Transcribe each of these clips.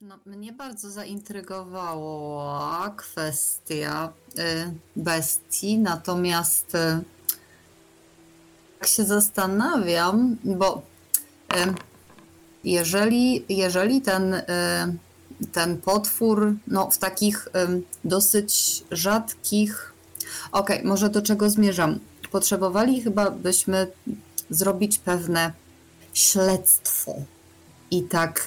No, mnie bardzo zaintrygowała kwestia bestii, natomiast tak się zastanawiam, bo y, jeżeli ten potwór no, w takich dosyć rzadkich. Okej, może do czego zmierzam? Potrzebowali chyba byśmy zrobić pewne śledztwo i tak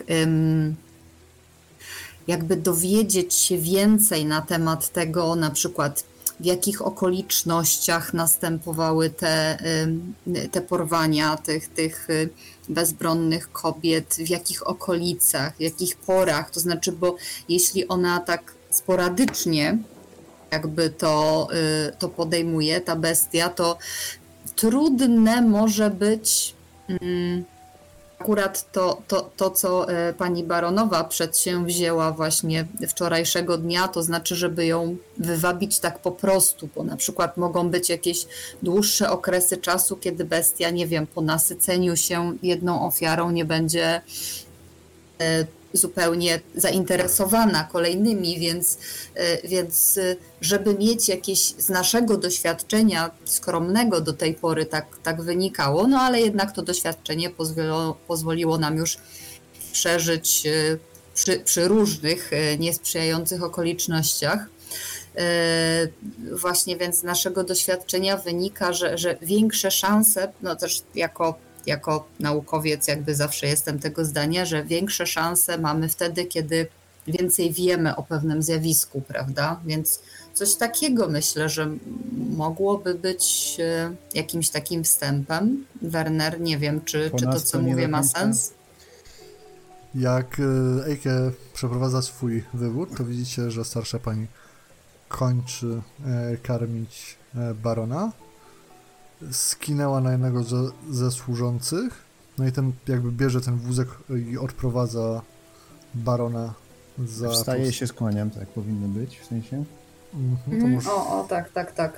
jakby dowiedzieć się więcej na temat tego, na przykład w jakich okolicznościach następowały te porwania tych bezbronnych kobiet, w jakich okolicach, w jakich porach, to znaczy, bo jeśli ona tak sporadycznie jakby to podejmuje, ta bestia, to trudne może być akurat to, co pani baronowa przedsięwzięła właśnie wczorajszego dnia, to znaczy, żeby ją wywabić tak po prostu, bo na przykład mogą być jakieś dłuższe okresy czasu, kiedy bestia, nie wiem, po nasyceniu się jedną ofiarą nie będzie zupełnie zainteresowana kolejnymi, więc żeby mieć jakieś z naszego doświadczenia skromnego do tej pory tak wynikało, no ale jednak to doświadczenie pozwoliło nam już przeżyć przy różnych niesprzyjających okolicznościach. Właśnie więc z naszego doświadczenia wynika, że większe szanse, no też jako naukowiec jakby zawsze jestem tego zdania, że większe szanse mamy wtedy, kiedy więcej wiemy o pewnym zjawisku, prawda? Więc coś takiego myślę, że mogłoby być jakimś takim wstępem. Werner, nie wiem, czy to, co mówię, ma sens? Jak Eike przeprowadza swój wywód, to widzicie, że starsza pani kończy karmić barona. Skinęła na jednego ze służących, no i ten jakby bierze ten wózek i odprowadza barona za... Wstaję się skłaniam, tak powinno być, w sensie. To może... Tak.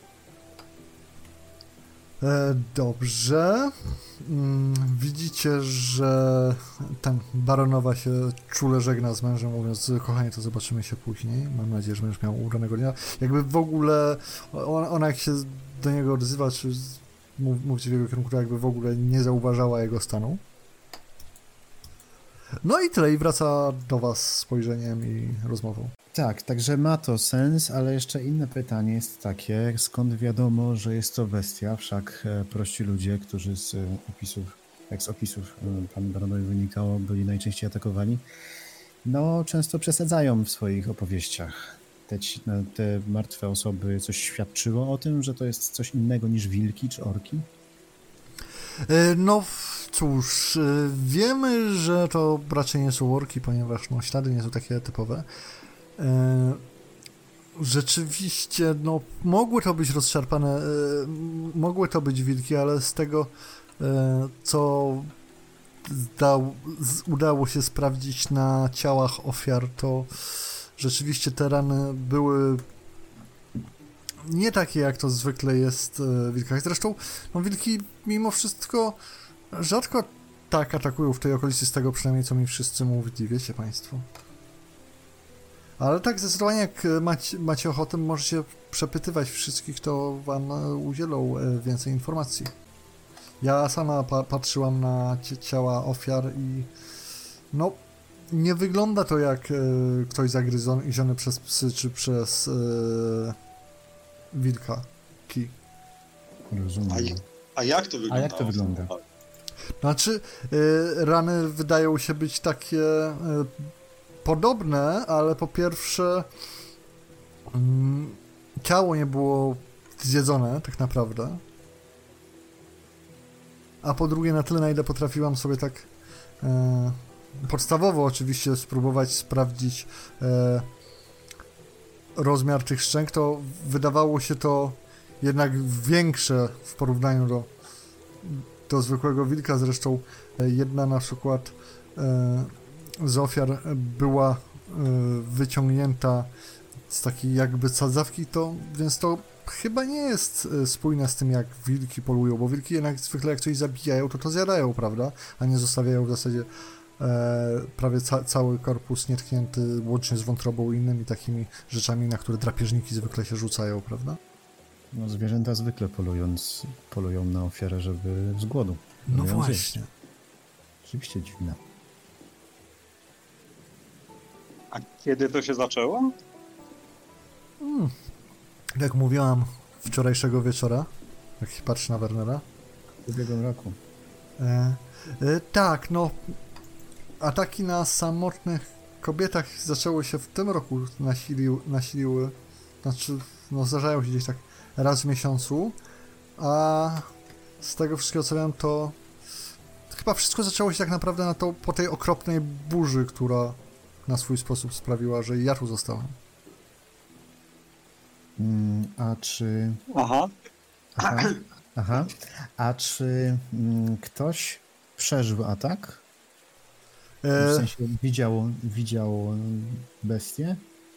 Dobrze. Widzicie, że ten baronowa się czule żegna z mężem, mówiąc: kochanie, to zobaczymy się później. Mam nadzieję, że będziesz miał udanego dnia. Jakby w ogóle ona jak się do niego odzywa, czy mówcie w jego kierunku, to jakby w ogóle nie zauważała jego stanu. No i tyle, i wraca do was spojrzeniem i rozmową. Tak, także ma to sens, ale jeszcze inne pytanie jest takie, skąd wiadomo, że jest to bestia, wszak prości ludzie, którzy z opisów pan baronowi wynikało, byli najczęściej atakowani, no często przesadzają w swoich opowieściach. Te martwe osoby coś świadczyło o tym, że to jest coś innego niż wilki czy orki? No cóż, wiemy, że to raczej nie są orki, ponieważ no, ślady nie są takie typowe. Rzeczywiście, no mogły to być rozszarpane, mogły to być wilki, ale z tego, co udało się sprawdzić na ciałach ofiar, to rzeczywiście te rany były nie takie, jak to zwykle jest w wilkach. Zresztą, no wilki mimo wszystko rzadko tak atakują w tej okolicy, z tego przynajmniej, co mi wszyscy mówili, wiecie państwo. Ale tak zdecydowanie, jak macie ochotę, możecie przepytywać wszystkich, kto wam udzielą więcej informacji. Ja sama patrzyłam na ciała ofiar i no, nie wygląda to jak ktoś zagryziony przez psy czy przez wilka. Rozumiem. A jak to wygląda? A jak to wygląda? Znaczy, rany wydają się być takie podobne, ale po pierwsze ciało nie było zjedzone tak naprawdę, a po drugie na tyle, na ile potrafiłam sobie tak podstawowo oczywiście spróbować sprawdzić rozmiar tych szczęk, to wydawało się to jednak większe w porównaniu do zwykłego wilka. Zresztą jedna na przykład z ofiar była wyciągnięta z takiej jakby sadzawki, więc to chyba nie jest spójne z tym, jak wilki polują, bo wilki jednak zwykle jak coś zabijają, to zjadają, prawda, a nie zostawiają w zasadzie prawie cały korpus nietknięty, łącznie z wątrobą i innymi takimi rzeczami, na które drapieżniki zwykle się rzucają, prawda? No, zwierzęta zwykle polują na ofiarę, żeby z głodu. No ją właśnie. zjeść. Rzeczywiście dziwne. A kiedy to się zaczęło? Jak mówiłam wczorajszego wieczora, jak się patrzy na Wernera. W ubiegłym roku. Tak, no ataki na samotnych kobietach zaczęły się w tym roku, nasiliły, znaczy no zdarzają się gdzieś tak raz w miesiącu, a z tego wszystkiego co wiem, to chyba wszystko zaczęło się tak naprawdę po tej okropnej burzy, która na swój sposób sprawiła, że ja tu zostałem. A czy... Aha. Aha. A czy ktoś przeżył atak? W sensie widział bestię?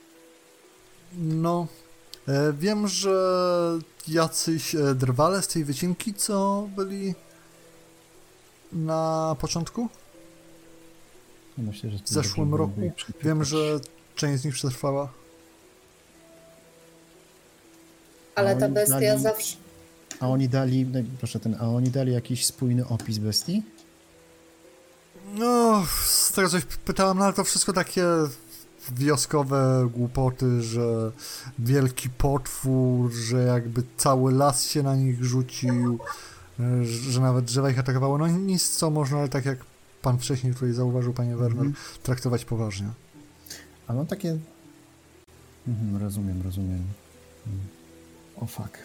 No, wiem, że jacyś drwale z tej wycinki, co byli na początku? Myślę, że W zeszłym roku. Wiem, że część z nich przetrwała. Ale ta bestia zawsze... A oni dali, proszę a oni dali jakiś spójny opis bestii? No, z tego coś pytałem, no ale to wszystko takie wioskowe głupoty, że wielki potwór, że jakby cały las się na nich rzucił, że nawet drzewa ich atakowało. No nic, co można, ale tak jak pan wcześniej tutaj zauważył, panie Werner, traktować poważnie. A mam takie... rozumiem. O fuck.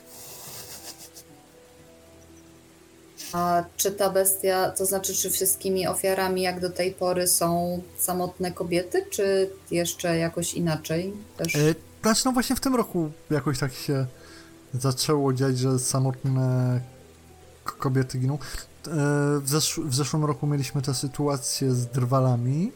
A czy ta bestia, to znaczy, czy wszystkimi ofiarami jak do tej pory są samotne kobiety, czy jeszcze jakoś inaczej też? Znaczy, no właśnie w tym roku jakoś tak się zaczęło dziać, że samotne kobiety giną. W zeszłym roku mieliśmy tę sytuację z drwalami.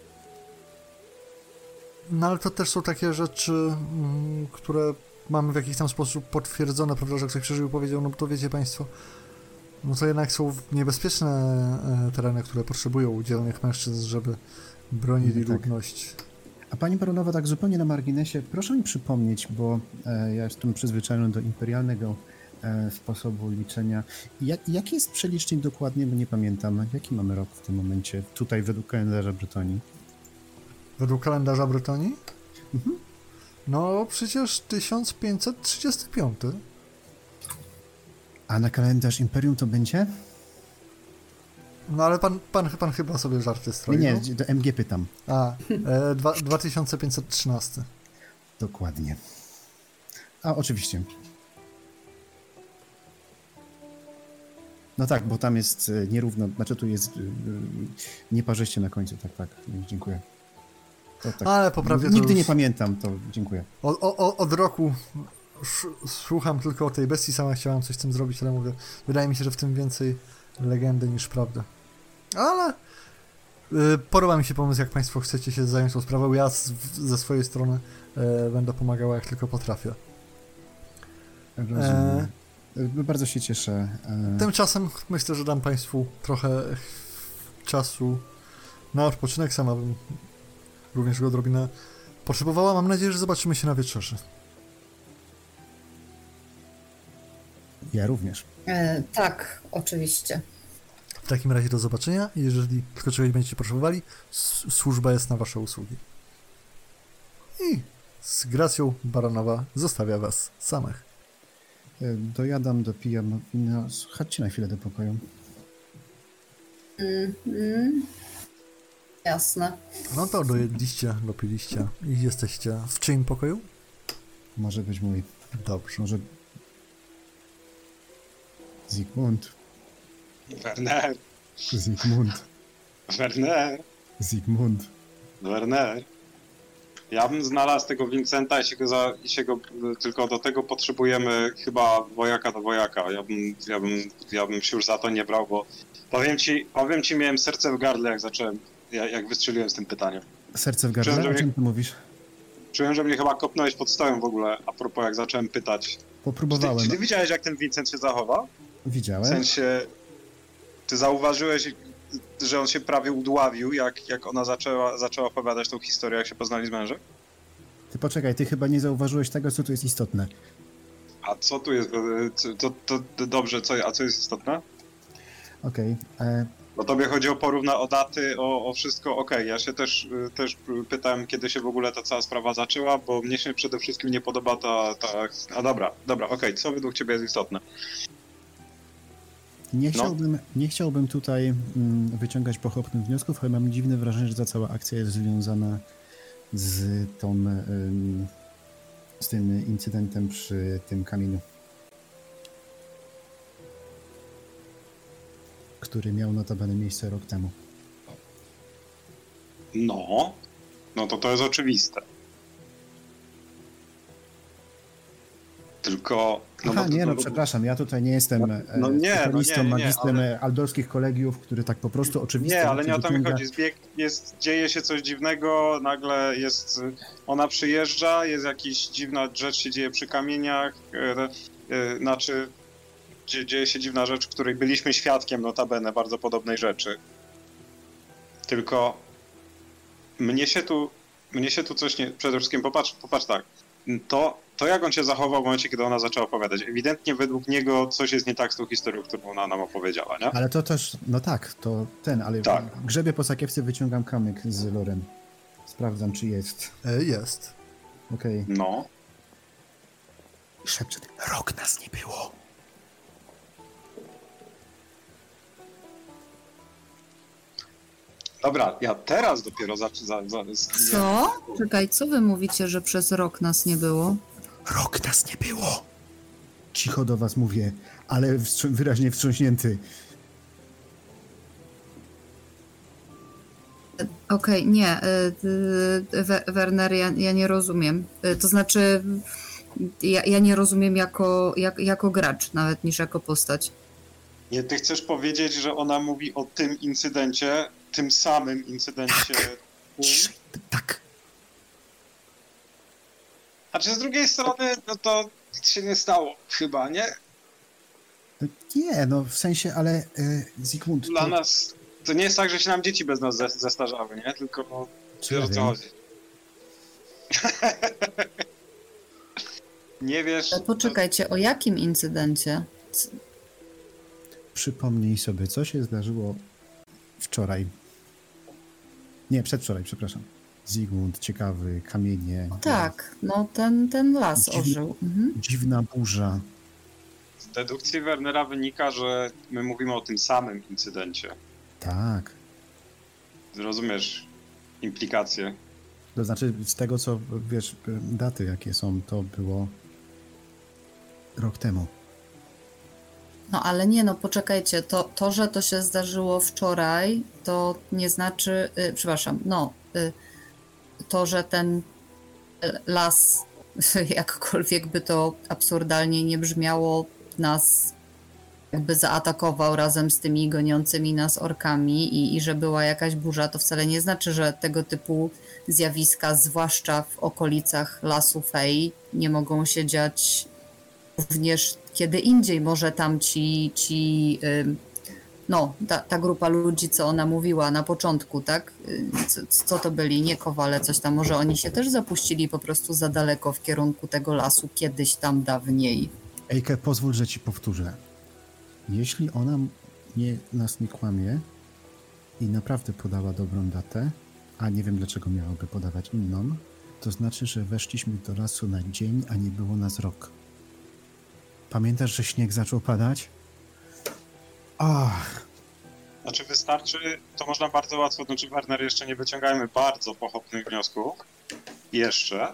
No ale to też są takie rzeczy, które mamy w jakiś tam sposób potwierdzone, prawda, że ktoś przeżył i powiedział, no to wiecie państwo, no to jednak są niebezpieczne tereny, które potrzebują dzielnych mężczyzn, żeby bronili ludność. A pani baronowa, tak zupełnie na marginesie, proszę mi przypomnieć, bo ja jestem przyzwyczajony do imperialnego sposobu liczenia. Jaki jest przelicznik dokładnie, bo nie pamiętam, jaki mamy rok w tym momencie, tutaj według kalendarza Bretonii? Według kalendarza Bretonii? No przecież 1535. A na kalendarz Imperium to będzie? No ale pan chyba sobie żarty stroi. Nie, do MG pytam. 2513. Dokładnie. A, oczywiście. No tak, bo tam jest nierówno, znaczy tu jest nieparzyście na końcu, tak, dziękuję. To tak. Ale poprawnie nigdy nie pamiętam, to dziękuję. Od roku słucham tylko o tej bestii, sama chciałam coś z tym zrobić, ale mówię, wydaje mi się, że w tym więcej legendy niż prawdy. Ale podoba mi się pomysł, jak państwo chcecie się zająć tą sprawą. Ja ze swojej strony będę pomagał, jak tylko potrafię. Rozumiem. Bardzo się cieszę. Tymczasem myślę, że dam państwu trochę czasu na odpoczynek. Sama bym również go odrobinę potrzebowała. Mam nadzieję, że zobaczymy się na wieczerzy. Ja również. Tak, oczywiście. W takim razie do zobaczenia. Jeżeli tylko czegoś będziecie potrzebowali, służba jest na wasze usługi. I z gracją baronowa zostawia was samych. Dojadam, dopijam wina. Chodźcie na chwilę do pokoju. Jasne. No to dojedliście, dopiliście i jesteście w czyim pokoju? Może być mój. Dobrze. Może... Zygmunt. Werner. Ja bym znalazł tego Vincenta i się go tylko do tego potrzebujemy chyba wojaka do wojaka. Ja bym się już za to nie brał, bo powiem ci, miałem serce w gardle, jak wystrzeliłem z tym pytaniem. Serce w gardle? O czym ty mówisz? Czułem, że mnie chyba kopnąłeś pod stołem w ogóle, a propos jak zacząłem pytać. Popróbowałem. Czy ty widziałeś, jak ten Vincent się zachował? Widziałem. W sensie, ty zauważyłeś, że on się prawie udławił, jak ona zaczęła opowiadać tą historię, jak się poznali z mężem? Ty poczekaj, ty chyba nie zauważyłeś tego, co tu jest istotne. A co tu jest, to dobrze, a co jest istotne? Okej. Bo tobie chodzi o daty, o wszystko, okej. Ja się też pytałem, kiedy się w ogóle ta cała sprawa zaczęła, bo mnie się przede wszystkim nie podoba a dobra, okej, co według ciebie jest istotne? Nie chciałbym tutaj wyciągać pochopnych wniosków, ale mam dziwne wrażenie, że ta cała akcja jest związana z tym incydentem przy tym kamieniu, który miał notabene miejsce rok temu. No to jest oczywiste. Tylko... przepraszam, ja tutaj nie jestem magistrem aldorskich kolegiów, który tak po prostu oczywiście... Nie, ale nie o to mi chodzi. Dzieje się coś dziwnego, nagle ona przyjeżdża, jest jakaś dziwna rzecz się dzieje przy kamieniach, dzieje się dziwna rzecz, której byliśmy świadkiem notabene bardzo podobnej rzeczy. Tylko mnie się tu coś nie... Przede wszystkim popatrz tak. To jak on się zachował w momencie, kiedy ona zaczęła opowiadać. Ewidentnie według niego coś jest nie tak z tą historią, którą ona nam opowiedziała, nie? Ale to też, ale tak. Grzebie po sakiewce, wyciągam kamyk z lorem. Sprawdzam, czy jest. Jest. Okej. No. Szepczę, rok nas nie było. Dobra, ja teraz dopiero Co? Czekaj, co wy mówicie, że przez rok nas nie było? Rok nas nie było. Cicho do was mówię, ale wyraźnie wstrząśnięty. Okej, nie. Werner, ja nie rozumiem. To znaczy, ja nie rozumiem jako gracz, nawet niż jako postać. Nie, ty chcesz powiedzieć, że ona mówi o tym incydencie, tym samym incydencie... Tak. A czy z drugiej strony, no to nic się nie stało chyba, nie? Nie, w sensie, ale Zygmunt... Dla nas... To nie jest tak, że się nam dzieci bez nas zestarzały, nie? Tylko wiesz, o co chodzi. Nie wiesz... Ale poczekajcie, o jakim incydencie? Przypomnij sobie, co się zdarzyło wczoraj. Nie, przedwczoraj, przepraszam. Zygmunt, ciekawy, kamienie. Tak, ten las ożył. Dziwna burza. Z dedukcji Wernera wynika, że my mówimy o tym samym incydencie. Tak. Rozumiesz implikacje? To znaczy, z tego co wiesz, daty jakie są, to było rok temu. No ale poczekajcie, to, że to się zdarzyło wczoraj, to nie znaczy, to, że ten las, jakkolwiek by to absurdalnie nie brzmiało, nas jakby zaatakował razem z tymi goniącymi nas orkami i że była jakaś burza, to wcale nie znaczy, że tego typu zjawiska, zwłaszcza w okolicach lasu Fej, nie mogą się dziać również kiedy indziej. Może tam ta grupa ludzi, co ona mówiła na początku, tak? Co to byli? Nie kowale, coś tam. Może oni się też zapuścili po prostu za daleko w kierunku tego lasu kiedyś tam dawniej. Ejke, pozwól, że ci powtórzę. Jeśli ona nas nie kłamie i naprawdę podała dobrą datę, a nie wiem dlaczego miałaby podawać inną, to znaczy, że weszliśmy do lasu na dzień, a nie było nas rok. Pamiętasz, że śnieg zaczął padać? Znaczy wystarczy, to można bardzo łatwo, Werner, jeszcze nie wyciągajmy bardzo pochopnych wniosków. Jeszcze.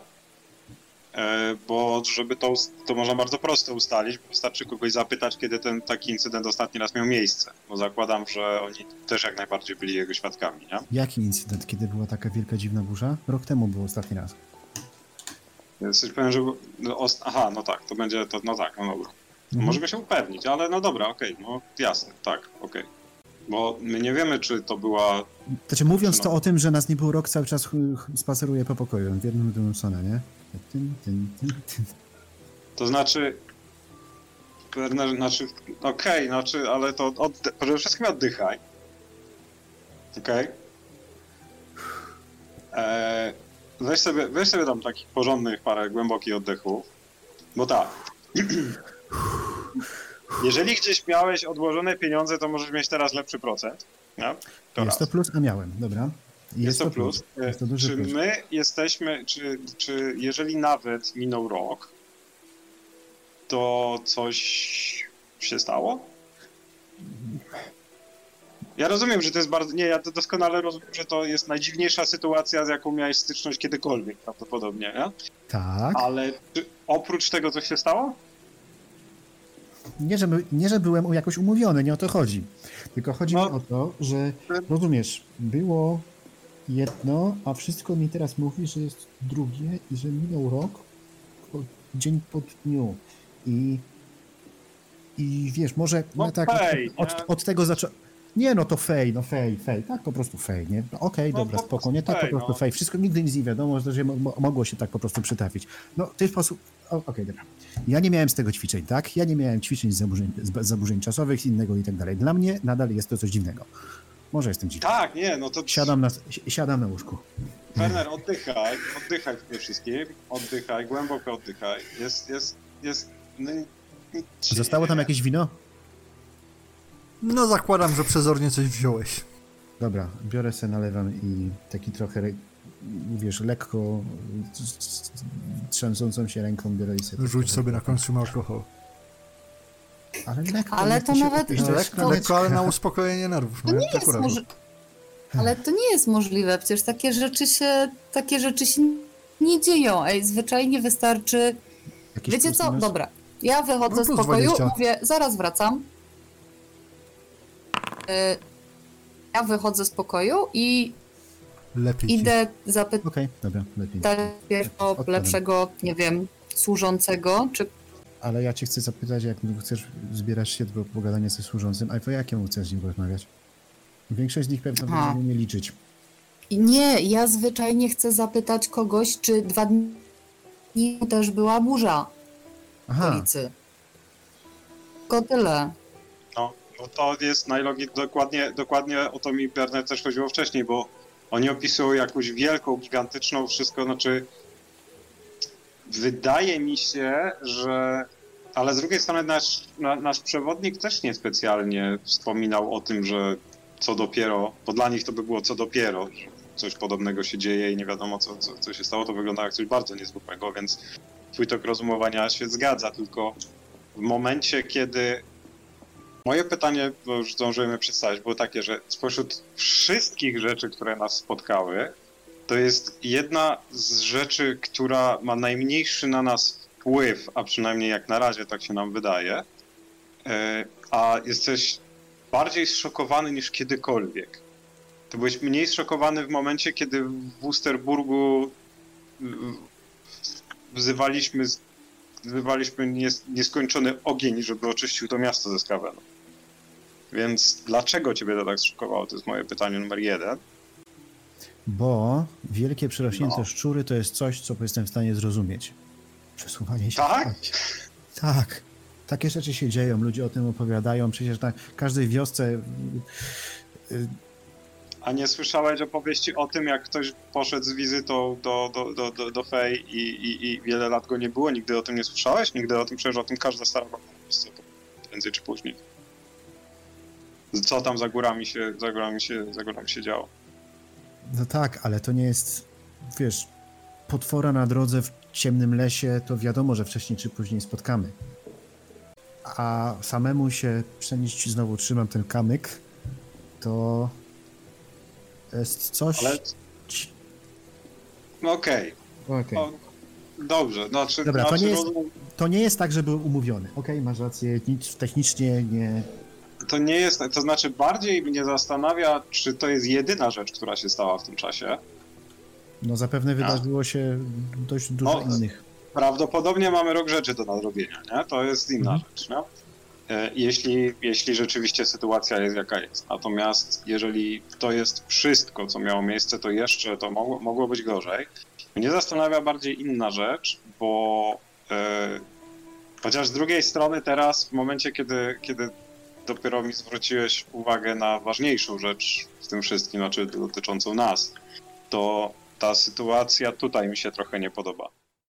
Bo żeby to można bardzo prosto ustalić, bo wystarczy kogoś zapytać, kiedy ten taki incydent ostatni raz miał miejsce. Bo zakładam, że oni też jak najbardziej byli jego świadkami, nie? Jaki incydent? Kiedy była taka wielka, dziwna burza? Rok temu był ostatni raz. Coś powiem, że... no tak, to będzie to, no tak, no dobra. Możemy się upewnić, ale no dobra, okej, no jasne, tak, okej. Bo my nie wiemy, czy to była... Znaczy mówiąc to o tym, że nas nie było rok, cały czas spaceruję po pokoju, w jednym drugim stronę, nie? To znaczy... ale to przede wszystkim oddychaj. Okej. Weź sobie tam takich porządnych parę głębokich oddechów, bo tak. Jeżeli gdzieś miałeś odłożone pieniądze, to możesz mieć teraz lepszy procent. Nie? Jest to plus, a miałem, dobra. Jest to plus. Jest to duży Czy plus. my jesteśmy, czy jeżeli nawet minął rok, to coś się stało? Ja rozumiem, że to jest bardzo... Nie, ja to doskonale rozumiem, że to jest najdziwniejsza sytuacja, z jaką miałeś styczność kiedykolwiek prawdopodobnie, nie? Tak. Ale czy oprócz tego coś się stało? Nie, że byłem jakoś umówiony, nie o to chodzi. Tylko chodzi mi o to, że rozumiesz, było jedno, a wszystko mi teraz mówi, że jest drugie i że minął rok, dzień po dniu. I wiesz, może No tak fej, od tego zacząłem. Nie, no to fej, tak po prostu fej, nie? No, okej, No dobra, po spokojnie, tak po fej, prostu no. fej. Wszystko nigdy nic nie wiadomo, że mogło się tak po prostu przytrafić. No, w ten sposób, okej, dobra. Ja nie miałem z tego ćwiczeń, tak? Ja nie miałem ćwiczeń z zaburzeń czasowych, innego i tak dalej. Dla mnie nadal jest to coś dziwnego. Może jestem dziwny. Tak, nie, no to... Siadam na łóżku. Werner, oddychaj przede wszystkim. Oddychaj, głęboko oddychaj. No, Zostało tam jakieś wino? No zakładam, że przezornie coś wziąłeś. Dobra, biorę se, nalewam i taki trochę, wiesz, lekko trzęsącą się ręką biorę i sobie... Rzuć sobie na konsum alkohol. Ale lekko. Ale nie to chcę się nawet- upić, Lekko, lekko, ale na uspokojenie nerwów. To No, nie tak jest akurat. możliwe. Ale to nie jest możliwe, przecież takie rzeczy się nie dzieją. Ej, zwyczajnie wystarczy... Jakiś Wiecie plus, co? minus? Dobra. Ja wychodzę No z plus pokoju, 20. mówię, zaraz wracam. Ja wychodzę z pokoju i Lepiej ci. idę zapytać Okej, dobra, lepiej. pierwszego, Odkładam. lepszego, nie wiem, służącego, czy Ale ja cię chcę zapytać, jak chcesz, zbierasz się do pogadania ze służącym, a po jakiemu chcesz z nim rozmawiać? Większość z nich pewnie Aha. będzie nie liczyć. nie, ja zwyczajnie chcę zapytać kogoś, czy 2 dni temu też była burza w Aha, okolicy. Tylko tyle. No to jest dokładnie o to mi Berner też chodziło wcześniej, bo oni opisują jakąś wielką, gigantyczną wszystko, znaczy wydaje mi się, że ale z drugiej strony nasz przewodnik też niespecjalnie wspominał o tym, że co dopiero, bo dla nich to by było co dopiero, że coś podobnego się dzieje i nie wiadomo co się stało, to wygląda jak coś bardzo niezwykłego, więc twój tok rozumowania się zgadza, tylko w momencie, kiedy moje pytanie, bo już zdążymy przedstawić, było takie, że spośród wszystkich rzeczy, które nas spotkały, to jest jedna z rzeczy, która ma najmniejszy na nas wpływ, a przynajmniej jak na razie tak się nam wydaje, a jesteś bardziej zszokowany niż kiedykolwiek. To byłeś mniej zszokowany w momencie, kiedy w Wusterburgu wzywaliśmy nieskończony ogień, żeby oczyścił to miasto ze skawenu. Więc dlaczego ciebie to tak zszokowało? To jest moje pytanie numer 1. bo wielkie przyrośnięte No. szczury to jest coś, co jestem w stanie zrozumieć. Przesuwanie się. Tak? Tak. Takie rzeczy się dzieją, ludzie o tym opowiadają, przecież na każdej wiosce... A nie słyszałeś opowieści o tym, jak ktoś poszedł z wizytą do Fej i wiele lat go nie było? Nigdy o tym nie słyszałeś? Nigdy o tym, przecież o tym każda stara wiosce prędzej czy później. Co tam za górami się działo? No tak, ale to nie jest, wiesz, potwora na drodze w ciemnym lesie, to wiadomo, że wcześniej czy później spotkamy. A samemu się przenieść, znowu trzymam ten kamyk, to jest coś... Ale... No okej. Okej. O, dobrze, znaczy... Dobra, znaczy, to nie jest tak, że był umówiony. Okej, masz rację, nic technicznie nie... To nie jest, to znaczy bardziej mnie zastanawia, czy to jest jedyna rzecz, która się stała w tym czasie. No zapewne wydarzyło się dość dużo innych. Prawdopodobnie mamy rok rzeczy do nadrobienia, nie? To jest inna rzecz, nie? Jeśli rzeczywiście sytuacja jest jaka jest. Natomiast jeżeli to jest wszystko, co miało miejsce, to jeszcze to mogło być gorzej. Mnie zastanawia bardziej inna rzecz, bo chociaż z drugiej strony teraz, w momencie, kiedy dopiero mi zwróciłeś uwagę na ważniejszą rzecz w tym wszystkim, znaczy dotyczącą nas. To ta sytuacja tutaj mi się trochę nie podoba.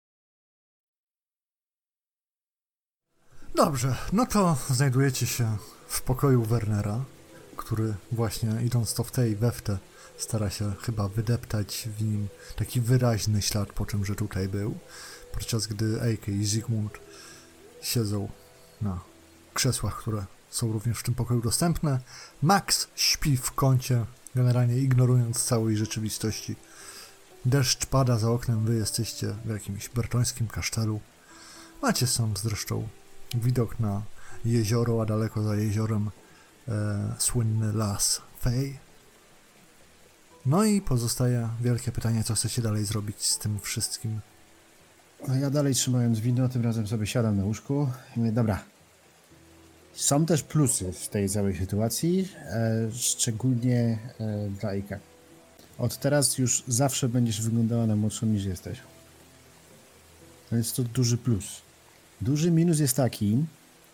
Dobrze, no to znajdujecie się w pokoju Wernera, który właśnie idąc to w tej we w te stara się chyba wydeptać w nim taki wyraźny ślad po czym, że tutaj był, podczas gdy Eike i Zygmunt siedzą na krzesłach, które są również w tym pokoju dostępne. Max śpi w kącie, generalnie ignorując całej rzeczywistości. Deszcz pada za oknem, wy jesteście w jakimś bertońskim kasztelu. Macie sam zresztą widok na jezioro, a daleko za jeziorem słynny las Fej. No i pozostaje wielkie pytanie, co chcecie dalej zrobić z tym wszystkim. A ja dalej trzymając wino, tym razem sobie siadam na łóżku i mówię, dobra, są też plusy w tej całej sytuacji, szczególnie dla Eika. Od teraz już zawsze będziesz wyglądała na młodszą niż jesteś. To jest to duży plus. Duży minus jest taki,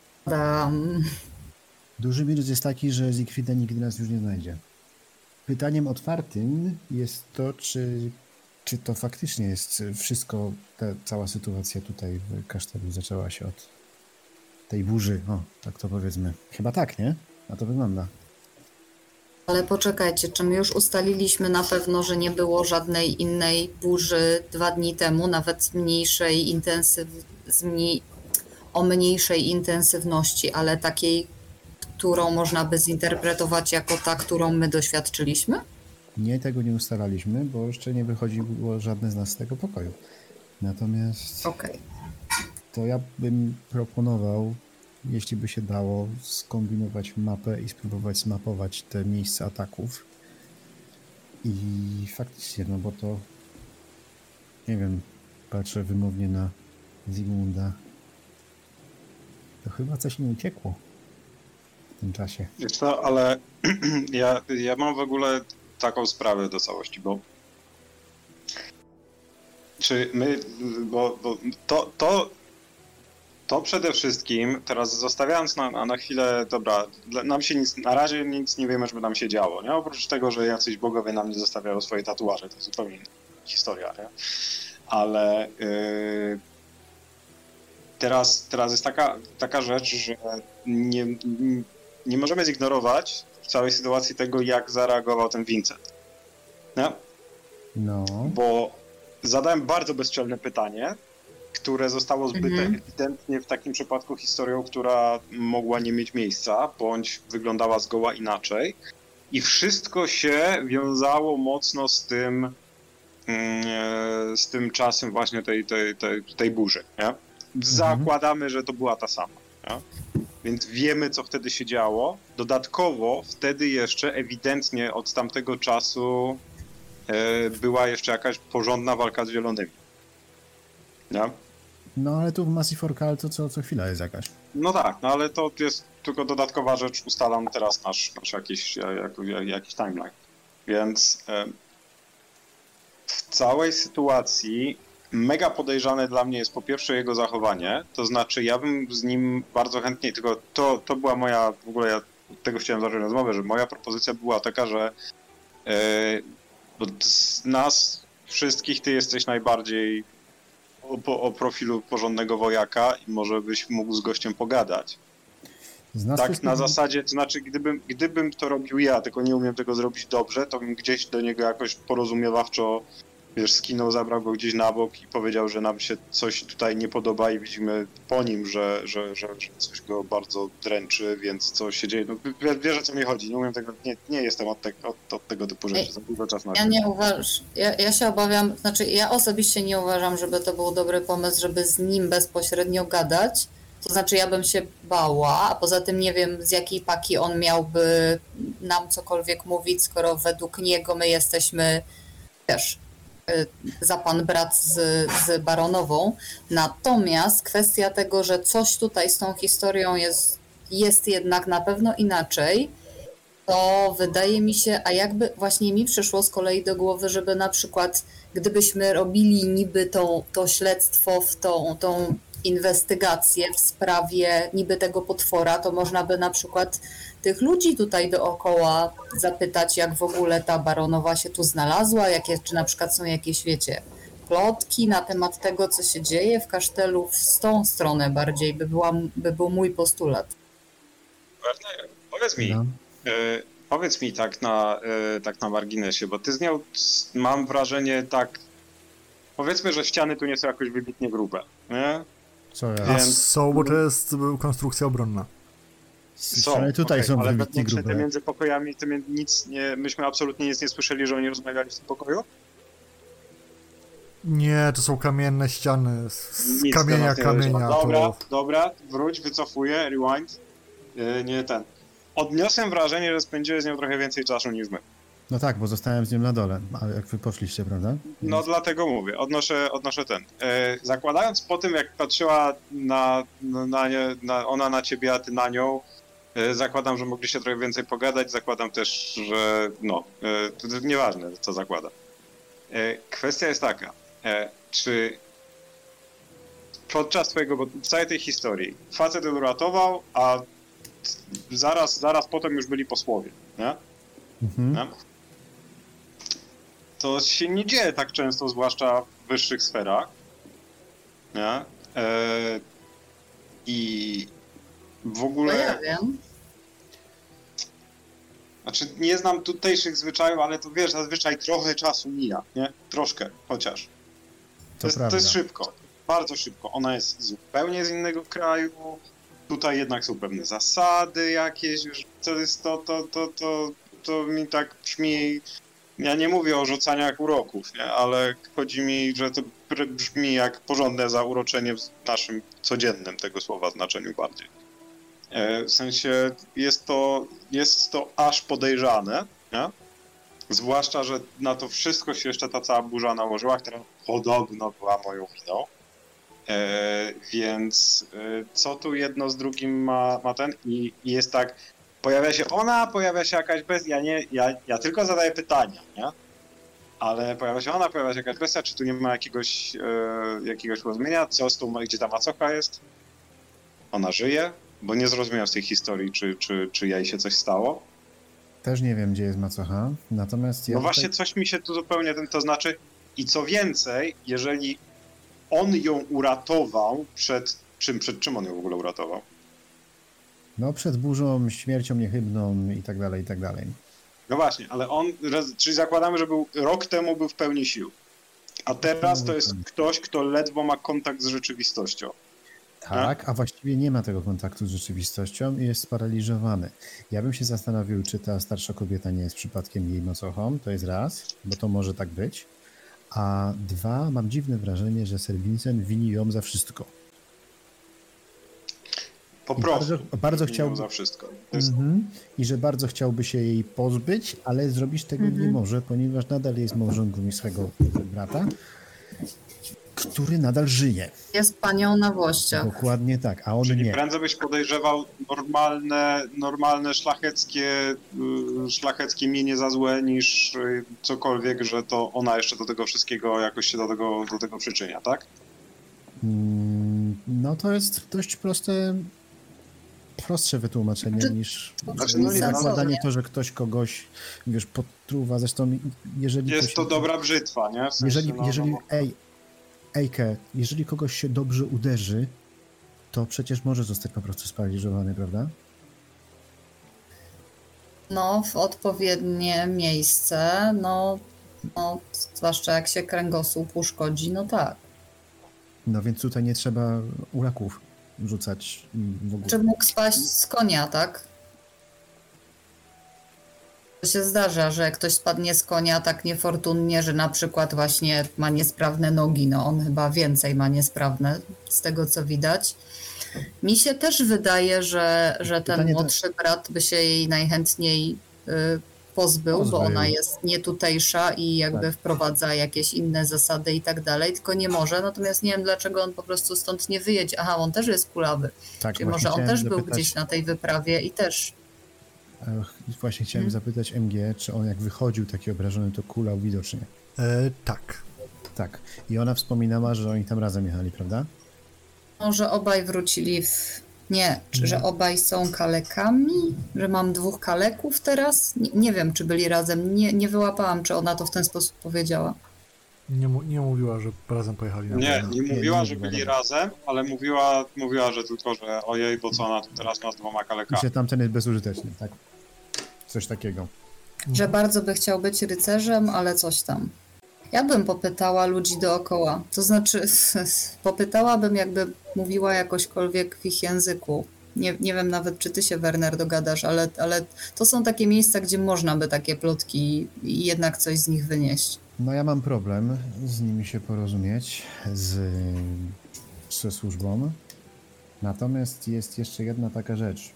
że Zygfrida nigdy nas już nie znajdzie. Pytaniem otwartym jest to, czy to faktycznie jest wszystko, ta cała sytuacja tutaj w kasztelu zaczęła się od tej burzy. O, tak to powiedzmy. Chyba tak, nie? A to wygląda. Ale poczekajcie, czy my już ustaliliśmy na pewno, że nie było żadnej innej burzy 2 dni temu, nawet o mniejszej intensywności, ale takiej, którą można by zinterpretować jako ta, którą my doświadczyliśmy? Nie, tego nie ustalaliśmy, bo jeszcze nie wychodziło żadne z nas z tego pokoju. Natomiast to ja bym proponował, jeśli by się dało, skombinować mapę i spróbować zmapować te miejsca ataków. I faktycznie, no bo to, nie wiem, patrzę wymownie na Zygmunda, to chyba coś mi uciekło w tym czasie. Wiesz co, ale ja mam w ogóle taką sprawę do całości, bo czy my, bo to przede wszystkim, teraz zostawiając na chwilę, dobra, nam się na razie nic nie wiemy, żeby nam się działo, nie? Oprócz tego, że jacyś bogowie nam nie zostawiają swoje tatuaże, to jest zupełnie inna historia, nie? Ale teraz jest taka rzecz, że nie możemy zignorować w całej sytuacji tego, jak zareagował ten Vincent. Nie? No. Bo zadałem bardzo bezczelne pytanie, które zostało zbyte ewidentnie w takim przypadku historią, która mogła nie mieć miejsca, bądź wyglądała zgoła inaczej. I wszystko się wiązało mocno z tym czasem właśnie tej burzy. Nie? Zakładamy, że to była ta sama. Nie? Więc wiemy, co wtedy się działo. Dodatkowo wtedy jeszcze ewidentnie od tamtego czasu była jeszcze jakaś porządna walka z zielonymi. Nie? No ale tu w Massive Orcal to co chwila jest jakaś. No tak, no ale to jest tylko dodatkowa rzecz, ustalam teraz nasz jakiś timeline. Więc w całej sytuacji mega podejrzane dla mnie jest po pierwsze jego zachowanie, to znaczy ja bym z nim bardzo chętnie, tylko to była moja, w ogóle ja od tego chciałem zacząć rozmowę, że moja propozycja była taka, że z nas wszystkich ty jesteś najbardziej o profilu porządnego wojaka i może byś mógł z gościem pogadać. Tak na zasadzie, to znaczy gdybym to robił ja, tylko nie umiem tego zrobić dobrze, to bym gdzieś do niego jakoś porozumiewawczo, wiesz, skinął, zabrał go gdzieś na bok i powiedział, że nam się coś tutaj nie podoba i widzimy po nim, że coś go bardzo dręczy, więc co się dzieje. No, wiesz, o co mi chodzi, nie umiem tego, nie jestem od tego typu rzeczy, za długo czasu. Ja się obawiam, znaczy ja osobiście nie uważam, żeby to był dobry pomysł, żeby z nim bezpośrednio gadać, to znaczy ja bym się bała, a poza tym nie wiem, z jakiej paki on miałby nam cokolwiek mówić, skoro według niego my jesteśmy też za pan brat z baronową. Natomiast kwestia tego, że coś tutaj z tą historią jest jednak na pewno inaczej, To wydaje mi się, a jakby właśnie mi przyszło z kolei do głowy, żeby na przykład gdybyśmy robili niby to śledztwo w tą inwestygację w sprawie niby tego potwora, to można by na przykład tych ludzi tutaj dookoła zapytać, jak w ogóle ta baronowa się tu znalazła, czy na przykład są jakieś, wiecie, plotki na temat tego, co się dzieje w kasztelu, w tą stronę bardziej by był mój postulat. Werner, powiedz mi, No. powiedz mi tak na marginesie, bo ty z nią, mam wrażenie tak, powiedzmy, że ściany tu nie są jakoś wybitnie grube, nie? Co ja? A Więc- są, bo to jest konstrukcja obronna. Ale tutaj okej, są ale wybitnie wewnętrznie grube. te między pokojami, myśmy absolutnie nic nie słyszeli, że oni rozmawiali w tym pokoju? Nie, to są kamienne ściany, z Nic kamienia, temat nie kamienia. Dobra, To... dobra, wróć, wycofuję, rewind. Nie ten. Odniosłem wrażenie, że spędziłeś z nią trochę więcej czasu niż my. No tak, bo zostałem z nią na dole, ale jak wy poszliście, prawda? No dlatego mówię, odnoszę ten. Zakładając po tym, jak patrzyła ona na ciebie, a ty na nią, zakładam, że mogliście trochę więcej pogadać, zakładam też, że to nieważne, co zakładam. Kwestia jest taka, czy podczas w całej tej historii facet ją uratował, a zaraz potem już byli posłowie, nie? Mhm. Nie? To się nie dzieje tak często, zwłaszcza w wyższych sferach. Nie? I w No ogóle... ja wiem. Znaczy, nie znam tutejszych zwyczajów, ale to wiesz, zazwyczaj trochę czasu mija, nie? Troszkę, chociaż. To prawda. jest szybko, bardzo szybko. Ona jest zupełnie z innego kraju. Tutaj jednak są pewne zasady jakieś, już to jest to mi tak brzmi. Ja nie mówię o rzucaniach uroków, nie? Ale chodzi mi, że to brzmi jak porządne zauroczenie w naszym codziennym tego słowa znaczeniu bardziej. W sensie jest to aż podejrzane, nie? Zwłaszcza, że na to wszystko się jeszcze ta cała burza nałożyła, która podobno była moją winą. Więc co tu jedno z drugim ma ten i jest tak, pojawia się ona, pojawia się jakaś bestia, ja tylko zadaję pytania, nie? Ale pojawia się ona, pojawia się jakaś bestia, czy tu nie ma jakiegoś rozumienia, co z tą, gdzie ta macocha jest? Ona żyje? Bo nie zrozumiałem z tej historii, czy jej się coś stało. Też nie wiem, gdzie jest macocha, natomiast ja No tutaj... właśnie, coś mi się tu zupełnie, to znaczy, i co więcej, jeżeli on ją uratował przed czym on ją w ogóle uratował? No przed burzą, śmiercią niechybną i tak dalej, i tak dalej. No właśnie, ale czyli zakładamy, że rok temu był w pełni sił. A teraz to jest ktoś, kto ledwo ma kontakt z rzeczywistością. Tak, a właściwie nie ma tego kontaktu z rzeczywistością i jest sparaliżowany. Ja bym się zastanowił, czy ta starsza kobieta nie jest przypadkiem jej macochą, to jest raz, bo to może tak być. A dwa, mam dziwne wrażenie, że Sir Vincent wini ją za wszystko. Po I prostu. bardzo Winią chciałby... za wszystko. To jest, I że bardzo chciałby się jej pozbyć, ale zrobić tego nie może, ponieważ nadal jest małżonką swego brata, który nadal żyje. Jest panią na włościach. Dokładnie tak, a on czyli nie. prędzej byś podejrzewał normalne szlacheckie mienie za złe niż cokolwiek, że to ona jeszcze do tego wszystkiego jakoś się do tego przyczynia, tak? No to jest dość prostsze wytłumaczenie niż zakładanie to, że ktoś kogoś, wiesz, potruwa. Zresztą jeżeli... Jest to dobra brzytwa, nie? W sensie, jeżeli kogoś się dobrze uderzy, to przecież może zostać po prostu sparaliżowany, prawda? No, w odpowiednie miejsce, no, zwłaszcza jak się kręgosłup uszkodzi, no tak. No więc tutaj nie trzeba uraków rzucać w ogóle. Czy mógł spaść z konia, tak? To się zdarza, że ktoś spadnie z konia tak niefortunnie, że na przykład właśnie ma niesprawne nogi. No on chyba więcej ma niesprawne, z tego co widać. Mi się też wydaje, że ten młodszy brat by się jej najchętniej pozbył, bo ona jest nietutejsza i jakby wprowadza jakieś inne zasady i tak dalej, tylko nie może. Natomiast nie wiem, dlaczego on po prostu stąd nie wyjedzie. Aha, on też jest kulawy. Tak, czyli może on też był gdzieś na tej wyprawie i też... Właśnie chciałem zapytać MG, czy on jak wychodził taki obrażony, to kulał widocznie. Tak. Tak. I ona wspominała, że oni tam razem jechali, prawda? Może obaj wrócili Nie, czy że obaj są kalekami? Że mam 2 kaleków teraz? Nie wiem, czy byli razem. Nie wyłapałam, czy ona to w ten sposób powiedziała. Nie mówiła, że razem pojechali na Nie, wojnę. nie mówiła, nie że mówiła, byli dobra. razem, ale mówiła, że tylko, że ojej, bo co ona tu teraz ma z 2 I kalekami. że tamten jest bezużyteczny, tak? Coś takiego. Że bardzo by chciał być rycerzem, ale coś tam. Ja bym popytała ludzi dookoła. To znaczy, popytałabym, jakby mówiła jakośkolwiek w ich języku. Nie wiem nawet, czy ty się, Werner, dogadasz, ale to są takie miejsca, gdzie można by takie plotki i jednak coś z nich wynieść. No ja mam problem z nimi się porozumieć, ze służbą. Natomiast jest jeszcze jedna taka rzecz.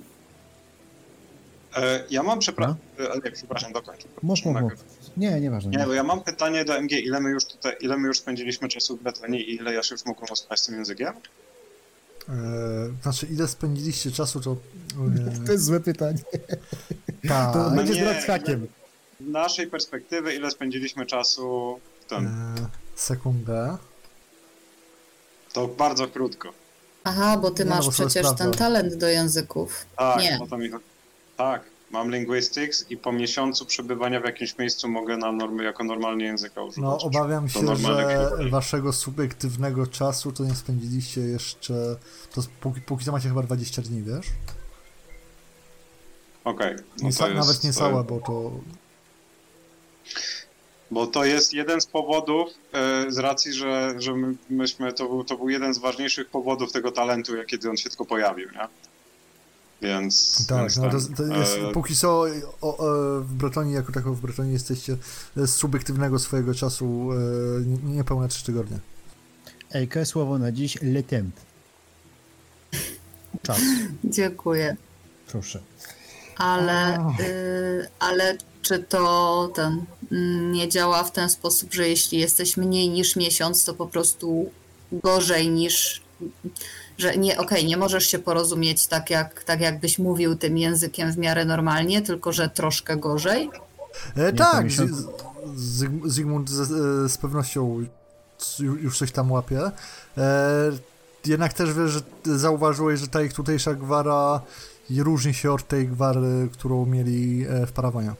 Ja mam przepraszam, dokończ. Mów. Nie, nieważne. Nie, bo ja mam pytanie do MG, ile my już spędziliśmy czasu w Bretonii i ile ja się już mogłem rozmawiać z tym językiem? Znaczy, ile spędziliście czasu, to... To jest złe pytanie. Tak. To będzie nie, z hakiem. Z naszej perspektywy, ile spędziliśmy czasu w tym? Sekundę. To bardzo krótko. Aha, bo ty Nie, no masz bo sobie przecież ten sprawdzam. talent do języków. Tak, Nie. o to mi chodzi. Tak, mam linguistics i po miesiącu przebywania w jakimś miejscu mogę jako normalnie języka używać. No, obawiam To się, normalne że przypadek. waszego subiektywnego czasu to nie spędziliście jeszcze... To póki co macie chyba 20 dni, wiesz? Okej. No to jest, Nawet niecałe, bo to... Bo to jest jeden z powodów, z racji, że myśmy, to był jeden z ważniejszych powodów tego talentu, kiedy on się tylko pojawił, nie? Więc... Tak, więc no to jest, póki co w Bretonii, jako tako w Bretonii jesteście z subiektywnego swojego czasu niepełne 3 tygodnie. Jakie słowo na dziś? Le temps. Czas. Dziękuję. Proszę. Ale czy to nie działa w ten sposób, że jeśli jesteś mniej niż miesiąc, to po prostu gorzej niż... Że nie możesz się porozumieć tak jakbyś mówił tym językiem w miarę normalnie, tylko że troszkę gorzej? Tak, Zygmunt z pewnością już coś tam łapie. Jednak też wiesz, że zauważyłeś, że ta ich tutejsza gwara różni się od tej gwary, którą mieli w Parawania.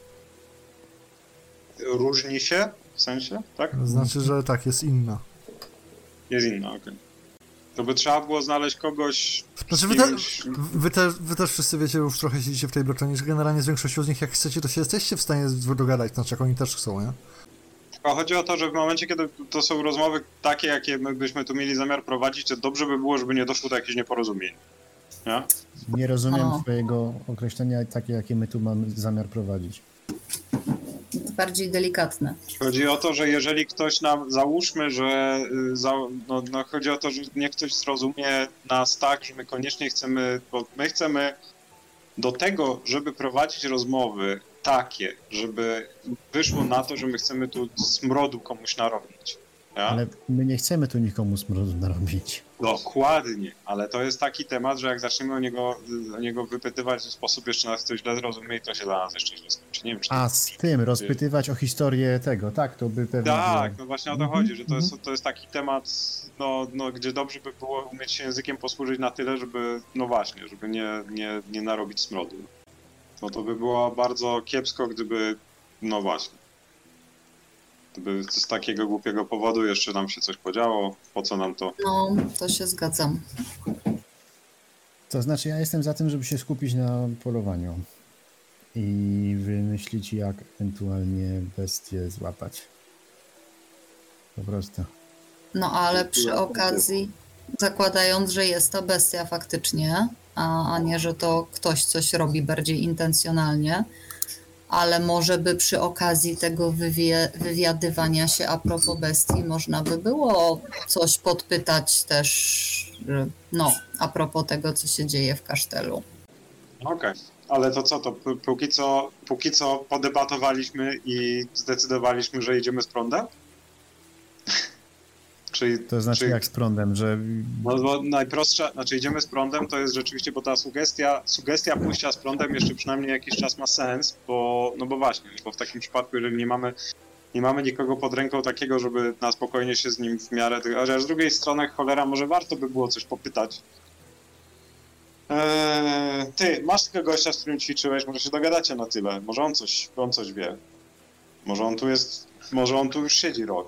Różni się? W sensie? Tak? Znaczy, że tak, jest inna. Jest inna, okej. To by trzeba było znaleźć kogoś... Znaczy, wy też wszyscy wiecie, już trochę siedzicie w tej Bretonii, że generalnie z większością z nich, jak chcecie, to się jesteście w stanie dogadać, znaczy jak oni też chcą, nie? A chodzi o to, że w momencie, kiedy to są rozmowy takie, jakie my byśmy tu mieli zamiar prowadzić, to dobrze by było, żeby nie doszło do jakichś nieporozumień. Nie? Nie rozumiem twojego określenia takie, jakie my tu mamy zamiar prowadzić. Bardziej delikatne. Chodzi o to, że jeżeli ktoś nam, załóżmy, że chodzi o to, że niech ktoś zrozumie nas tak, że my koniecznie chcemy, bo my chcemy do tego, żeby prowadzić rozmowy takie, żeby wyszło na to, że my chcemy tu smrodu komuś narobić. Ja? Ale my nie chcemy tu nikomu smrodu narobić. Dokładnie, ale to jest taki temat, że jak zaczniemy o niego wypytywać w sposób jeszcze nas ktoś źle zrozumie, to się dla nas jeszcze źle skończy. Nie wiem, czy A z tym rozpytywać o historię tego, tak, to by pewnie... Tak, no właśnie o to chodzi, że to jest taki temat, gdzie dobrze by było umieć się językiem posłużyć na tyle, żeby, no właśnie, żeby nie narobić smrodu. No to by było bardzo kiepsko, gdyby, no właśnie, gdyby z takiego głupiego powodu jeszcze nam się coś podziało, po co nam to? No, to się zgadzam. To znaczy, ja jestem za tym, żeby się skupić na polowaniu i wymyślić, jak ewentualnie bestię złapać. Po prostu. No ale przy okazji, zakładając, że jest ta bestia faktycznie, a nie, że to ktoś coś robi bardziej intencjonalnie, ale może by przy okazji tego wywiadywania się a propos bestii można by było coś podpytać też, a propos tego, co się dzieje w kasztelu. Okej. Ale to co, to póki co podebatowaliśmy i zdecydowaliśmy, że idziemy z prądem? Czyli, To znaczy czyli, jak z prądem, że... no bo najprostsza, znaczy idziemy z prądem, to jest rzeczywiście, bo ta sugestia pójścia z prądem jeszcze przynajmniej jakiś czas ma sens, bo właśnie, bo w takim przypadku, jeżeli nie mamy nikogo pod ręką takiego, żeby na spokojnie się z nim w miarę... A z drugiej strony, cholera, może warto by było coś popytać. Ty, masz tego gościa, z którym ćwiczyłeś, może się dogadacie na tyle, może on coś wie. Może on tu już siedzi rok.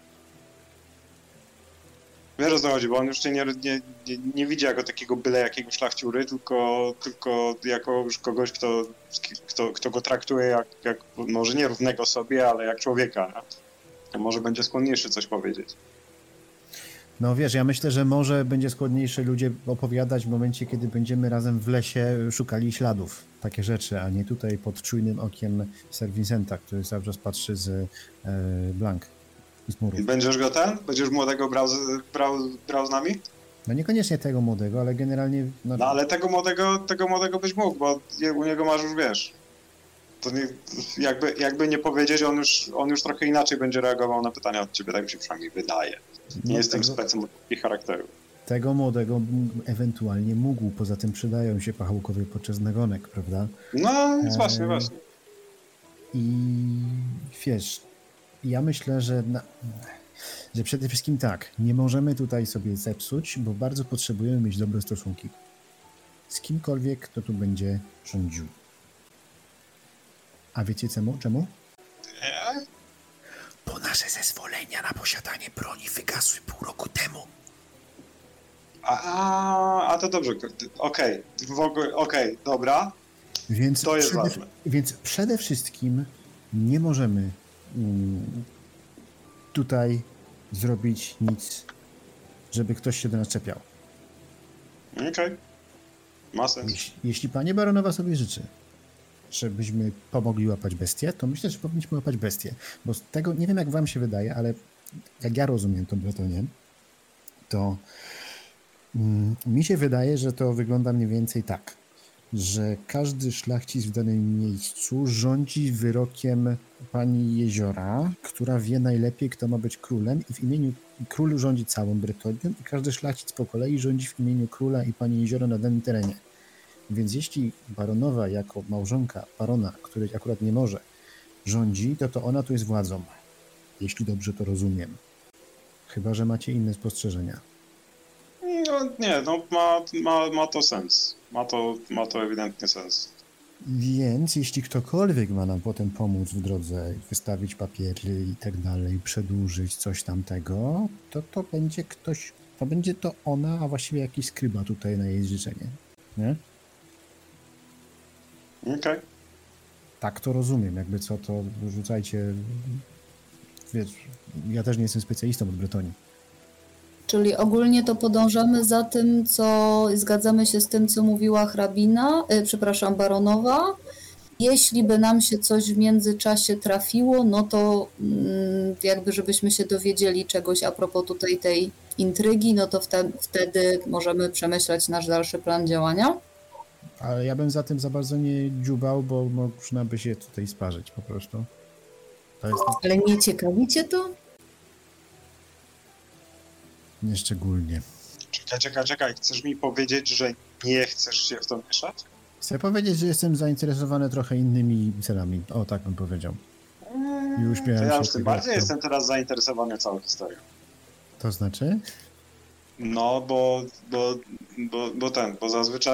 Wiesz, o co chodzi, bo on już cię nie widzi jako takiego byle jakiego szlachciury, tylko jako już kogoś, kto go traktuje jak może nie równego sobie, ale jak człowieka. Nie? Może będzie skłonniejszy coś powiedzieć. No wiesz, ja myślę, że może będzie skłonniejsze ludzie opowiadać w momencie, kiedy będziemy razem w lesie szukali śladów, takie rzeczy, a nie tutaj pod czujnym okiem Sir Vincenta, który cały czas patrzy z Blank i z murów. Będziesz młodego brał z nami? No niekoniecznie tego młodego, ale generalnie... No ale tego młodego byś mógł, bo u niego masz już, wiesz... To nie, jakby nie powiedzieć, on już trochę inaczej będzie reagował na pytania od ciebie, tak mi się przynajmniej wydaje. Nie jestem specem od takich charakterów. Tego młodego ewentualnie mógł, poza tym przydają się pachołkowie podczas nagonek, prawda? No, więc właśnie. I wiesz, ja myślę, że przede wszystkim tak, nie możemy tutaj sobie zepsuć, bo bardzo potrzebujemy mieć dobre stosunki z kimkolwiek, kto tu będzie rządził. A wiecie czemu? Bo nasze zezwolenia na posiadanie broni wygasły pół roku temu. A to dobrze. Okej, dobra. Więc to jest ważne. Więc przede wszystkim nie możemy tutaj zrobić nic, żeby ktoś się do nas czepiał. Okej. Ma sens. Jeśli panie baronowa sobie życzy, żebyśmy pomogli łapać bestię, to myślę, że powinniśmy łapać bestię. Bo z tego, nie wiem jak wam się wydaje, ale jak ja rozumiem to Bretonie, to mi się wydaje, że to wygląda mniej więcej tak, że każdy szlachcic w danym miejscu rządzi wyrokiem pani Jeziora, która wie najlepiej, kto ma być królem i w imieniu król rządzi całą Bretonią i każdy szlachcic po kolei rządzi w imieniu króla i pani Jeziora na danym terenie. Więc jeśli baronowa jako małżonka barona, który akurat nie może, rządzi, to ona tu jest władzą. Jeśli dobrze to rozumiem. Chyba że macie inne spostrzeżenia. No nie, ma to sens. Ma to ewidentnie sens. Więc jeśli ktokolwiek ma nam potem pomóc w drodze, wystawić papiery i tak dalej, przedłużyć coś tamtego, to będzie ktoś, to będzie to ona, a właściwie jakiś skryba tutaj na jej życzenie. Nie? Okej. Tak to rozumiem, jakby co, to rzucajcie, wiesz, ja też nie jestem specjalistą od Bretonii. Czyli ogólnie to podążamy za tym, zgadzamy się z tym, co mówiła baronowa. Jeśli by nam się coś w międzyczasie trafiło, no to jakby żebyśmy się dowiedzieli czegoś a propos tutaj tej intrygi, no to wtedy możemy przemyśleć nasz dalszy plan działania. Ale ja bym za tym za bardzo nie dziubał, bo można by się tutaj sparzyć po prostu. To jest... Ale nie ciekawi cię to? Nieszczególnie. Czekaj. Chcesz mi powiedzieć, że nie chcesz się w to mieszać? Chcę powiedzieć, że jestem zainteresowany trochę innymi celami. O, tak bym powiedział. I uśmiałem się. Ja już tym bardziej jestem teraz zainteresowany całą historią. To znaczy? No, bo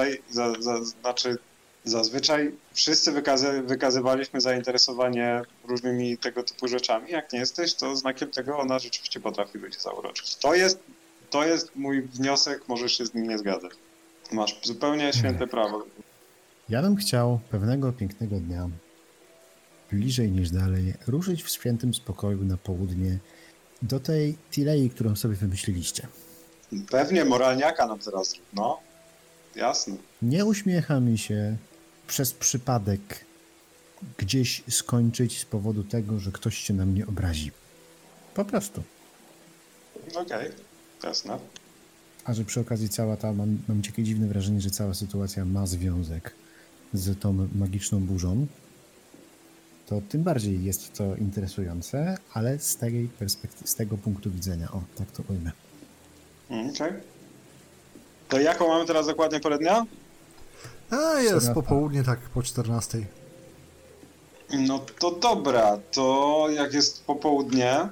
zazwyczaj wszyscy wykazywaliśmy zainteresowanie różnymi tego typu rzeczami. Jak nie jesteś, to znakiem tego ona rzeczywiście potrafi ludzi zauroczyć. To jest mój wniosek, możesz się z nim nie zgadzać. Masz zupełnie święte prawo. Ja bym chciał pewnego pięknego dnia, bliżej niż dalej, ruszyć w świętym spokoju na południe do tej Tilei, którą sobie wymyśliliście. Pewnie moralniaka nam teraz zrób, no. Jasne. Nie uśmiecha mi się przez przypadek gdzieś skończyć z powodu tego, że ktoś się na mnie obrazi. Po prostu. Okej, jasne. A że przy okazji mam takie dziwne wrażenie, że cała sytuacja ma związek z tą magiczną burzą, to tym bardziej jest to interesujące, ale z tej z tego punktu widzenia. O, tak to ujmę. Okej. To jaką mamy teraz dokładnie porę dnia? A jest 14. popołudnie, tak, po 14. No to dobra, to jak jest popołudnie,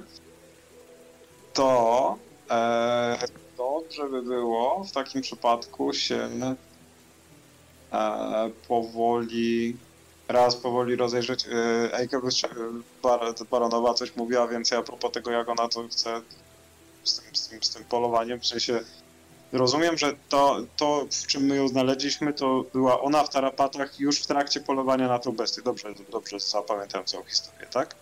to dobrze by było w takim przypadku się powoli rozejrzeć. Ejka Baronowa coś mówiła więcej a propos tego, jak ona to chce z tym polowaniem, w sensie rozumiem, że to, w czym my ją znaleźliśmy, to była ona w tarapatach już w trakcie polowania na tą bestię. Dobrze zapamiętałem całą historię, tak?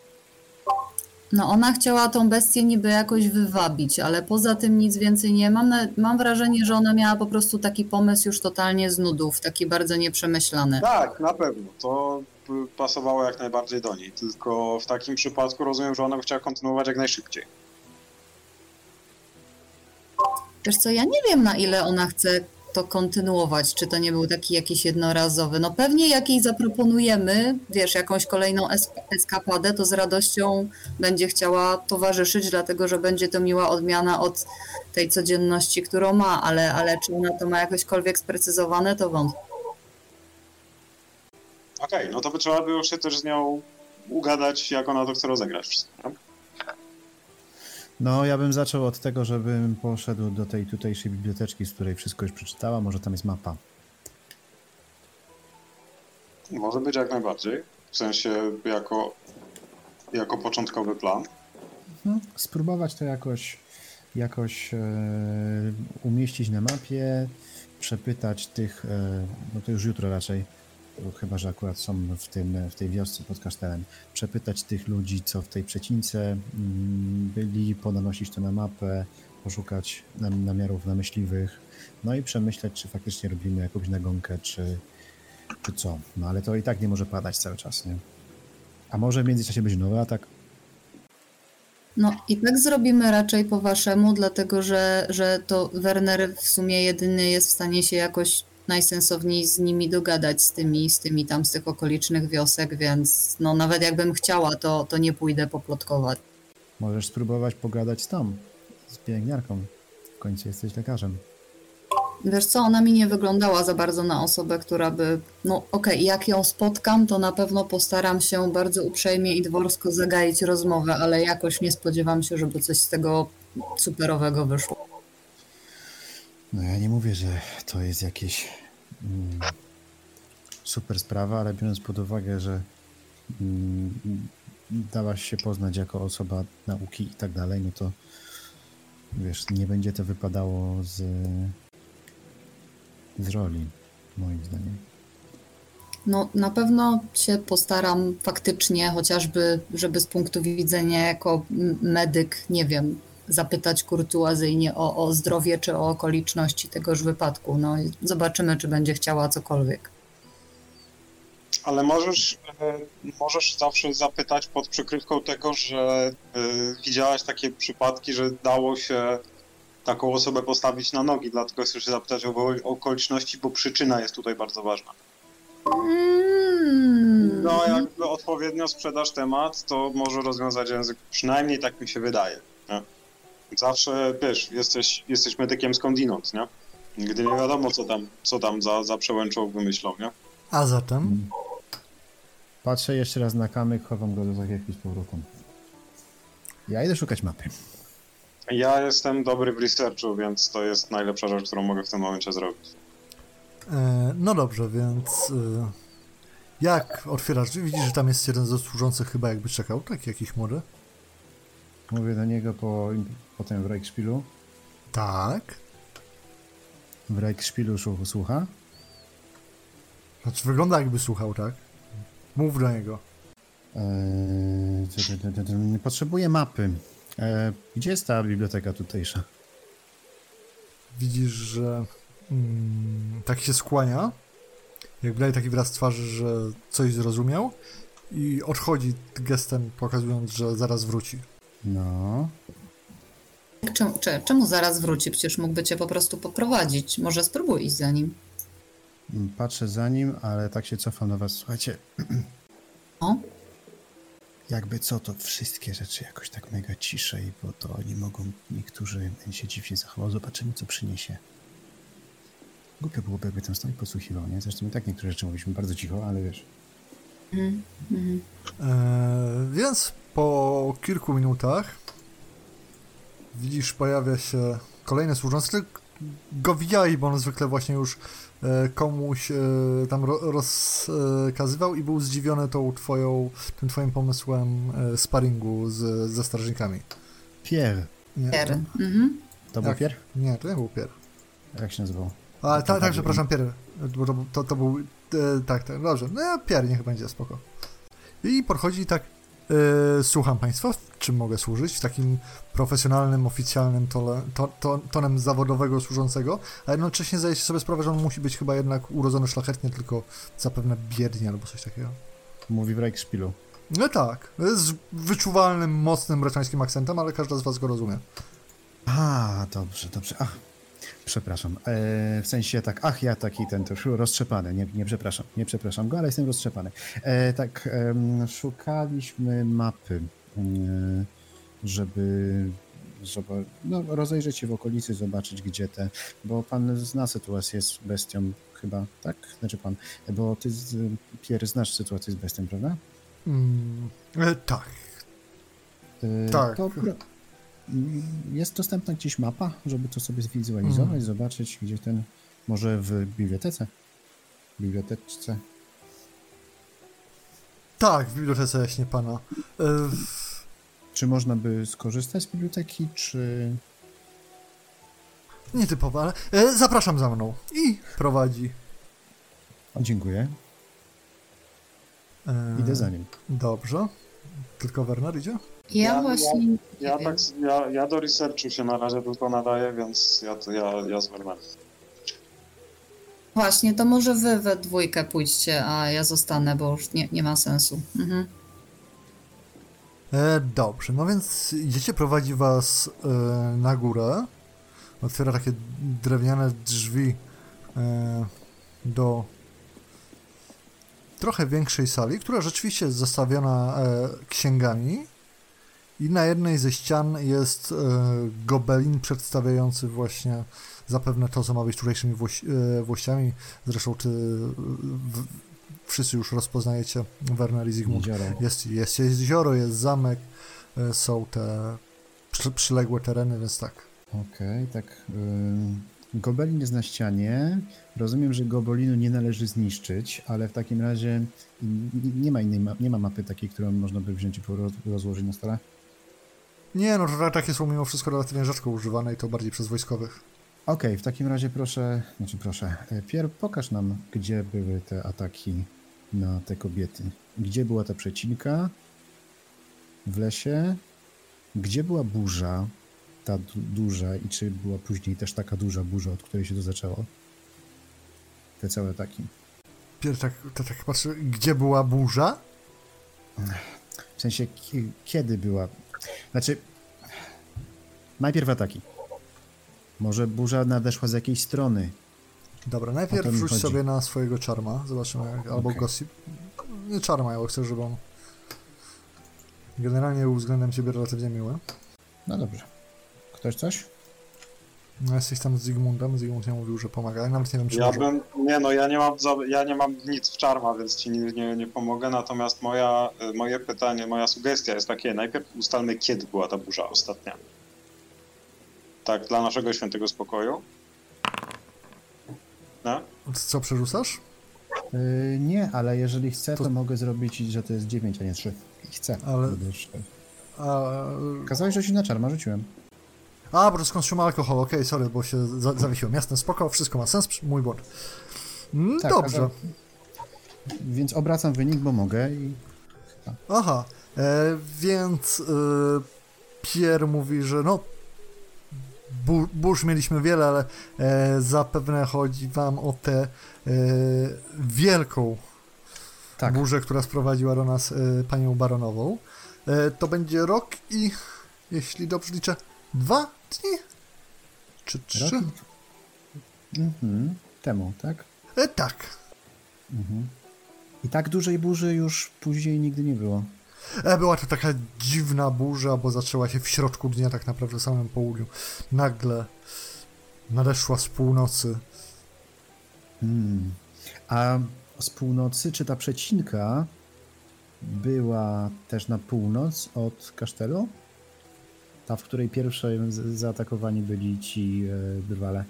No ona chciała tą bestię niby jakoś wywabić, ale poza tym nic więcej nie mam. Mam wrażenie, że ona miała po prostu taki pomysł już totalnie z nudów, taki bardzo nieprzemyślany. Tak, na pewno. To by pasowało jak najbardziej do niej. Tylko w takim przypadku rozumiem, że ona by chciała kontynuować jak najszybciej. Wiesz co, ja nie wiem, na ile ona chce to kontynuować, czy to nie był taki jakiś jednorazowy. No pewnie jak jej zaproponujemy, wiesz, jakąś kolejną eskapadę, to z radością będzie chciała towarzyszyć, dlatego że będzie to miła odmiana od tej codzienności, którą ma, ale czy ona to ma jakośkolwiek sprecyzowane, to wątpię. Okej, no to by trzeba było się też z nią ugadać, jak ona to chce rozegrać wszystko. No, ja bym zaczął od tego, żebym poszedł do tej tutejszej biblioteczki, z której wszystko już przeczytała. Może tam jest mapa. Może być jak najbardziej. W sensie jako początkowy plan. Spróbować to jakoś umieścić na mapie, przepytać tych, no to już jutro raczej, chyba że akurat są w tej wiosce pod kasztelem, przepytać tych ludzi, co w tej przecince byli, ponanosić to na mapę, poszukać namiarów na myśliwych, no i przemyśleć, czy faktycznie robimy jakąś nagonkę, czy co. No ale to i tak nie może padać cały czas, nie? A może w międzyczasie być nowy atak? No i tak zrobimy raczej po waszemu, dlatego że to Werner w sumie jedyny jest w stanie się jakoś najsensowniej z nimi dogadać, z tymi tam z tych okolicznych wiosek, więc no nawet jakbym chciała, to nie pójdę poplotkować. Możesz spróbować pogadać z pielęgniarką. W końcu jesteś lekarzem. Wiesz co, ona mi nie wyglądała za bardzo na osobę, która by... No okej, jak ją spotkam, to na pewno postaram się bardzo uprzejmie i dworsko zagaić rozmowę, ale jakoś nie spodziewam się, żeby coś z tego superowego wyszło. No ja nie mówię, że to jest jakieś super sprawa, ale biorąc pod uwagę, że dałaś się poznać jako osoba nauki i tak dalej, no to wiesz, nie będzie to wypadało z roli, moim zdaniem. No na pewno się postaram faktycznie, chociażby, żeby z punktu widzenia jako medyk, nie wiem, zapytać kurtuazyjnie o zdrowie czy o okoliczności tegoż wypadku. No i zobaczymy, czy będzie chciała cokolwiek. Ale możesz zawsze zapytać pod przykrywką tego, że widziałaś takie przypadki, że dało się taką osobę postawić na nogi, dlatego chcesz się zapytać o okoliczności, bo przyczyna jest tutaj bardzo ważna. No jakby odpowiednio sprzedasz temat, to może rozwiązać język, przynajmniej tak mi się wydaje. Nie? Zawsze, wiesz, jesteś medykiem skądinąd, nie? Nigdy nie wiadomo, co tam za przełęczą wymyślą, nie? A zatem? Patrzę jeszcze raz na kamyk, chowam go do zakiewki z powrotem. Ja idę szukać mapy. Ja jestem dobry w researchu, więc to jest najlepsza rzecz, którą mogę w tym momencie zrobić. No dobrze, więc jak otwierasz drzwi, widzisz, że tam jest jeden ze służących chyba jakby czekał, taki jakiś młody? Mówię do niego potem w Reichspielu. Tak. W Reichspielu słucha. Znaczy wygląda jakby słuchał, tak? Mów do niego. Potrzebuję mapy. Gdzie jest ta biblioteka tutejsza? Widzisz, że tak się skłania, jakby daje taki wyraz twarzy, że coś zrozumiał i odchodzi gestem, pokazując, że zaraz wróci. No. Czemu zaraz wróci? Przecież mógłby cię po prostu poprowadzić. Może spróbuj iść za nim. Patrzę za nim, ale tak się cofam na was. Słuchajcie, O? jakby co, to wszystkie rzeczy jakoś tak mega ciszej, bo to oni mogą, niektórzy się dziwnie zachował. Zobaczymy, co przyniesie. Głupio byłoby, jakby tam stał i podsłuchiwał, nie? Zresztą i tak niektóre rzeczy mówiliśmy bardzo cicho, ale wiesz. Więc po kilku minutach widzisz, pojawia się kolejny służący. Go widziałeś, bo on zwykle właśnie już komuś tam rozkazywał i był zdziwiony tym twoim pomysłem sparingu ze strażnikami. Pierre. Nie, Pierre. To był Pierre? Nie, to nie był Pierre. Jak się nazywał? Tak, przepraszam, Pierre. Bo to był... tak, dobrze. No, Pierre niech będzie, spoko. I podchodzi tak... słucham państwa, w czym mogę służyć? W takim profesjonalnym, oficjalnym tonem zawodowego służącego, a jednocześnie zdaje się sobie sprawę, że on musi być chyba jednak urodzony szlachetnie, tylko zapewne biednie albo coś takiego. Mówi w Reichspielu. No tak, z wyczuwalnym, mocnym breczańskim akcentem, ale każda z was go rozumie. A, dobrze. Ach, przepraszam. W sensie tak, ja taki to już roztrzepany. Nie przepraszam go, ale jestem roztrzepany. Szukaliśmy mapy, żeby rozejrzeć się w okolicy, zobaczyć gdzie bo pan zna sytuację z bestią chyba, tak? Znaczy pan, bo ty, Pierre, znasz sytuację z bestią, prawda? Tak. Tak. To jest dostępna gdzieś mapa, żeby to sobie zwizualizować, zobaczyć, gdzie może w biblioteczce. Tak, w bibliotece jaśnie pana. Czy można by skorzystać z biblioteki, czy... Nietypowe, ale zapraszam za mną. I prowadzi. Dziękuję. Idę za nim. Dobrze. Tylko Werner idzie? Ja do researchu się na razie tylko nadaję, więc ja z Wernerem. Właśnie, to może wy we dwójkę pójdźcie, a ja zostanę, bo już nie ma sensu. Dobrze, no więc idziecie, prowadzi was na górę. Otwiera takie drewniane drzwi do trochę większej sali, która rzeczywiście jest zastawiona księgami. I na jednej ze ścian jest gobelin przedstawiający właśnie zapewne to, co ma być tutejszymi włościami. Zresztą wszyscy już rozpoznajecie Werner i Zygmunt. Jest jezioro, jest zamek, są te przyległe tereny, więc tak. Okej, tak. Gobelin jest na ścianie. Rozumiem, że gobelinu nie należy zniszczyć, ale w takim razie nie ma mapy takiej, którą można by wziąć i rozłożyć na stole? Nie, no takie są mimo wszystko relatywnie rzadko używane i to bardziej przez wojskowych. Okej, w takim razie proszę, Pierre, pokaż nam, gdzie były te ataki na te kobiety. Gdzie była ta przecinka w lesie? Gdzie była burza, ta duża, i czy była później też taka duża burza, od której się to zaczęło? Te całe ataki. Pierre tak patrzy, gdzie była burza? W sensie, kiedy była? Znaczy, najpierw ataki. Może burza nadeszła z jakiejś strony. Dobra, najpierw wrzuć sobie na swojego czarma. Zobaczymy, albo gossip. Nie czarma, ja chcę, żeby on generalnie był względem ciebie relatywnie miły. No dobrze. Ktoś coś? No jesteś tam z Zygmuntem. Zygmunt nie mówił, że pomaga. Ja nawet nie wiem, czy ja nie mam nic w czarma, więc ci nie pomogę. Natomiast moje pytanie, moja sugestia jest takie: najpierw ustalmy, kiedy była ta burza ostatnia. Tak, dla naszego świętego spokoju. No? Co przerzucasz? Nie, ale jeżeli chcę, to mogę zrobić, że to jest 9, a nie 3. I chcę. Ale... Kazałeś, że się na czarma rzuciłem. A, bo to skonsumuje alkohol, okej, sorry, bo się zawiesiłem. Jasne, spoko, wszystko ma sens, mój błąd. Tak, dobrze. Więc obracam wynik, bo mogę i... Aha, więc Pierre mówi, że no burz mieliśmy wiele, ale zapewne chodzi wam o tę wielką burzę, która sprowadziła do nas panią baronową. To będzie rok i, jeśli dobrze liczę, 2 dni? Czy 3? Temu, tak? Tak. I tak dużej burzy już później nigdy nie było. Była to taka dziwna burza, bo zaczęła się w środku dnia, tak naprawdę w samym południu. Nagle nadeszła z północy. A z północy, czy ta przecinka była też na północ od kasztelu? Ta, w której pierwsze zaatakowani byli ci drwale?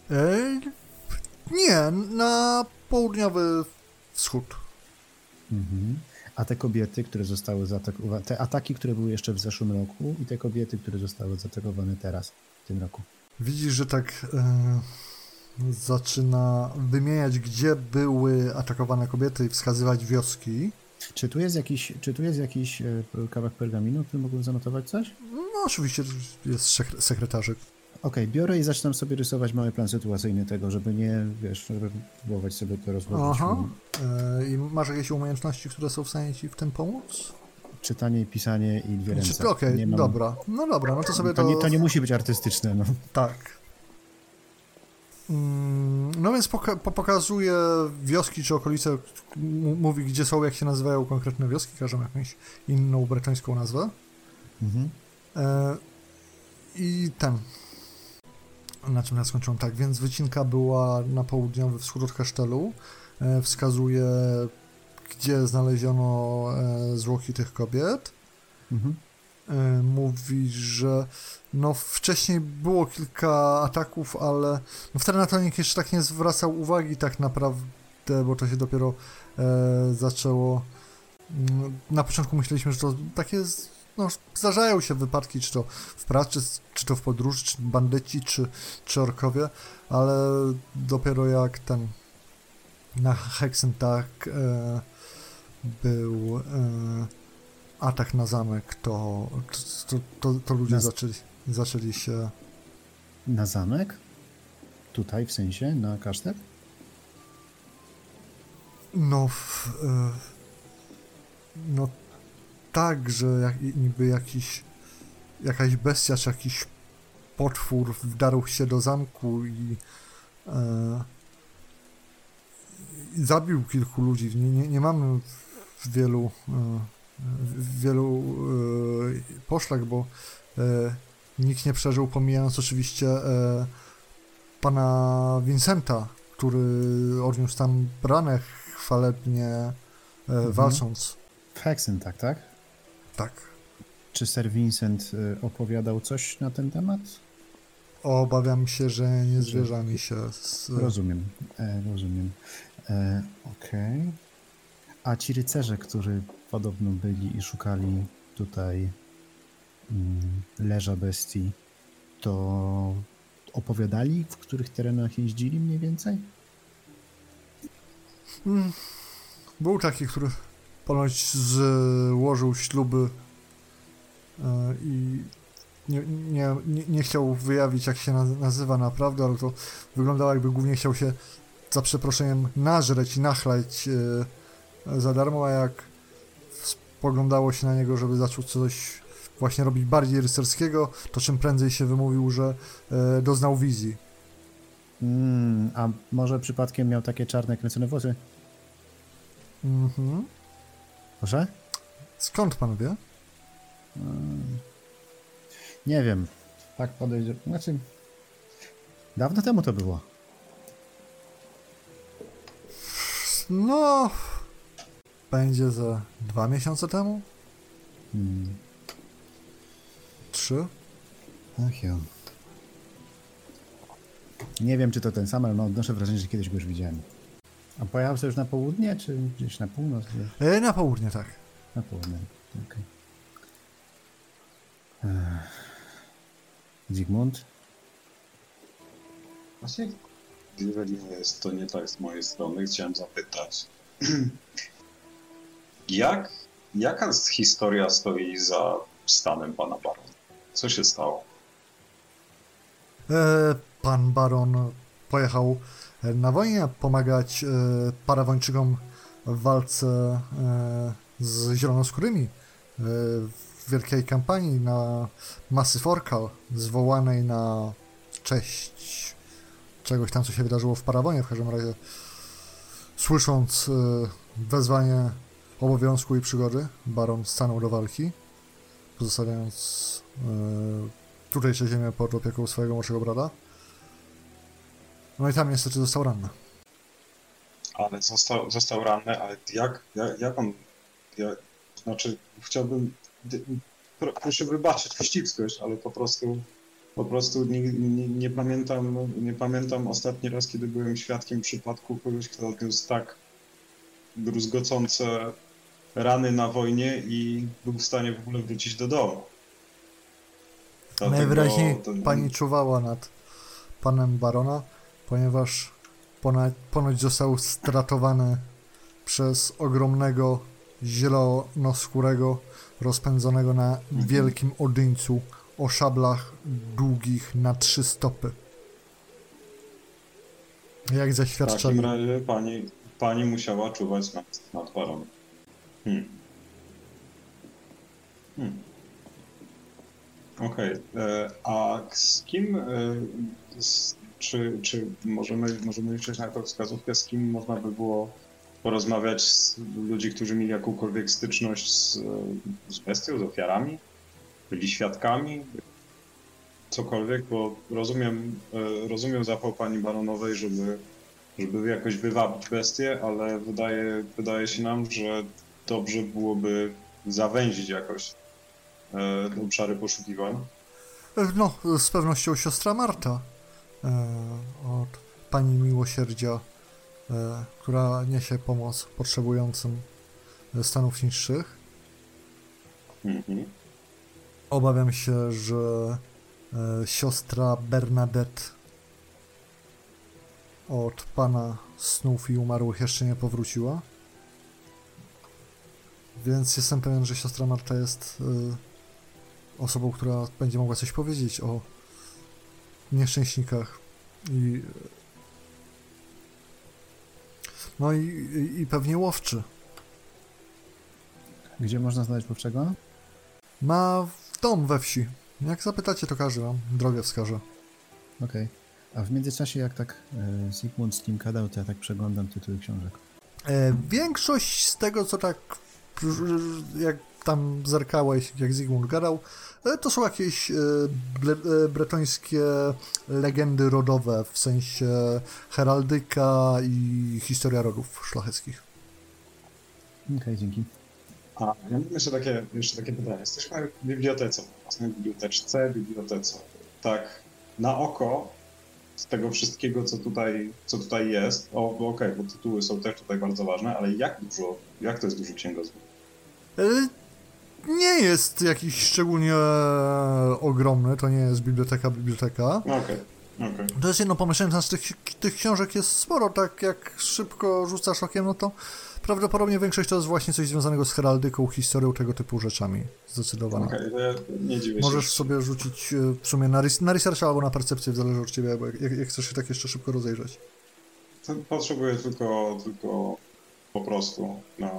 Nie, na południowy wschód. A te kobiety, które zostały zaatakowane, te ataki, które były jeszcze w zeszłym roku i te kobiety, które zostały zaatakowane teraz, w tym roku. Widzisz, że tak zaczyna wymieniać, gdzie były atakowane kobiety i wskazywać wioski. Czy tu jest jakiś kawałek pergaminu, w którym mogłem zanotować coś? No oczywiście jest sekretarzyk. Okej, biorę i zaczynam sobie rysować mały plan sytuacyjny tego, żeby nie, żeby próbować sobie to rozłożyć. Aha. I masz jakieś umiejętności, które są w stanie ci w tym pomóc? Czytanie, pisanie i dwie ręce. Okej, dobra. No dobra, no to sobie to nie musi być artystyczne, no. Tak. No więc pokazuje wioski czy okolice, mówi gdzie są, jak się nazywają konkretne wioski, każą jakąś inną bretońską nazwę. I na czym ja skończyłem? Tak, więc wycinka była na południowy wschód od kasztelu. Wskazuje, gdzie znaleziono zwłoki tych kobiet. Mówi, że no wcześniej było kilka ataków, ale no wtedy na to nikt jeszcze tak nie zwracał uwagi tak naprawdę, bo to się dopiero zaczęło. Na początku myśleliśmy, że to takie no, zdarzają się wypadki, czy to w pracy, czy to w podróży, czy bandyci, czy orkowie, ale dopiero jak na Hexentag był atak na zamek, to ludzie zaczęli się... Na zamek? Tutaj w sensie? Na kasztel? No, no tak, że niby jakaś bestia, czy jakiś potwór wdarł się do zamku i zabił kilku ludzi. Nie mamy wielu poszlak, bo nikt nie przeżył, pomijając oczywiście pana Vincenta, który odniósł tam ranę chwalebnie walcząc. W Hexentag, tak? Tak. Czy Sir Vincent opowiadał coś na ten temat? Obawiam się, że nie zwierza mi się z... Rozumiem. Okej. A ci rycerze, którzy podobno byli i szukali tutaj leża bestii, to opowiadali, w których terenach jeździli mniej więcej? Był taki, który ponoć złożył śluby i nie chciał wyjawić, jak się nazywa naprawdę, ale to wyglądało, jakby głównie chciał się za przeproszeniem nażreć i nachlać za darmo, a jak spoglądało się na niego, żeby zaczął coś właśnie robić bardziej rycerskiego, to czym prędzej się wymówił, że doznał wizji. A może przypadkiem miał takie czarne, kręcone włosy? Proszę? Skąd pan wie? Nie wiem. Tak podejrzewam. Znaczy, dawno temu to było. No, będzie za 2 miesiące temu? 3? Ach ja. Nie wiem, czy to ten sam, ale odnoszę wrażenie, że kiedyś go już widziałem. A pojechał się już na południe, czy gdzieś na północ? Na południe, tak. Na południe, okej. Zygmunt? Właśnie, jeżeli jest to nie tak z mojej strony, chciałem zapytać, jaka historia stoi za stanem pana barona? Co się stało? Pan baron pojechał na wojnę pomagać Parawończykom w walce z zielonoskórymi w wielkiej kampanii na Masyw Orcal, zwołanej na cześć czegoś tam, co się wydarzyło w Parawonie. W każdym razie, słysząc wezwanie obowiązku i przygody baron stanął do walki, pozostawiając tutejsze ziemię pod opieką swojego młodszego brata. No i tam niestety został ranny. Ale został ranny, ale jak on... Znaczy, chciałbym... Proszę wybaczyć wścibskość, ale po prostu nie pamiętam ostatni raz, kiedy byłem świadkiem przypadku kogoś, kto odniósł tak druzgocące rany na wojnie i był w stanie w ogóle wrócić do domu. Najwyraźniej pani czuwała nad panem barona, ponieważ ponoć został stratowany przez ogromnego, zielonoskórego, rozpędzonego na wielkim odyńcu o szablach długich na 3 stopy. Jak zaświadczali... W takim razie pani musiała czuwać nad baronem. Okej. A z kim... Czy możemy liczyć na tą wskazówkę, z kim można by było porozmawiać z ludzi, którzy mieli jakąkolwiek styczność z bestią, z ofiarami? Byli świadkami? Cokolwiek, bo rozumiem zapał pani baronowej, żeby jakoś wywabić bestię, ale wydaje się nam, że dobrze byłoby zawęzić jakoś obszary poszukiwań. No, z pewnością siostra Marta od pani miłosierdzia, która niesie pomoc potrzebującym stanów niższych. Obawiam się, że siostra Bernadette od pana snów i umarłych jeszcze nie powróciła. Więc jestem pewien, że siostra Marta jest osobą, która będzie mogła coś powiedzieć o nieszczęśnikach i pewnie łowczy. Gdzie można znaleźć łowczego? Ma dom we wsi. Jak zapytacie, to każdy wam drogę wskaże. Okej. A w międzyczasie, jak tak Zygmunt z nim gadał, to ja tak przeglądam tytuły książek. Większość z tego, co tak jak tam zerkałeś, jak Zygmunt gadał, to są jakieś bretońskie legendy rodowe, w sensie heraldyka i historia rodów szlacheckich. Okej, dzięki. A ja mam jeszcze takie pytanie. Jesteśmy w bibliotece, własnej bibliotece. Tak, na oko z tego wszystkiego, co tutaj jest, okej, bo tytuły są też tutaj bardzo ważne, ale jak to jest dużo księgozbór? Nie jest jakiś szczególnie ogromny, to nie jest biblioteka. Okej. To jest jedno pomieszczenie, znaczy tych książek jest sporo, tak jak szybko rzucasz okiem, no to prawdopodobnie większość to jest właśnie coś związanego z heraldyką, historią, tego typu rzeczami, zdecydowanie. Okej, to ja nie dziwię się. Możesz sobie rzucić w sumie na research albo na percepcję, zależy od ciebie, bo jak chcesz się tak jeszcze szybko rozejrzeć. To potrzebuję tylko po prostu na...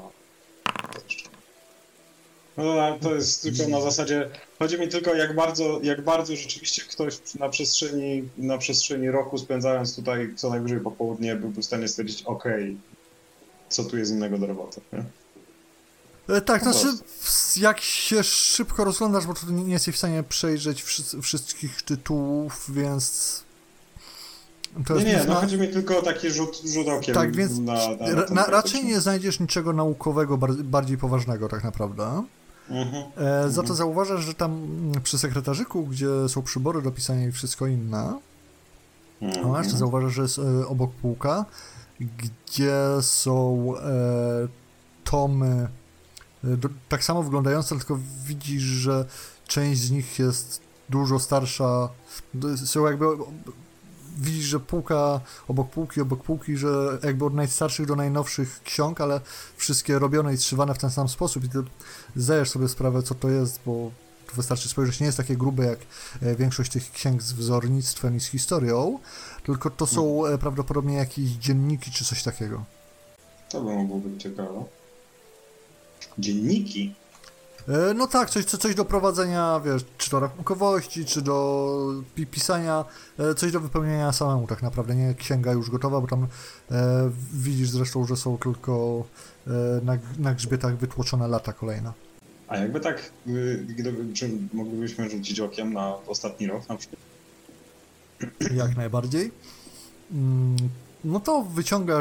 No to jest tylko na zasadzie, chodzi mi tylko jak bardzo rzeczywiście ktoś na przestrzeni roku spędzając tutaj co najwyżej popołudnie byłby w stanie stwierdzić, co tu jest innego do roboty, nie? Tak, znaczy jak się szybko rozglądasz, bo tu nie jesteś w stanie przejrzeć wszystkich tytułów, więc... No chodzi mi tylko o taki rzut okiem. Tak, więc raczej nie nie znajdziesz niczego naukowego, bardziej poważnego tak naprawdę. Za to zauważasz, że tam przy sekretarzyku, gdzie są przybory do pisania i wszystko inne, zauważasz, że jest obok półka, gdzie są tomy tak samo wyglądające, tylko widzisz, że część z nich jest dużo starsza, są jakby... Widzisz, że półka obok półki, że jakby od najstarszych do najnowszych ksiąg, ale wszystkie robione i strzywane w ten sam sposób i ty zdajesz sobie sprawę, co to jest, bo tu wystarczy spojrzeć, nie jest takie grube jak większość tych księg z wzornictwem i z historią, tylko to są prawdopodobnie jakieś dzienniki czy coś takiego. To by mogło być ciekawe. Dzienniki? No tak, coś do prowadzenia, wiesz, czy do rachunkowości, czy do pisania, coś do wypełnienia samemu tak naprawdę, nie księga już gotowa, bo tam widzisz zresztą, że są tylko na grzbietach wytłoczone lata kolejne. A jakby tak, czy moglibyśmy rzucić okiem na ostatni rok na przykład? Jak najbardziej. No to wyciągasz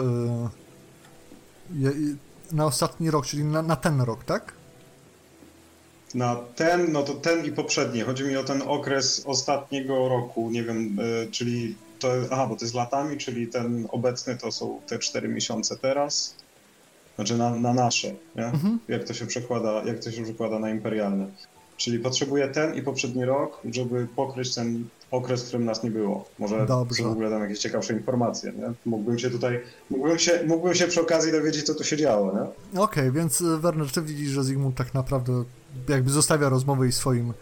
na ostatni rok, czyli na ten rok, tak? Na ten, no to ten i poprzedni. Chodzi mi o ten okres ostatniego roku, nie wiem, czyli to, bo to jest latami, czyli ten obecny to są te 4 miesiące teraz. Znaczy na nasze, nie? Jak to się przekłada na imperialne. Czyli potrzebuję ten i poprzedni rok, żeby pokryć ten okres, w którym nas nie było. Może są w ogóle tam jakieś ciekawsze informacje, nie? Mógłbym się przy okazji dowiedzieć, co tu się działo, nie? Okej, więc Werner, ty widzisz, że Zygmunt tak naprawdę jakby zostawia rozmowy i swoim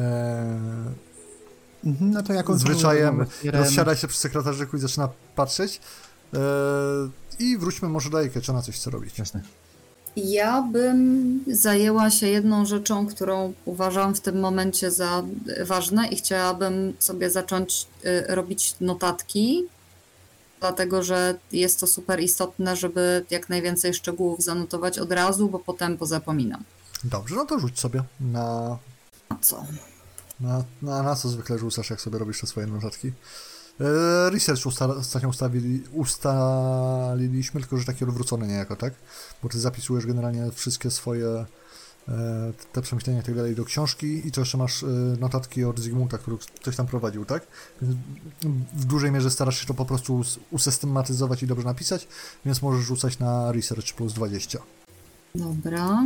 no to jak on zwyczajem rozsiada się przy sekretarzyku i zaczyna patrzeć. I wróćmy może do Ejke, czy ona coś chce robić. Jasne. Ja bym zajęła się jedną rzeczą, którą uważam w tym momencie za ważne i chciałabym sobie zacząć robić notatki, dlatego że jest to super istotne, żeby jak najwięcej szczegółów zanotować od razu, bo potem pozapominam. Dobrze, no to rzuć sobie na... A co? Na co zwykle rzucasz, jak sobie robisz te swoje notatki? Research ostatnio ustaliliśmy, tylko że taki odwrócony niejako, tak? Bo ty zapisujesz generalnie wszystkie swoje te przemyślenia i tak dalej do książki i to jeszcze masz notatki od Zygmunta, który coś tam prowadził, tak? Więc w dużej mierze starasz się to po prostu usystematyzować i dobrze napisać, więc możesz rzucać na Research plus 20. Dobra.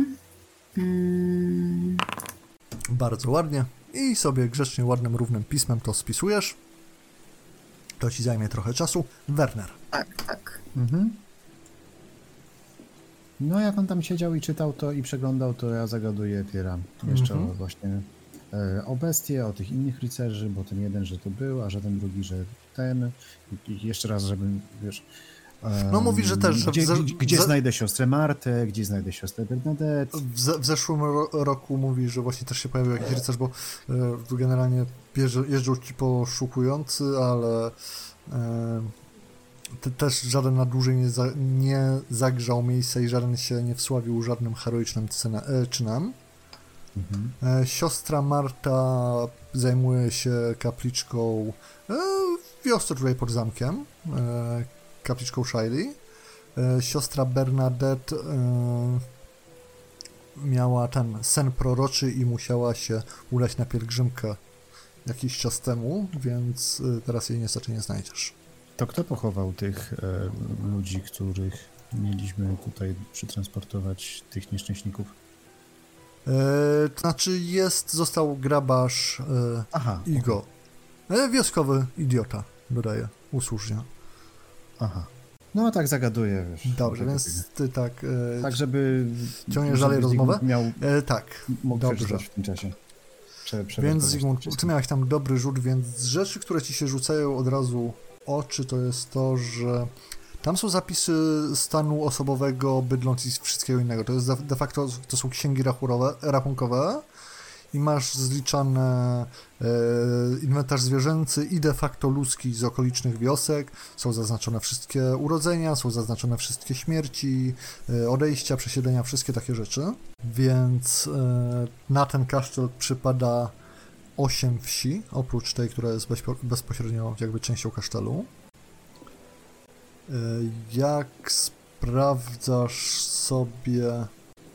Bardzo ładnie. I sobie grzecznie, ładnym, równym pismem to spisujesz. To ci zajmie trochę czasu. Werner. Tak. No jak on tam siedział i czytał to i przeglądał, to ja zagaduję Piera jeszcze właśnie o bestie, o tych innych rycerzy, bo ten jeden, że to był, a że ten drugi, że ten. I jeszcze raz, żebym, wiesz... No mówi, że też... Że gdzie znajdę siostrę Martę, gdzie znajdę siostrę Bernadette. W zeszłym roku mówi, że właśnie też się pojawił jakiś rycerz, bo generalnie jeżdżą ci poszukujący, ale też żaden na dłużej nie zagrzał miejsca i żaden się nie wsławił żadnym heroicznym czynem. Siostra Marta zajmuje się kapliczką w wiosce tutaj pod zamkiem, kapliczką Shiley. Siostra Bernadette miała ten sen proroczy i musiała się udać na pielgrzymkę jakiś czas temu, więc teraz jej niestety nie znajdziesz. To kto pochował tych ludzi, których mieliśmy tutaj przetransportować, tych nieszczęśników? To znaczy został grabarz Igo. Wioskowy idiota, dodaję usłużnie. Aha. No tak zagaduję, wiesz. Dobrze, więc ty tak... tak, żeby... Ciągniesz dalej rozmowę? Tak. Mógł dobrze. w tym czasie. Więc Zygmunt, ty miałeś tam dobry rzut, więc z rzeczy, które ci się rzucają od razu oczy, to jest to, że tam są zapisy stanu osobowego, bydląc i wszystkiego innego. To jest de facto, to są księgi rachunkowe i masz zliczane inwentarz zwierzęcy i de facto ludzki z okolicznych wiosek. Są zaznaczone wszystkie urodzenia, są zaznaczone wszystkie śmierci, odejścia, przesiedlenia, wszystkie takie rzeczy. Więc na ten kasztel przypada 8 wsi, oprócz tej, która jest bezpośrednio jakby częścią kasztelu. Jak sprawdzasz sobie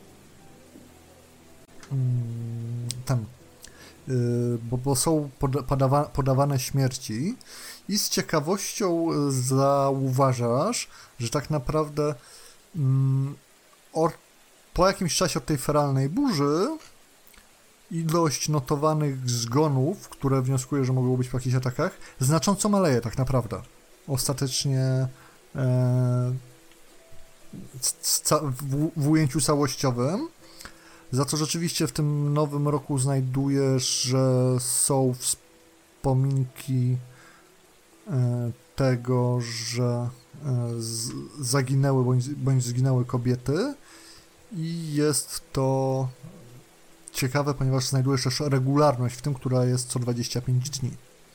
bo są podawane śmierci i z ciekawością zauważasz, że tak naprawdę po jakimś czasie od tej feralnej burzy ilość notowanych zgonów, które wnioskuję, że mogą być po jakichś atakach, znacząco maleje tak naprawdę. Ostatecznie w ujęciu całościowym. Za co rzeczywiście w tym nowym roku znajdujesz, że są wspominki tego, że zaginęły bądź zginęły kobiety i jest to ciekawe, ponieważ znajdujesz też regularność w tym, która jest co 25 dni.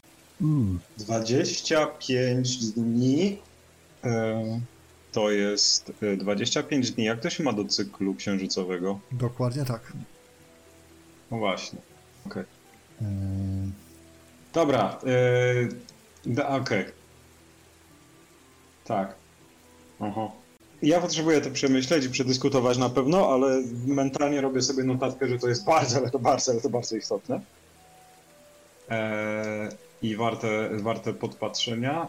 25 dni to jest 25 dni. Jak to się ma do cyklu księżycowego? Dokładnie tak. No właśnie. Okej. Dobra. Okej. Tak. Aha. Ja potrzebuję to przemyśleć i przedyskutować na pewno, ale mentalnie robię sobie notatkę, że to jest bardzo istotne. I warte podpatrzenia.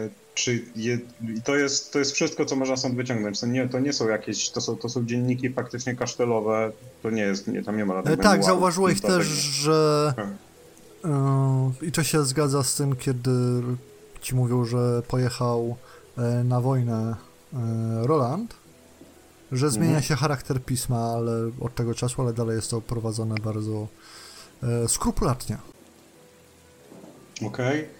To jest wszystko, co można stąd wyciągnąć. To nie są jakieś, to są dzienniki faktycznie kasztelowe, to nie jest, tam nie ma żadnych Tak, memuarów, zauważyłeś też, tego. że i to się zgadza z tym, kiedy ci mówią, że pojechał na wojnę Roland, że zmienia się charakter pisma, ale od tego czasu, ale dalej jest to prowadzone bardzo skrupulatnie. Okej.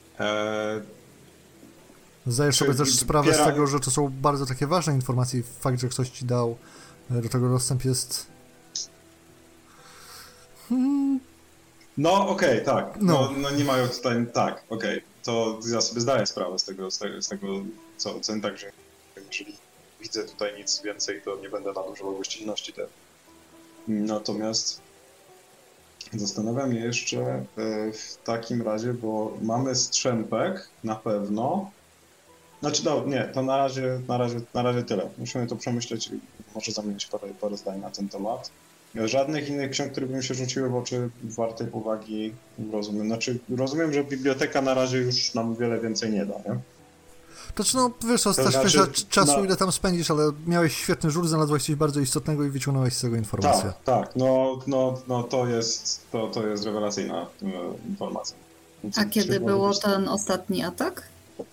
Zdajesz sobie też sprawę z Piera- tego, że to są bardzo takie ważne informacje i fakt, że ktoś ci dał do tego dostęp jest... No okej, tak. No. No nie mają tutaj, tak, okej. To ja sobie zdaję sprawę z tego co ocen, także jeżeli widzę tutaj nic więcej, to nie będę nadużywał gościnności też. Natomiast zastanawiam się jeszcze w takim razie, bo mamy strzępek na pewno. Znaczy, no nie, to na razie tyle. Musimy to przemyśleć i może zamienić parę zdań na ten temat. Żadnych innych ksiąg, które by mi się rzuciły w oczy wartej uwagi, rozumiem. Znaczy, rozumiem, że biblioteka na razie już nam wiele więcej nie da, nie? To czy no, wiesz, to znaczy, kwestia czasu, ile tam spędzisz, ale miałeś świetny rzut, znalazłeś coś bardzo istotnego i wyciągnąłeś z tego informację. Tak, no to jest rewelacyjna informacja. A kiedy było ten ostatni atak?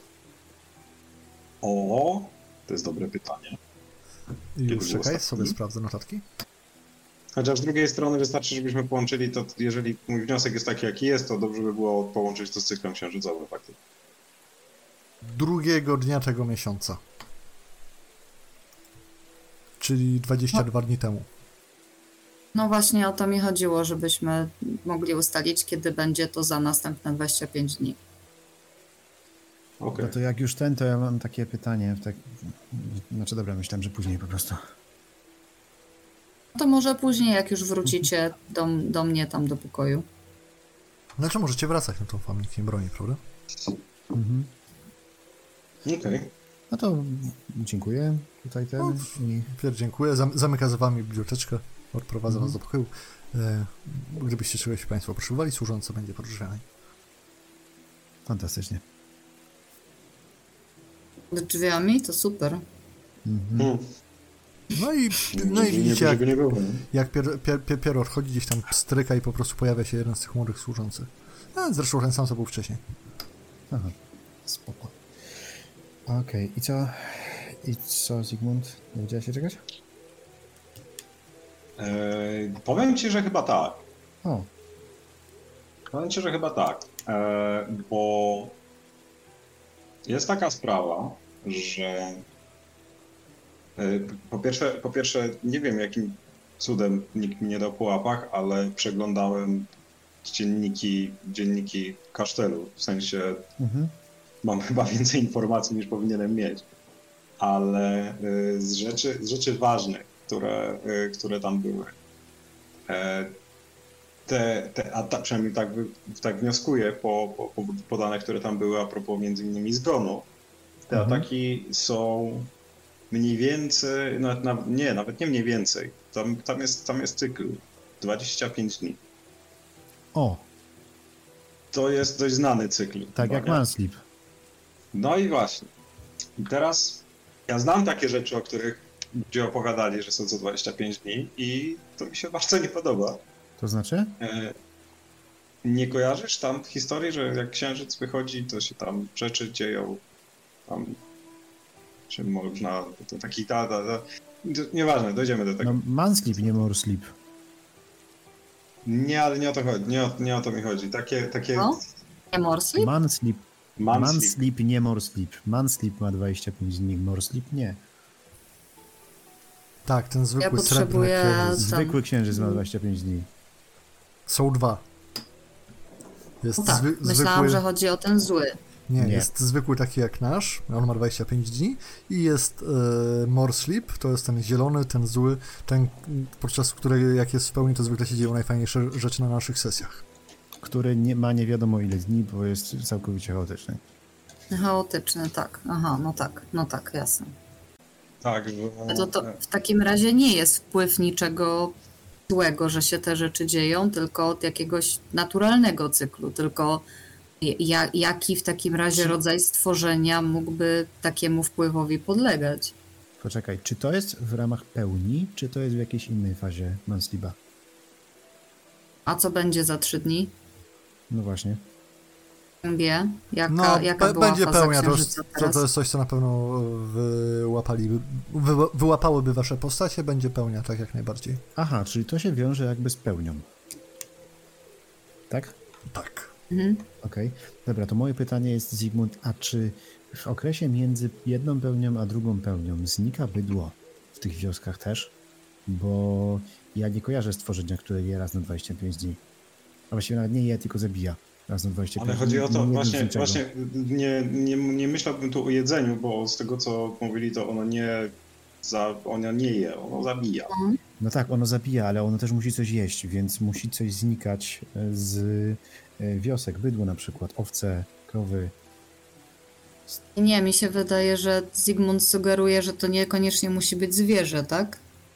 O, to jest dobre pytanie. I już było czekaj, ostatni? sobie sprawdzę notatki. Chociaż z drugiej strony wystarczy, żebyśmy połączyli to, jeżeli mój wniosek jest taki, jaki jest, to dobrze by było połączyć to z cyklem księżycowym faktycznie. Drugiego dnia tego miesiąca. Czyli 22 dni temu. No właśnie o to mi chodziło, żebyśmy mogli ustalić, kiedy będzie to za następne 25 dni. Okej. No to jak już to ja mam takie pytanie. Znaczy dobra, myślałem, że później po prostu. To może później, jak już wrócicie do mnie tam do pokoju. Znaczy możecie wracać na tą pamięć broni, prawda? Mhm. Okej. No to dziękuję. Tutaj i... Pierre, dziękuję. Zamyka za wami biblioteczkę. Odprowadzę was do pokoju. Gdybyście czegoś państwo potrzebowali, służący będzie pod drzwiami. Fantastycznie. Drzwiami to super. No i widzicie, Żeby nie było, nie? jak Pierre odchodzi, gdzieś tam stryka i po prostu pojawia się jeden z tych młodych służących. Zresztą ten sam, co był wcześniej. Aha, spoko. Okej, i co, Zygmunt? Nie wiedziałeś się czegoś? Powiem ci, że chyba tak. O, Powiem ci, że chyba tak. Bo jest taka sprawa, że po pierwsze nie wiem, jakim cudem nikt mi nie dał po łapach, ale przeglądałem dzienniki kasztelu. W sensie mam chyba więcej informacji, niż powinienem mieć. Ale z rzeczy ważnych, które tam były, przynajmniej tak wnioskuję po danych, które tam były a propos między innymi zgonu, te ataki są mniej więcej, nawet nie mniej więcej, tam jest cykl 25 dni. o, To jest dość znany cykl. tak chyba, jak nie? Mansleep. No i właśnie. I teraz ja znam takie rzeczy, o których ludzie opowiadali, że są co 25 dni i to mi się bardzo nie podoba. To znaczy? Nie kojarzysz tam historii, że jak księżyc wychodzi, to się tam rzeczy dzieją, tam się można, to taki nieważne, dojdziemy do tego. No Mansleep, nie More Sleep. Nie, ale nie o to chodzi, nie o to mi chodzi. Takie No? Nie Morsli? Mansleep, Mansleep. nie More Sleep. Mansleep ma 25 dni, More Sleep nie. Tak, ten zwykły Ja srebrny potrzebuję- księżyc. Zwykły księżyc ma 25 dni. Są dwa. Jest No tak, myślałam, zwykły... że chodzi o ten zły. Nie, Nie. jest zwykły taki jak nasz, on ma 25 dni i jest More Sleep, to jest ten zielony, ten zły, ten podczas którego jak jest w pełni, to zwykle się dzieją najfajniejsze rzeczy na naszych sesjach. Który nie wiadomo ile dni, bo jest całkowicie chaotyczny. Chaotyczny, tak. Aha, no tak, jasne. Tak, To w takim razie nie jest wpływ niczego złego, że się te rzeczy dzieją, tylko od jakiegoś naturalnego cyklu, tylko jaki w takim razie rodzaj stworzenia mógłby takiemu wpływowi podlegać? Poczekaj, czy to jest w ramach pełni, czy to jest w jakiejś innej fazie Mansliba? A co będzie za 3 dni? No właśnie. Wie, jaka No, była będzie faza pełnia, księżyca teraz? to jest coś, co na pewno wyłapałyby wasze postacie, będzie pełnia, tak jak najbardziej. Aha, czyli to się wiąże jakby z pełnią. Tak? Tak. Mhm. Okej. Dobra, to moje pytanie jest, Zygmunt, a czy w okresie między jedną pełnią a drugą pełnią znika bydło w tych wioskach też? Bo ja nie kojarzę stworzenia, które je raz na 25 dni. A właściwie nawet nie je, tylko zabija raz na 25 Ale dni. chodzi o to, Nie wiem właśnie z niczego. nie myślałbym tu o jedzeniu, bo z tego co mówili, to ono nie je, ono zabija. No tak, ono zabija, ale ono też musi coś jeść, więc musi coś znikać z wiosek, bydło na przykład, owce, krowy. Nie, mi się wydaje, że Zygmunt sugeruje, że to niekoniecznie musi być zwierzę, tak?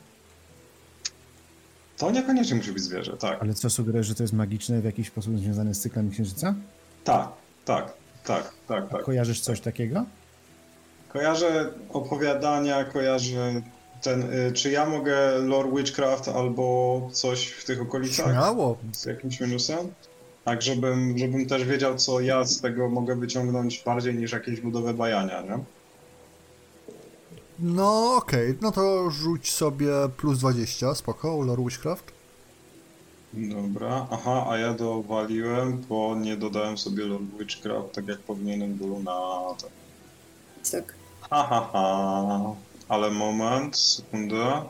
To niekoniecznie musi być zwierzę, tak. Ale co sugeruje, że to jest magiczne, w jakiś sposób związane z cyklami księżyca? Tak. Kojarzysz coś takiego? Kojarzę opowiadania, kojarzę czy ja mogę lore witchcraft albo coś w tych okolicach? Śmiało. Z jakimś minusem? Tak, żebym też wiedział, co ja z tego mogę wyciągnąć bardziej niż jakieś ludowe bajania, nie? No okej, no to rzuć sobie plus 20, spoko, Lore Witchcraft. Dobra, aha, a ja dowaliłem, bo nie dodałem sobie lore witchcraft, tak jak powinienem był na to. Tak. Ha, ale moment, sekundę.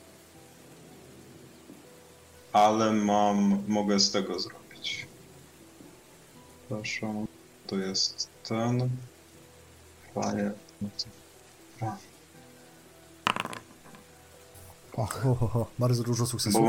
Ale mogę z tego zrobić. Proszę, to jest ten. Fire. Bardzo dużo Bo sukcesów.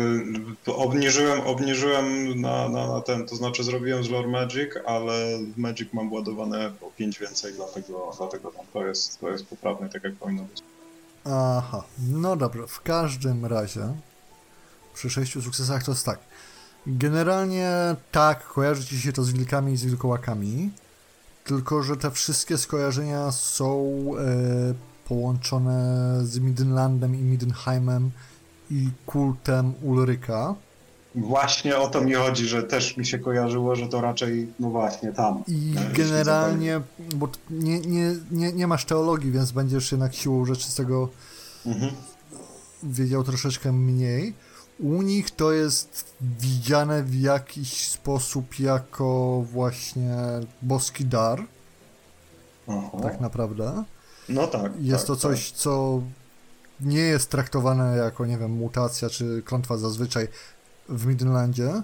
obniżyłem na ten, to znaczy zrobiłem z Lore Magic, ale Magic mam ładowane o 5 więcej, dlatego tam to jest poprawne, tak jak powinno być. Aha, no dobra, w każdym razie przy 6 sukcesach to jest tak. Generalnie tak, kojarzy ci się to z wilkami i z wilkołakami, tylko że te wszystkie skojarzenia są połączone z Midlandem i Middenheimem i kultem Ulryka. Właśnie o to mi chodzi, że też mi się kojarzyło, że to raczej, no właśnie, tam. I generalnie, bo nie masz teologii, więc będziesz jednak siłą rzeczy z tego wiedział troszeczkę mniej. U nich to jest widziane w jakiś sposób jako właśnie boski dar, Aha. tak naprawdę. No tak. Jest tak, to coś, co nie jest traktowane jako, nie wiem, mutacja czy klątwa zazwyczaj w Midlandzie,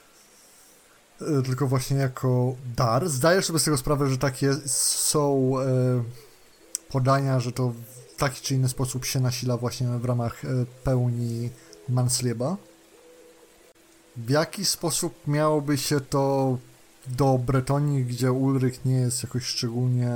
tylko właśnie jako dar. Zdajesz sobie z tego sprawę, że takie są podania, że to w taki czy inny sposób się nasila właśnie w ramach pełni Mansleba. W jaki sposób miałoby się to do Bretonii, gdzie Ulryk nie jest jakoś szczególnie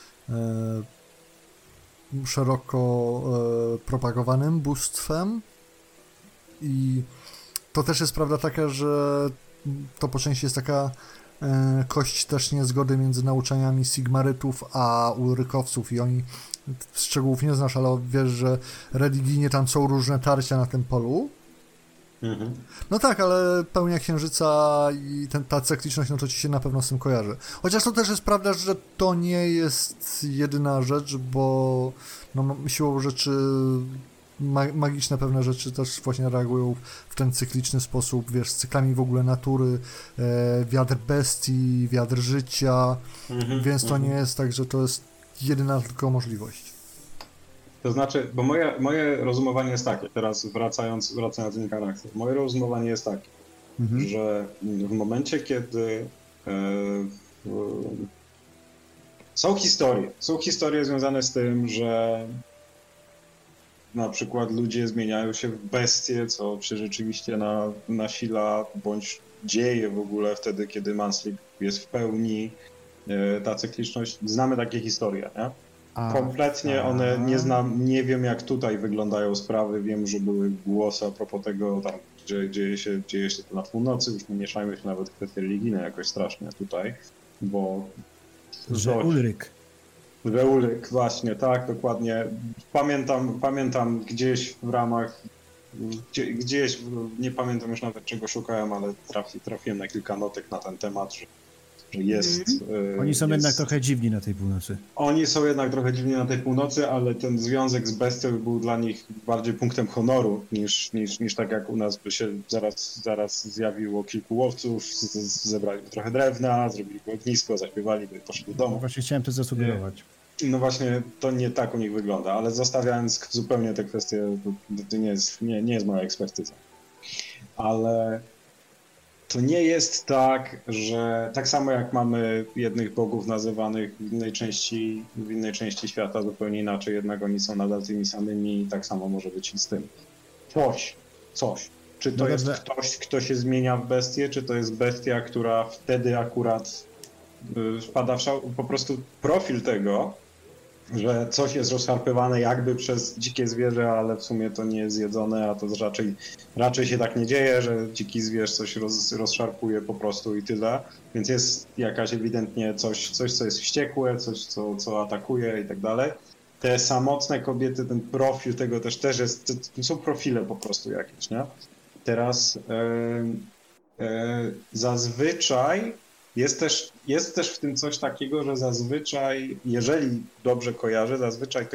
szeroko propagowanym bóstwem i to też jest prawda taka, że to po części jest taka kość też niezgody między nauczaniami Sigmarytów a Ulrykowców i oni, szczegółów nie znasz, ale wiesz, że religijnie tam są różne tarcia na tym polu. No tak, ale pełnia księżyca i ta cykliczność, no to ci się na pewno z tym kojarzy. Chociaż to też jest prawda, że to nie jest jedyna rzecz, bo no, siłą rzeczy magiczne pewne rzeczy też właśnie reagują w ten cykliczny sposób, wiesz, z cyklami w ogóle natury, wiatr bestii, wiatr życia, więc to nie jest tak, że to jest jedyna tylko możliwość. To znaczy, bo moje rozumowanie jest takie, teraz wracając do interakcji, moje rozumowanie jest takie, że w momencie, kiedy są historie związane z tym, że na przykład ludzie zmieniają się w bestie, co się rzeczywiście nasila bądź dzieje w ogóle wtedy, kiedy Mansleep jest w pełni ta cykliczność. Znamy takie historie, nie? Kompletnie one nie wiem jak tutaj wyglądają sprawy, wiem, że były głosy a propos tego, tam, że dzieje się to na północy, już nie mieszajmy się nawet w kwestie religijne jakoś strasznie tutaj, bo... Że Ulryk, właśnie, tak, dokładnie. Pamiętam gdzieś w ramach, nie pamiętam już nawet czego szukałem, ale trafiłem na kilka notek na ten temat, że jest... Oni są jednak trochę dziwni na tej północy. Oni są jednak trochę dziwni na tej północy, ale ten związek z bestią był dla nich bardziej punktem honoru, niż tak jak u nas by się zaraz zjawiło kilku łowców, zebrali trochę drewna, zrobili ognisko, zaśpiewali, poszli do domu. Właśnie chciałem to zasugerować. No właśnie, to nie tak u nich wygląda, ale zostawiając zupełnie te kwestie, to nie jest moja ekspertyza. Ale to nie jest tak, że tak samo jak mamy jednych bogów nazywanych w innej części świata zupełnie inaczej, jednak oni są nadal tymi samymi, tak samo może być i z tym. Coś. Czy to jest ktoś, kto się zmienia w bestię, czy to jest bestia, która wtedy akurat wpada w szał, po prostu profil tego, że coś jest rozszarpywane jakby przez dzikie zwierzę, ale w sumie to nie jest zjedzone, a to raczej się tak nie dzieje, że dziki zwierz coś rozszarpuje po prostu i tyle. Więc jest jakaś ewidentnie coś co jest wściekłe, coś co atakuje i tak dalej. Te samotne kobiety, ten profil tego też jest, to są profile po prostu jakieś, nie? Teraz zazwyczaj jest też w tym coś takiego, że zazwyczaj, jeżeli dobrze kojarzę, zazwyczaj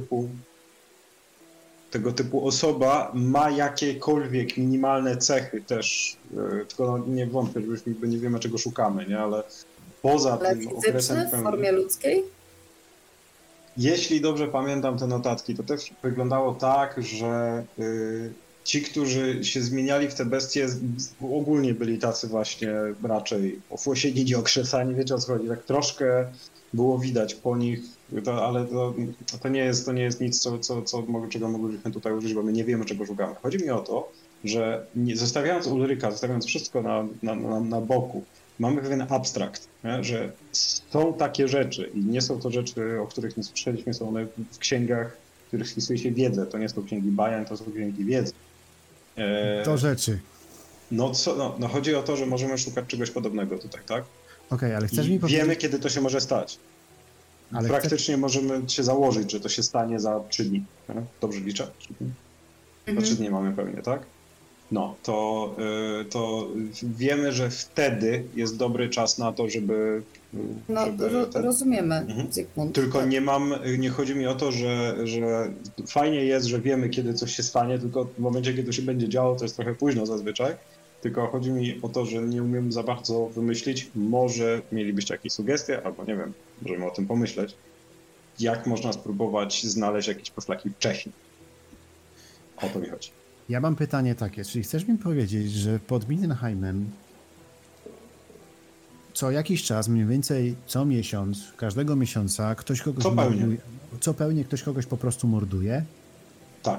tego typu osoba ma jakiekolwiek minimalne cechy też, tylko nie wątpię, żebyśmy nie wiemy czego szukamy, nie? Ale poza tym okresem w formie ludzkiej? Jeśli dobrze pamiętam te notatki, to też wyglądało tak, że ci, którzy się zmieniali w te bestie, ogólnie byli tacy właśnie raczej ofłosieni, nieokrzesani, wiecie o co chodzi, tak troszkę było widać po nich, ale to nie jest nic, czego moglibyśmy tutaj użyć, bo my nie wiemy, czego szukamy. Chodzi mi o to, że zostawiając Ulryka, zostawiając wszystko na boku, mamy pewien abstrakt, nie? Że są takie rzeczy i nie są to rzeczy, o których nie słyszeliśmy, są one w księgach, w których spisuje się wiedzę. To nie są księgi bajań, to są księgi wiedzy. Do rzeczy. No chodzi o to, że możemy szukać czegoś podobnego tutaj, tak? Okej, ale chcesz mi powiedzieć... Wiemy, kiedy to się może stać. Ale praktycznie możemy się założyć, że to się stanie za 3 dni. Nie? Dobrze liczę? 3 dni? Za 3 dni mamy pewnie, tak? No, to wiemy, że wtedy jest dobry czas na to, żeby... Rozumiemy, Zygmunt. Tylko nie chodzi mi o to, że fajnie jest, że wiemy, kiedy coś się stanie, tylko w momencie, kiedy to się będzie działo, to jest trochę późno zazwyczaj. Tylko chodzi mi o to, że nie umiem za bardzo wymyślić, może mielibyście jakieś sugestie, albo nie wiem, możemy o tym pomyśleć, jak można spróbować znaleźć jakieś poszlaki wcześniej. O to mi chodzi. Ja mam pytanie takie, czyli chcesz mi powiedzieć, że pod Mindenheimem co jakiś czas, mniej więcej co miesiąc, każdego miesiąca ktoś kogoś morduje? Co pełnie ktoś kogoś po prostu morduje? Tak.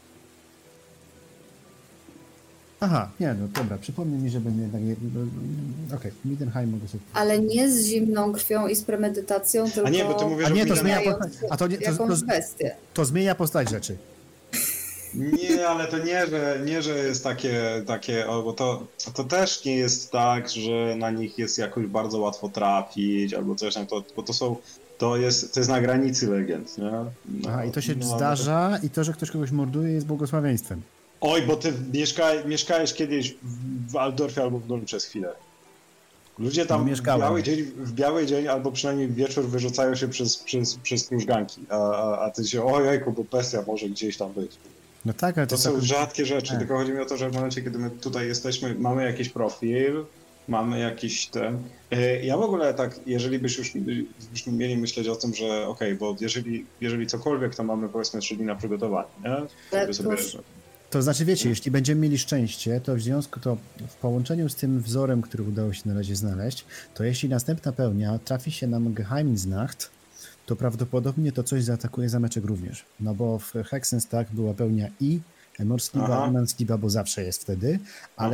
Aha, nie, no dobra, przypomnij mi, że będzie jednak... Okej, Mindenheim mogę sobie... Ale nie z zimną krwią i z premedytacją, tylko... A nie, bo ty mówisz, to zmienia postać... jakąś bestię. To zmienia postać rzeczy. Nie, ale to nie, że jest takie, bo to też nie jest tak, że na nich jest jakoś bardzo łatwo trafić, albo coś tam, bo to jest na granicy legend, nie? No, aha, i to się zdarza i to, że ktoś kogoś morduje jest błogosławieństwem. Oj, bo ty mieszkałeś kiedyś w Altdorfie albo w Nuln przez chwilę. Ludzie tam w biały dzień albo przynajmniej w wieczór wyrzucają się przez krużganki, a ty się, ojejku, bo bestia może gdzieś tam być. No tak, ale to są rzadkie rzeczy, tylko chodzi mi o to, że w momencie, kiedy my tutaj jesteśmy, mamy jakiś profil, Mamy jakiś ten... Ja w ogóle tak, jeżeli byśmy mieli myśleć o tym, że okej, bo jeżeli cokolwiek, to mamy powiedzmy 3 dni na przygotowanie, nie? Żeby sobie... To znaczy, wiecie, jeśli będziemy mieli szczęście, to w połączeniu z tym wzorem, który udało się na razie znaleźć, to jeśli następna pełnia trafi się nam Geheimnisnacht, to prawdopodobnie to coś zaatakuje zameczek również. No bo w Hexenstag była pełnia i Morsliba i Mansliba, bo zawsze jest wtedy, ale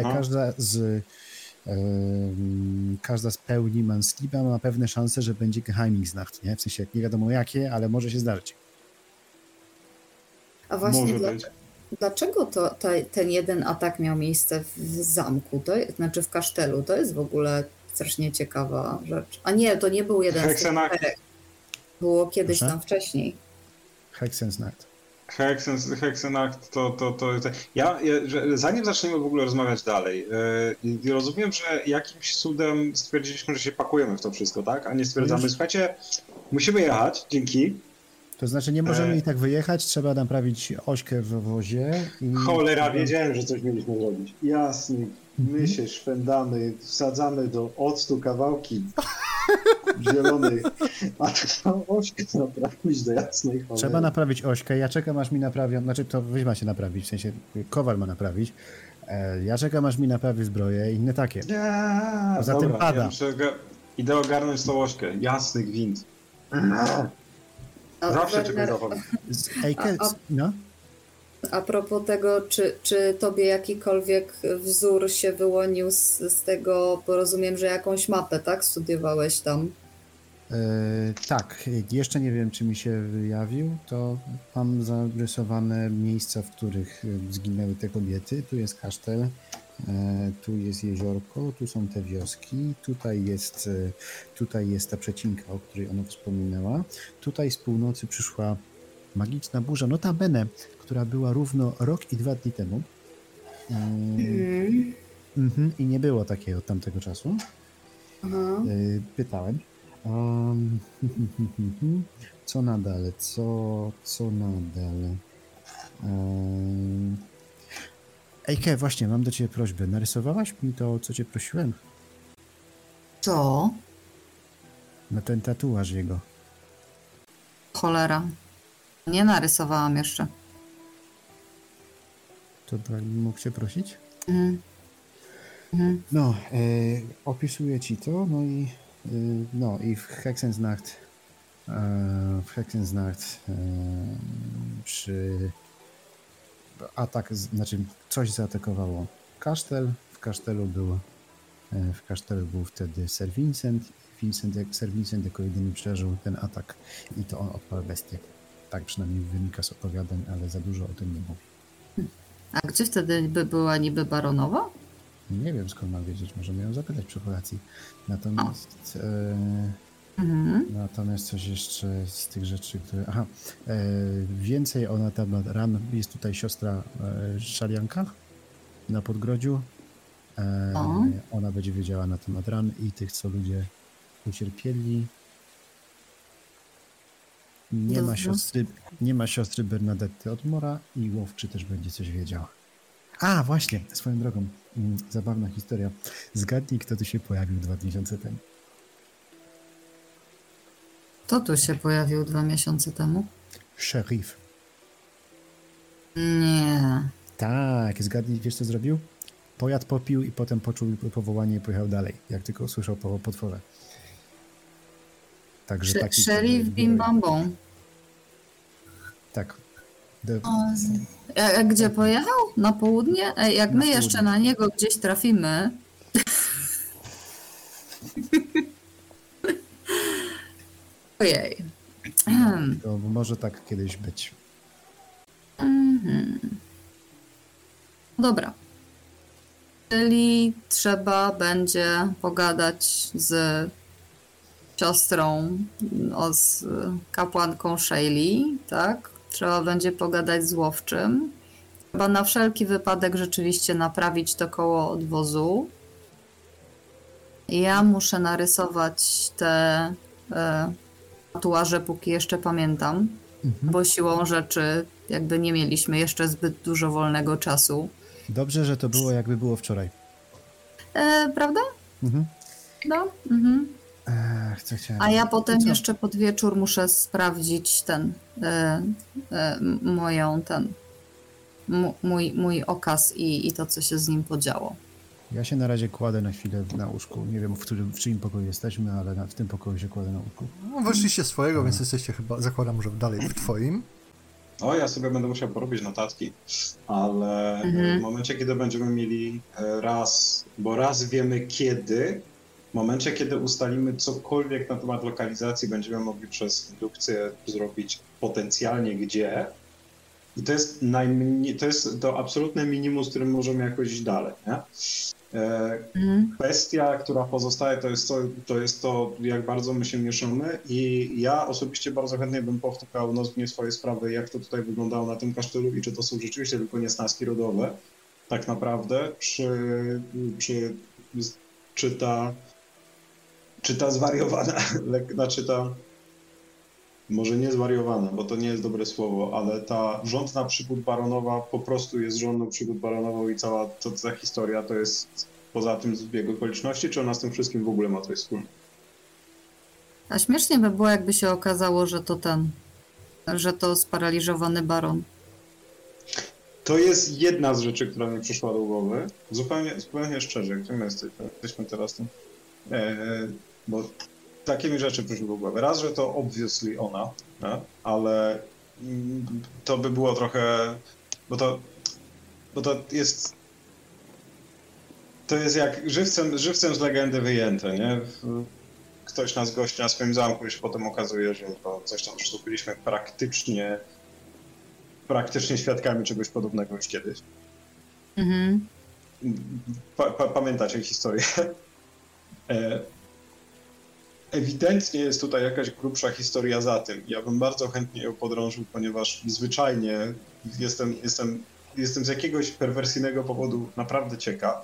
każda z pełni Mansliba ma pewne szanse, że będzie Geheimnisnacht, nie? W sensie nie wiadomo jakie, ale może się zdarzyć. A właśnie dlaczego ten jeden atak miał miejsce w zamku, znaczy w kasztelu? To jest w ogóle strasznie ciekawa rzecz. A nie, to nie był jeden z tych czterech. Było kiedyś tam wcześniej. Hexennacht. Hexennacht zanim zaczniemy w ogóle rozmawiać dalej, rozumiem, że jakimś cudem stwierdziliśmy, że się pakujemy w to wszystko, tak? A nie stwierdzamy, słuchajcie, musimy jechać, dzięki. To znaczy nie możemy i tak wyjechać, trzeba naprawić ośkę w wozie. Cholera, wiedziałem, że coś mieliśmy zrobić. Jasny, my się szwendamy, wsadzamy do octu kawałki zielonych, a to ośkę naprawić do jasnej cholery. Trzeba naprawić ośkę, ja czekam aż mi naprawią, znaczy to wy ma się naprawić, w sensie Kowal ma naprawić. Ja czekam aż mi naprawi zbroję i inne takie. Poza tym pada. Idę ogarnąć tą ośkę, jasny gwint. Zawsze czegoś zapomnę. No? A propos tego, czy tobie jakikolwiek wzór się wyłonił z tego, bo rozumiem, że jakąś mapę, tak? Studiowałeś tam. Tak, jeszcze nie wiem, czy mi się wyjawił. To mam zarysowane miejsca, w których zginęły te kobiety. Tu jest kasztel, tu jest jeziorko, tu są te wioski, tutaj jest ta przecinka, o której ona wspominała. Tutaj z północy przyszła magiczna burza, notabene, która była równo rok i 2 dni temu. I nie było takiej od tamtego czasu. Pytałem. Co nadal? Co nadal? Ejke, właśnie, mam do ciebie prośbę. Narysowałaś mi to, co cię prosiłem? Co? Na ten tatuaż jego. Cholera. Nie narysowałam jeszcze. To mógł cię prosić? Mhm. No, opisuję ci to, no i w Hexennacht przy atak, znaczy coś zaatakowało kasztel, w kasztelu był wtedy Sir Vincent. Sir Vincent jako jedyny przeżył ten atak i to on odparł bestię. Tak przynajmniej wynika z opowiadań, ale za dużo o tym nie mówi. A gdzie wtedy była niby baronowa? Nie wiem, skąd mam wiedzieć, możemy ją zapytać przy kolacji. Natomiast coś jeszcze z tych rzeczy, które... Więcej o na temat ran. Jest tutaj siostra Szalianka na Podgrodziu. Ona będzie wiedziała na temat ran i tych, co ludzie ucierpieli. Nie ma siostry Bernadetty od Mora i Łowczy też będzie coś wiedziała. A, właśnie, swoją drogą, zabawna historia. Zgadnij, kto tu się pojawił 2 miesiące temu. Kto tu się pojawił 2 miesiące temu? Szeryf. Nie. Tak, zgadnij, wiesz co zrobił? Pojadł, popił i potem poczuł powołanie i pojechał dalej, jak tylko usłyszał po potworze. Także taki... Szeryf Bim Bam Bom. Tak. A gdzie pojechał? Na południe? Jak my jeszcze na niego gdzieś trafimy... Ojej. To może tak kiedyś być. Dobra. Czyli trzeba będzie pogadać z siostrą, z kapłanką Shaylee, tak? Trzeba będzie pogadać z Łowczym. Trzeba na wszelki wypadek rzeczywiście naprawić to koło odwozu. Ja muszę narysować te tatuaże, póki jeszcze pamiętam, bo siłą rzeczy jakby nie mieliśmy jeszcze zbyt dużo wolnego czasu. Dobrze, że to było jakby było wczoraj. Prawda? No. Mhm. Chciałem... A ja potem jeszcze pod wieczór muszę sprawdzić mój okaz i to, co się z nim podziało. Ja się na razie kładę na chwilę na łóżku. Nie wiem, w czyim pokoju jesteśmy, ale w tym pokoju się kładę na łóżku. No, wyszliście swojego, więc jesteście chyba, zakładam, że dalej w twoim. O, ja sobie będę musiał porobić notatki, ale w momencie, kiedy będziemy mieli bo raz wiemy kiedy, w momencie, kiedy ustalimy cokolwiek na temat lokalizacji, będziemy mogli przez indukcję zrobić potencjalnie gdzie. I to jest to absolutne minimum, z którym możemy jakoś iść dalej, nie? Kwestia, która pozostaje, to jest to, jak bardzo my się mieszamy i ja osobiście bardzo chętnie bym powtórzył nie swoje sprawy, jak to tutaj wyglądało na tym kasztelu i czy to są rzeczywiście tylko niesnaski rodowe, tak naprawdę, czy ta zwariowana, może nie zwariowana, bo to nie jest dobre słowo, ale ta rządna przygód baronowa po prostu jest rządną przygód baronową i cała ta historia to jest poza tym zbieg okoliczności, czy ona z tym wszystkim w ogóle ma coś wspólnego? A śmiesznie by było, jakby się okazało, że to sparaliżowany baron. To jest jedna z rzeczy, która mi przyszła do głowy. Zupełnie szczerze, gdzie my jesteśmy teraz tym? Bo takie mi rzeczy przyszły do głowy. Raz, że to obviously ona, nie? Ale to by było trochę, bo to jest jak żywcem z legendy wyjęte, nie? Ktoś nas gości na swoim zamku i się potem okazuje, że to coś tam zresztą byliśmy praktycznie świadkami czegoś podobnego już kiedyś. Pamiętacie historię? Ewidentnie jest tutaj jakaś grubsza historia za tym. Ja bym bardzo chętnie ją podrążył, ponieważ zwyczajnie jestem z jakiegoś perwersyjnego powodu naprawdę ciekaw.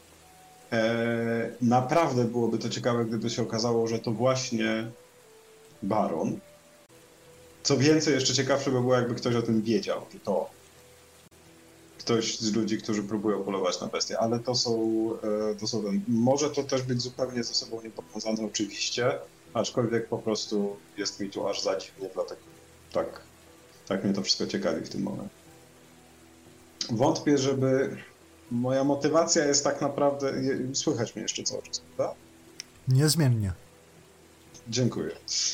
Naprawdę byłoby to ciekawe, gdyby się okazało, że to właśnie baron. Co więcej, jeszcze ciekawsze by było, jakby ktoś o tym wiedział, że to ktoś z ludzi, którzy próbują polować na bestie, ale to są może to też być zupełnie ze sobą niepowiązane oczywiście, aczkolwiek po prostu jest mi tu aż za dziwnie, dlatego tak mnie to wszystko ciekawi w tym momencie. Wątpię, żeby moja motywacja jest tak naprawdę, słychać mnie jeszcze cały czas, prawda? Niezmiennie. Dziękuję.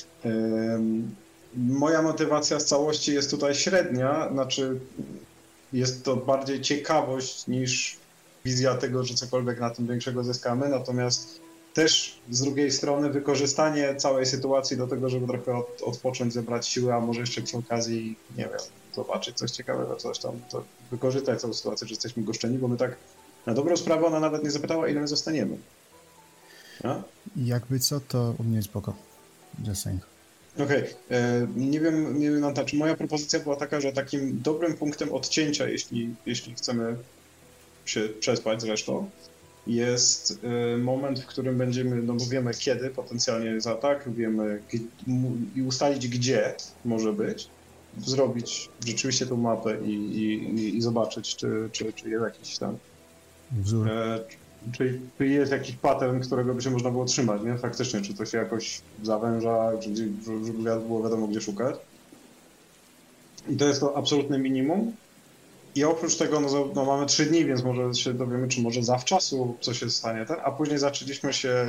Moja motywacja z całości jest tutaj średnia, znaczy jest to bardziej ciekawość niż wizja tego, że cokolwiek na tym większego zyskamy, natomiast też z drugiej strony wykorzystanie całej sytuacji do tego, żeby trochę odpocząć, zebrać siły, a może jeszcze przy okazji, nie wiem, zobaczyć coś ciekawego, coś tam, to wykorzystać całą sytuację, że jesteśmy goszczeni, bo my tak na dobrą sprawę ona nawet nie zapytała, ile my zostaniemy. No? Jakby co, to u mnie spoko. Just saying. Okej. Nie wiem, Nanta, czy moja propozycja była taka, że takim dobrym punktem odcięcia, jeśli chcemy się przespać zresztą, jest moment, w którym będziemy, no bo wiemy kiedy potencjalnie jest atak, wiemy i ustalić gdzie może być, zrobić rzeczywiście tą mapę i zobaczyć, czy jest jakiś tam wzór. Czyli jest jakiś pattern, którego by się można było trzymać, nie? Faktycznie, czy to się jakoś zawęża, żeby było wiadomo, gdzie szukać. I to jest to absolutne minimum. I oprócz tego, no mamy 3 dni, więc może się dowiemy, czy może zawczasu coś się stanie, a później zaczęliśmy się,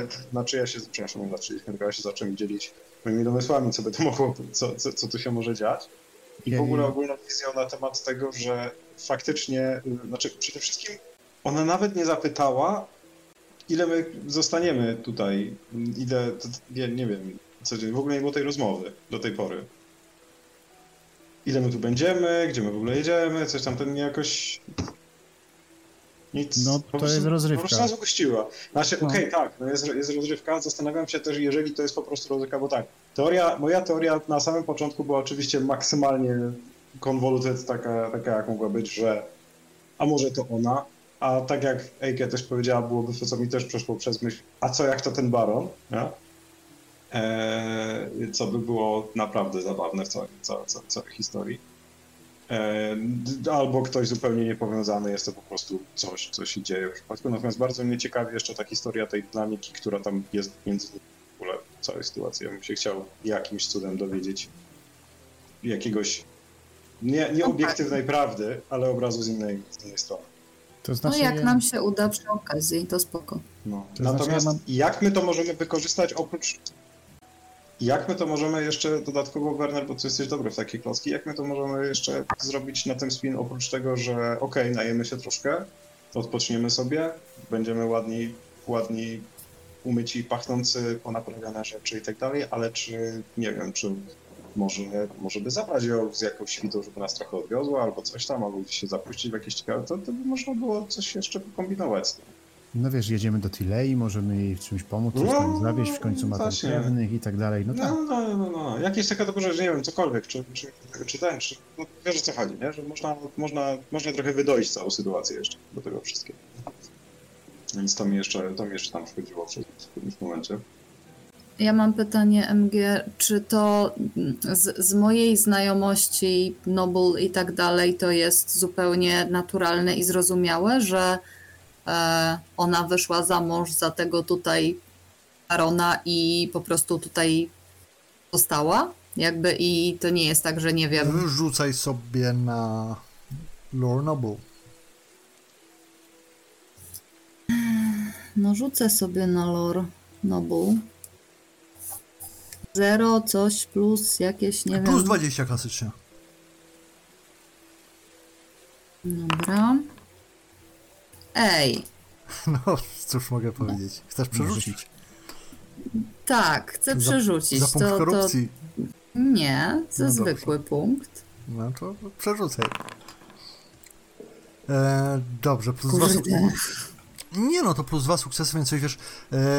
tylko ja się zacząłem dzielić moimi domysłami, co by to mogło, co tu się może dziać. I w ogóle ogólną wizją na temat tego, że faktycznie, znaczy przede wszystkim ona nawet nie zapytała, ile my zostaniemy tutaj, nie wiem, w ogóle nie było tej rozmowy do tej pory. Ile my tu będziemy, gdzie my w ogóle jedziemy, coś tam ten jakoś... Nic. No to jest rozrywka. Po prostu nas ugościła. Znaczy, okej, tak, no jest rozrywka. Zastanawiam się też, jeżeli to jest po prostu rozrywka, bo tak, moja teoria na samym początku była oczywiście maksymalnie convoluted, taka jak mogła być, że a może to ona, a tak jak Eike też powiedziała, byłoby to, co mi też przeszło przez myśl, a co jak to ten baron, nie? Co by było naprawdę zabawne w całej historii. Albo ktoś zupełnie niepowiązany, jest to po prostu coś, co się dzieje w przypadku. Natomiast bardzo mnie ciekawi jeszcze ta historia tej dynamiki, która tam jest między nimi w ogóle w całej sytuacji. Ja bym się chciał jakimś cudem dowiedzieć jakiegoś nie obiektywnej prawdy, ale obrazu z innej strony. To znaczy, No jak nam się uda przy okazji, to spoko. No. To znaczy, Natomiast ja mam- jak my to możemy wykorzystać oprócz... Jak my to możemy jeszcze dodatkowo, Werner, bo ty jesteś dobry w takie klocki, jak my to możemy jeszcze zrobić na tym spin oprócz tego, że okej, najemy się troszkę, odpoczniemy sobie, będziemy ładni umyci, pachnący, ponaprawiane rzeczy i tak dalej, ale czy, nie wiem, czy może by zabrać ją z jakąś świtą, żeby nas trochę odwiozła, albo coś tam, albo gdzieś się zapuścić w jakieś ciekawe, to by można było coś jeszcze pokombinować z tym. no wiesz, jedziemy do Tilei, możemy jej w czymś pomóc, coś tam zawieść, w końcu ma tam właśnie. krewnych i tak dalej. No tak. No. Jakieś taka dobra, że nie wiem, cokolwiek, czy no, wiesz o co chodzi, nie? Że można trochę wydoić całą sytuację jeszcze do tego wszystkiego. Więc to mi jeszcze tam wchodziło w którymś momencie. Ja mam pytanie, MG, czy to z mojej znajomości Noble i tak dalej, to jest zupełnie naturalne i zrozumiałe, że ona wyszła za mąż za tego tutaj barona i po prostu tutaj została? Jakby i to nie jest tak, że nie wiem. Rzucaj sobie na Lore Noble. No rzucę sobie na Lore Noble. 0, coś plus jakieś, nie Plus wiem. 20 klasycznie. Dobra. Ej, No, cóż mogę powiedzieć. Chcesz przerzucić? tak, chcę przerzucić. Za punkt to korupcji. nie, za No zwykły punkt. No to przerzucaj. Dobrze, plus 2 Kurde. sukcesy. Nie no, to plus 2 sukcesy, więc coś wiesz.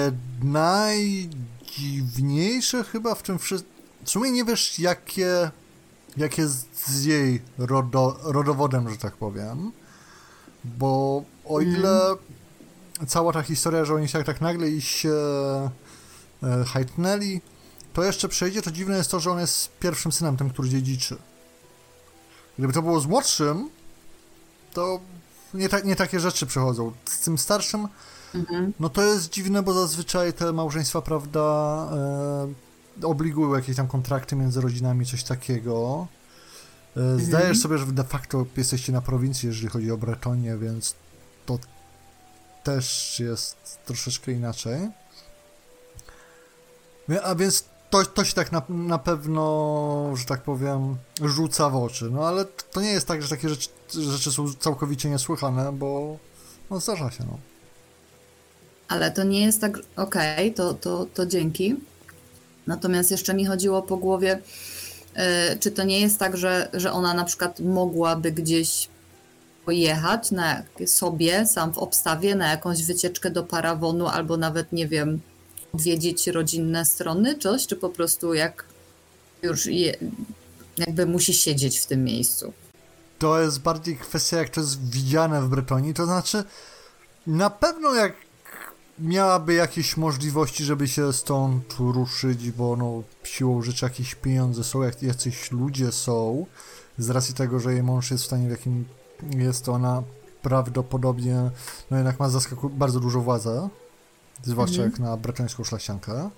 Najdziwniejsze chyba w czym wszystkim. W sumie nie wiesz, jakie z jej rodowodem, że tak powiem. Bo o ile cała ta historia, że oni się tak nagle i się hajtnęli, to jeszcze przejdzie, to dziwne jest to, że on jest pierwszym synem, tym, który dziedziczy. Gdyby to było z młodszym, to nie takie rzeczy przychodzą. Z tym starszym, no to jest dziwne, bo zazwyczaj te małżeństwa, prawda, obligują jakieś tam kontrakty między rodzinami, coś takiego. Zdajesz sobie, że de facto jesteście na prowincji, jeżeli chodzi o Bretonię, więc to też jest troszeczkę inaczej. A więc to się tak na pewno, że tak powiem, rzuca w oczy. No ale to nie jest tak, że takie rzeczy są całkowicie niesłychane, bo no, zdarza się, no. Ale to nie jest tak, okej, to dzięki. Natomiast jeszcze mi chodziło po głowie, czy to nie jest tak, że ona na przykład mogłaby gdzieś pojechać sobie, sam w obstawie, na jakąś wycieczkę do Parawonu, albo nawet, nie wiem, odwiedzić rodzinne strony, coś, czy po prostu jak już jakby musi siedzieć w tym miejscu? To jest bardziej kwestia, jak to jest widziane w Bretonii, to znaczy na pewno jak miałaby jakieś możliwości, żeby się stąd ruszyć, bo no siłą rzeczy jakieś pieniądze są, jacyś ludzie są, z racji tego, że jej mąż jest w stanie, w jakim jest, to ona prawdopodobnie no jednak ma bardzo dużo władzy, zwłaszcza jak na bretońską szlachciankę.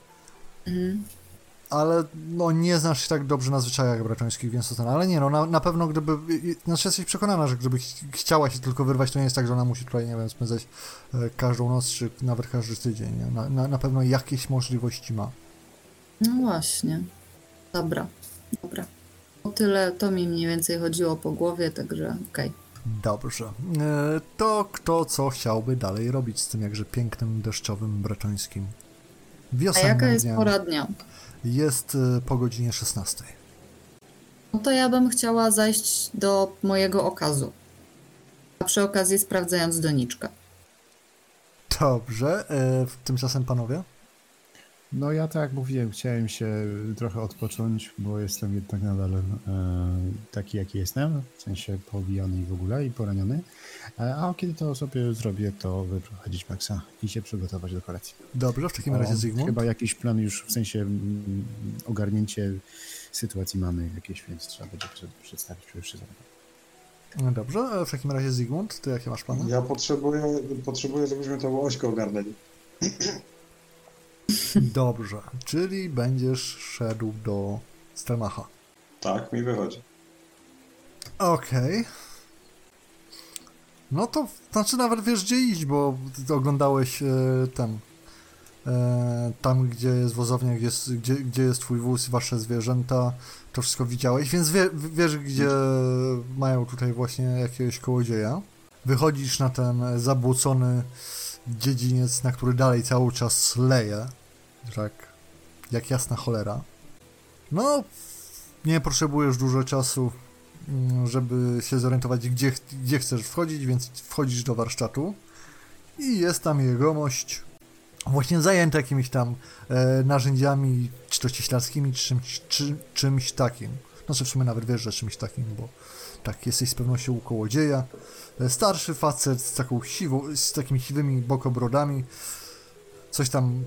Ale no nie znasz się tak dobrze na zwyczajach bretońskich, więc to ten, ale nie, no na pewno gdyby, znaczy jesteś przekonana, że gdyby chciała się tylko wyrwać, to nie jest tak, że ona musi tutaj, nie wiem, spędzać każdą noc, czy nawet każdy tydzień, nie? Na pewno jakieś możliwości ma. No właśnie. Dobra. O tyle to mi mniej więcej chodziło po głowie, także okej. Dobrze. To kto co chciałby dalej robić z tym jakże pięknym, deszczowym bretońskim A wiosennym jaka jest dniem? pora dnia? Jest po godzinie 16. No to ja bym chciała zajść do mojego okazu. A przy okazji sprawdzając doniczkę. Dobrze. Tymczasem panowie? No ja tak jak mówiłem, chciałem się trochę odpocząć, bo jestem jednak nadal taki jaki jestem, w sensie pobijany i w ogóle i poraniony. A kiedy to sobie zrobię, to wyprowadzić Maxa i się przygotować do kolacji. Dobrze, w takim razie Zygmunt. Chyba jakiś plan już, w sensie ogarnięcie sytuacji mamy jakieś, więc trzeba będzie przedstawić przede wszystkim. No dobrze, w takim razie Zygmunt, ty jakie masz plany? Ja potrzebuję, żebyśmy tą ośkę ogarnęli. Dobrze, czyli będziesz szedł do Stelmacha. Tak, mi wychodzi. Okej. No to znaczy nawet wiesz gdzie iść, bo ty oglądałeś tam gdzie jest wozownia, gdzie jest twój wóz i wasze zwierzęta, to wszystko widziałeś, więc wiesz gdzie mają tutaj właśnie jakiegoś kołodzieja. Wychodzisz na ten zabłocony dziedziniec, na który dalej cały czas leje, tak jak jasna cholera. No, nie potrzebujesz dużo czasu, żeby się zorientować, gdzie chcesz wchodzić, więc wchodzisz do warsztatu i jest tam jegomość właśnie zajęty jakimiś tam narzędziami, czy to cieślarskimi, czy czymś takim. Znaczy w sumie nawet wiesz, że czymś takim, bo tak, jesteś z pewnością u kołodzieja. Starszy facet z takimi siwymi bokobrodami, coś tam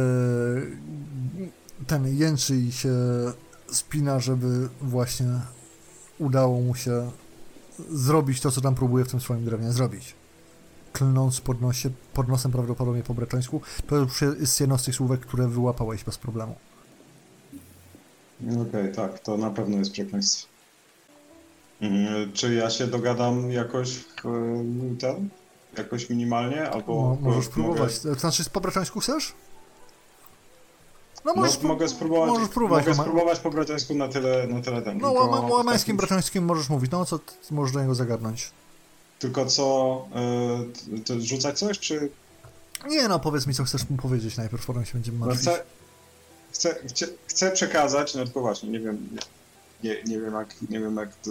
ten jęczy i się spina, żeby właśnie udało mu się zrobić to, co tam próbuje w tym swoim drewnie zrobić. Klnąc pod nosem prawdopodobnie po bretońsku, to już jest jedno z tych słówek, które wyłapałeś bez problemu. Okej, tak, to na pewno jest przekleństwo. Czy ja się dogadam jakoś jakoś minimalnie, albo... Możesz próbować. To znaczy po bretońsku chcesz? No mogę spróbować. Możesz próbować. Mogę spróbować po bretońsku na tyle ten. No łamańskim bretońskim możesz mówić, no co możesz do niego zagadnąć. Tylko co, to rzucać coś, czy... Nie no, powiedz mi co chcesz mu powiedzieć najpierw, potem się będziemy martwić. Chcę przekazać, no tylko właśnie, nie wiem jak to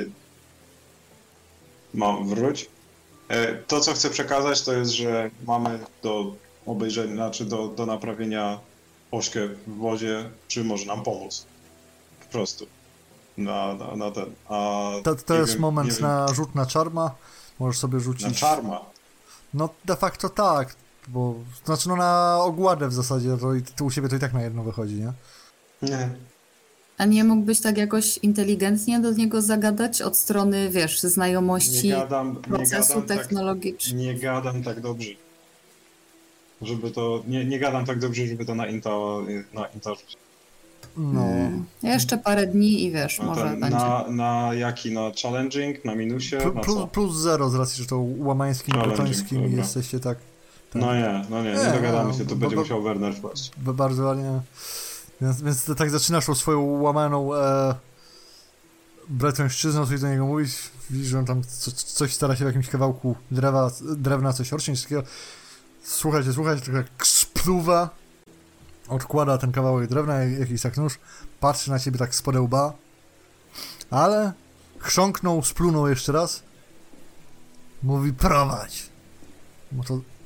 mam wróć. To co chcę przekazać to jest, że mamy do obejrzenia, znaczy do naprawienia ośkę w wozie, czy może nam pomóc. Po prostu. Na ten. To jest moment na rzut na czarma. Możesz sobie rzucić... Na czarma? No de facto tak, bo... Znaczy no na ogładę w zasadzie, to u siebie to i tak na jedno wychodzi, nie? Nie. A nie mógłbyś tak jakoś inteligentnie do niego zagadać od strony, wiesz, znajomości procesu technologicznego? Nie gadam tak dobrze. Żeby to... Nie gadam tak dobrze, żeby to na Inta rzucić. No. Jeszcze parę dni i wiesz, może będzie. Na jaki? Na challenging? Na minusie? Na co? Plus 0 z racji, że to łamańskim, bretońskim jesteście tak... No nie dogadamy się, to będzie musiał Werner wpaść. Bardzo ładnie. Więc tak zaczynasz tą swoją łamaną bretońszczyzną, coś do niego mówić, widzisz, że on tam coś stara się w jakimś kawałku drewna coś orciąć, takiego słuchajcie, tylko jak spluwa, odkłada ten kawałek drewna, jakiś tak nóż, patrzy na ciebie tak z łba, ale chrząknął, splunął jeszcze raz, mówi prowadź. No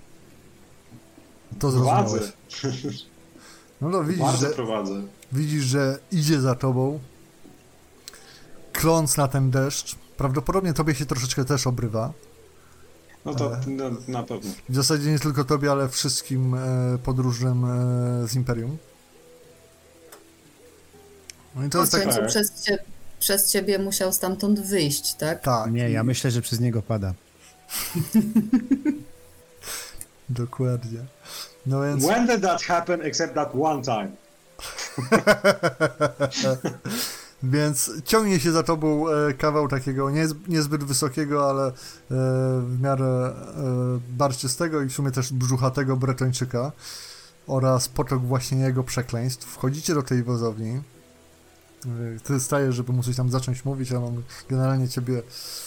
to zrozumiałeś. No to widzisz, że idzie za tobą, kląc na ten deszcz. Prawdopodobnie tobie się troszeczkę też obrywa. No to na pewno. W zasadzie nie tylko tobie, ale wszystkim podróżnym z Imperium. No i to jest tak... Przez ciebie musiał stamtąd wyjść, tak? Tak. Nie, ja myślę, że przez niego pada. Dokładnie. No więc... When did that happen except that one time? Więc ciągnie się za tobą kawał takiego niezbyt wysokiego, ale w miarę barczystego i w sumie też brzuchatego Bretończyka oraz potok właśnie jego przekleństw. Wchodzicie do tej wozowni. Ty stajesz, żeby mu coś tam zacząć mówić, a on generalnie ciebie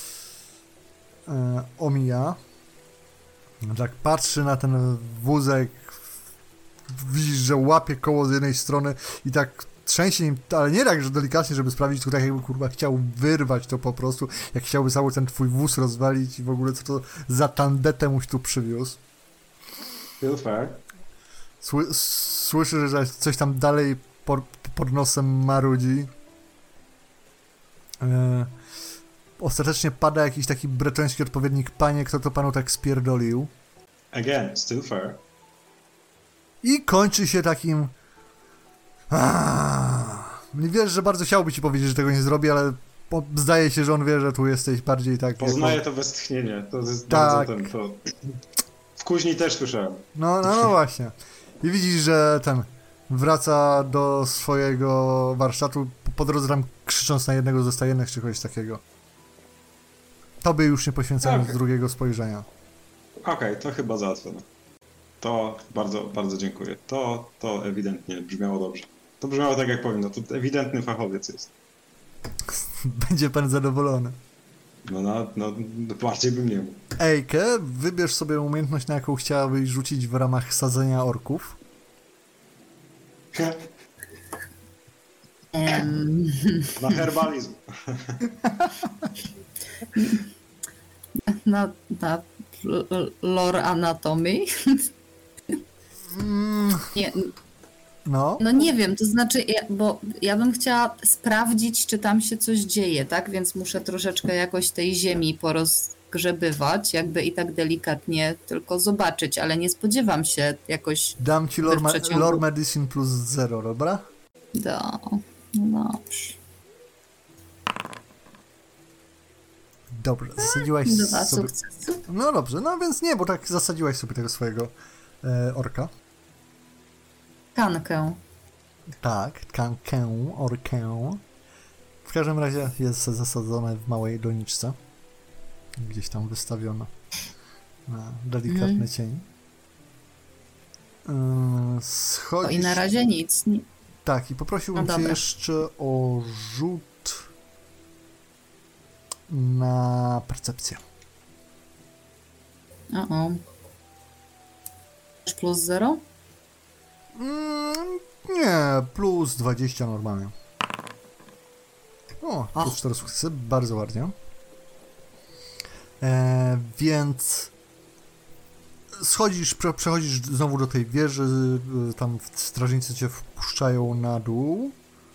omija. Tak patrzy na ten wózek, widzisz, że łapie koło z jednej strony i tak trzęsie nim, ale nie tak, że delikatnie, żeby sprawdzić, tylko tak jakby kurwa chciał wyrwać to po prostu, jak chciałby cały ten twój wóz rozwalić i w ogóle co to za tandetę muś tu przywiózł. Feel fair. Słyszysz, że coś tam dalej pod nosem marudzi. Ostatecznie pada jakiś taki bretoński odpowiednik, panie, kto to panu tak spierdolił. Again, still fair. I kończy się takim... Wiesz, że bardzo chciałby ci powiedzieć, że tego nie zrobi, ale zdaje się, że on wie, że tu jesteś bardziej tak... Poznaję to westchnienie, to jest Tak. bardzo to... W kuźni też słyszałem. No właśnie. I widzisz, że wraca do swojego warsztatu, po drodze tam krzycząc na jednego ze stajennych czy kogoś takiego. Tobie już nie poświęcając drugiego spojrzenia. Okej, to chyba załatwione. To bardzo, bardzo dziękuję. To ewidentnie brzmiało dobrze. To brzmiało tak, jak powinno. To ewidentny fachowiec jest. Będzie pan zadowolony. No, bardziej bym nie mógł. Ejke, wybierz sobie umiejętność, na jaką chciałabyś rzucić w ramach sadzenia orków. Na herbalizm. Na lore anatomy. Nie, No. no nie wiem, to znaczy, bo ja bym chciała sprawdzić, czy tam się coś dzieje, tak? Więc muszę troszeczkę jakoś tej ziemi porozgrzebywać, jakby i tak delikatnie tylko zobaczyć, ale nie spodziewam się jakoś... Dam ci w przeciągu- lore medicine plus 0, dobra? No dobrze. Dobra, zasadziłaś 2 sobie... sukcesy. No dobrze, no więc nie, bo tak zasadziłaś sobie tego swojego orka. Kankę. Tak, tkankę, orkę. W każdym razie jest zasadzone w małej doniczce. Gdzieś tam wystawione na delikatny cień. O, Schodzisz... i na razie nic. Nie. Tak, i poprosiłbym No cię dobra. jeszcze o rzut na percepcję. O. Plus 0? Nie, plus 20 normalnie. O, plus 4 sukcesy, bardzo ładnie. Więc schodzisz, przechodzisz znowu do tej wieży, tam strażnicy cię wpuszczają na dół.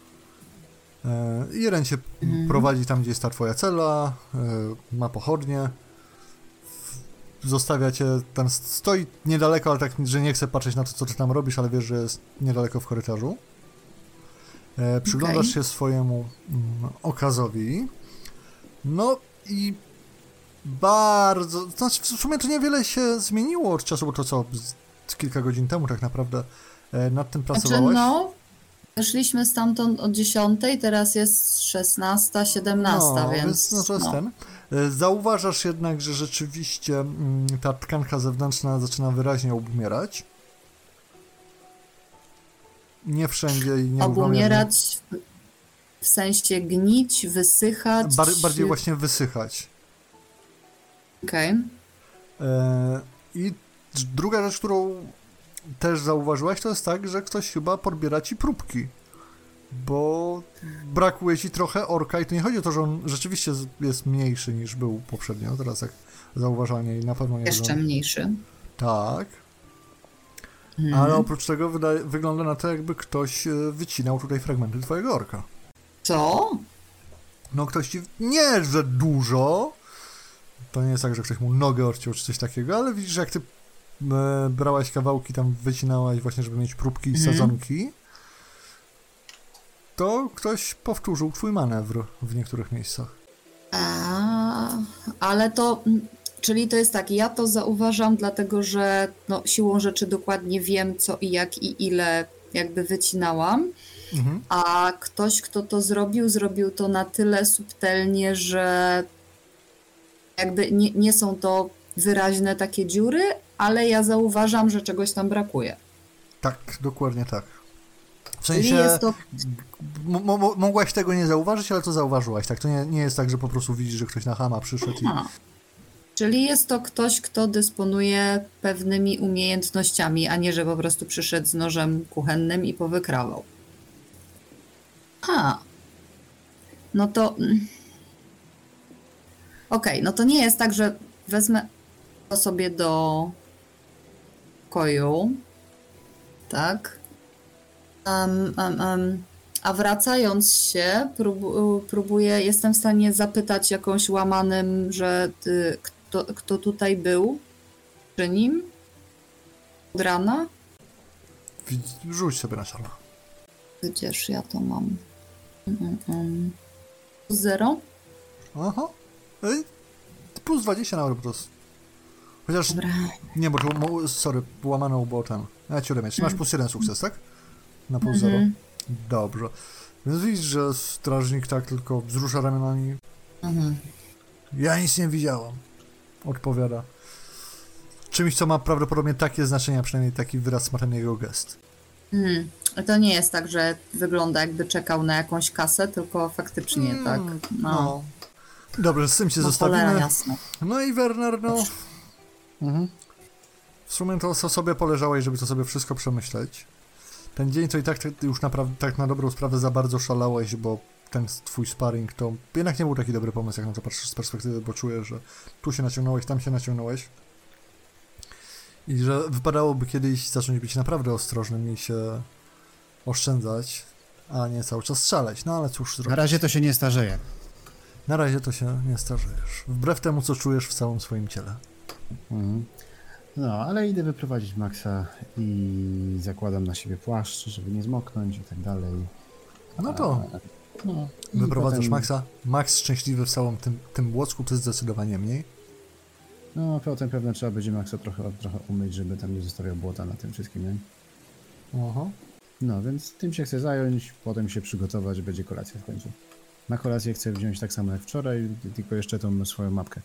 Jeden cię prowadzi tam, gdzie jest ta twoja cela, ma pochodnie. Zostawia cię, tam stoi niedaleko, ale tak, że nie chce patrzeć na to, co ty tam robisz, ale wiesz, że jest niedaleko w korytarzu. Przyglądasz się swojemu okazowi. No i bardzo... Znaczy, w sumie to niewiele się zmieniło od czasu, bo to co, z kilka godzin temu tak naprawdę nad tym pracowałaś. Znaczy, wyszliśmy stamtąd o 10, teraz jest 16, 17, więc... No to jest ten. Zauważasz jednak, że rzeczywiście ta tkanka zewnętrzna zaczyna wyraźnie obumierać. Nie wszędzie i nie Obumierać w sensie gnić, wysychać... Bardziej właśnie wysychać. Okej. I druga rzecz, którą też zauważyłaś, to jest tak, że ktoś chyba podbiera ci próbki. Bo brakuje ci trochę orka i to nie chodzi o to, że on rzeczywiście jest mniejszy niż był poprzednio, teraz jak zauważalnie i na pewno nie Jeszcze mniejszy. Tak. Ale oprócz tego wygląda na to, jakby ktoś wycinał tutaj fragmenty twojego orka. Co? No ktoś ci... Nie, że dużo. To nie jest tak, że ktoś mu nogę odciął czy coś takiego, ale widzisz, że jak ty brałaś kawałki, tam wycinałaś właśnie, żeby mieć próbki i sadzonki, to ktoś powtórzył twój manewr w niektórych miejscach. Ale to... Czyli to jest tak, ja to zauważam, dlatego że no, siłą rzeczy dokładnie wiem, co i jak i ile jakby wycinałam, a ktoś, kto to zrobił to na tyle subtelnie, że jakby nie są to wyraźne takie dziury, ale ja zauważam, że czegoś tam brakuje. Tak, dokładnie tak. W Czyli sensie jest to... mogłaś tego nie zauważyć, ale to zauważyłaś, tak? To nie jest tak, że po prostu widzisz, że ktoś na chama przyszedł Czyli jest to ktoś, kto dysponuje pewnymi umiejętnościami, a nie, że po prostu przyszedł z nożem kuchennym i powykrawał. No to... Okej, no to nie jest tak, że wezmę to sobie do pokoju, tak? A wracając się, próbuję, jestem w stanie zapytać jakąś łamanym, że kto tutaj był przy nim od rana? Rzuć sobie na szala. Gdzież ja to mam? 0? Aha. Plus 20 na Ouroboros. Chociaż... Dobra. Nie, bo to... Sorry, łamano było ten... Ja ci ulepię. Masz plus 1 sukces, tak? Na plus 0. Dobrze. Więc widzisz, że strażnik tak tylko wzrusza ramionami. Ja nic nie widziałam. Odpowiada. Czymś, co ma prawdopodobnie takie znaczenie, a przynajmniej taki wyraz ma ten jego gest. To nie jest tak, że wygląda jakby czekał na jakąś kasę, tylko faktycznie tak. No. Dobrze, z tym cię No, zostawimy. cholera, jasne. No i Werner, no... W sumie to sobie poleżałeś, żeby to sobie wszystko przemyśleć. Ten dzień to i tak już naprawdę tak na dobrą sprawę za bardzo szalałeś, bo ten twój sparring to jednak nie był taki dobry pomysł, jak na to patrzysz z perspektywy, bo czuję, że tu się naciągnąłeś, tam się naciągnąłeś. I że wypadałoby kiedyś zacząć być naprawdę ostrożnym i się oszczędzać, a nie cały czas strzelać. No ale cóż zrobić. Na razie to się nie starzeje. Na razie to się nie starzejesz. Wbrew temu, co czujesz w całym swoim ciele. No, ale idę wyprowadzić Maxa i zakładam na siebie płaszcz, żeby nie zmoknąć i tak dalej. No to wyprowadzasz potem... Maxa. Max szczęśliwy w całym tym łocku, ty zdecydowanie mniej. No, potem pewnie trzeba będzie Maxa trochę umyć, żeby tam nie zostawiał błota na tym wszystkim, nie? Aha. No, więc tym się chcę zająć, potem się przygotować, będzie kolacja w końcu. Na kolację chcę wziąć tak samo jak wczoraj, tylko jeszcze tą swoją mapkę.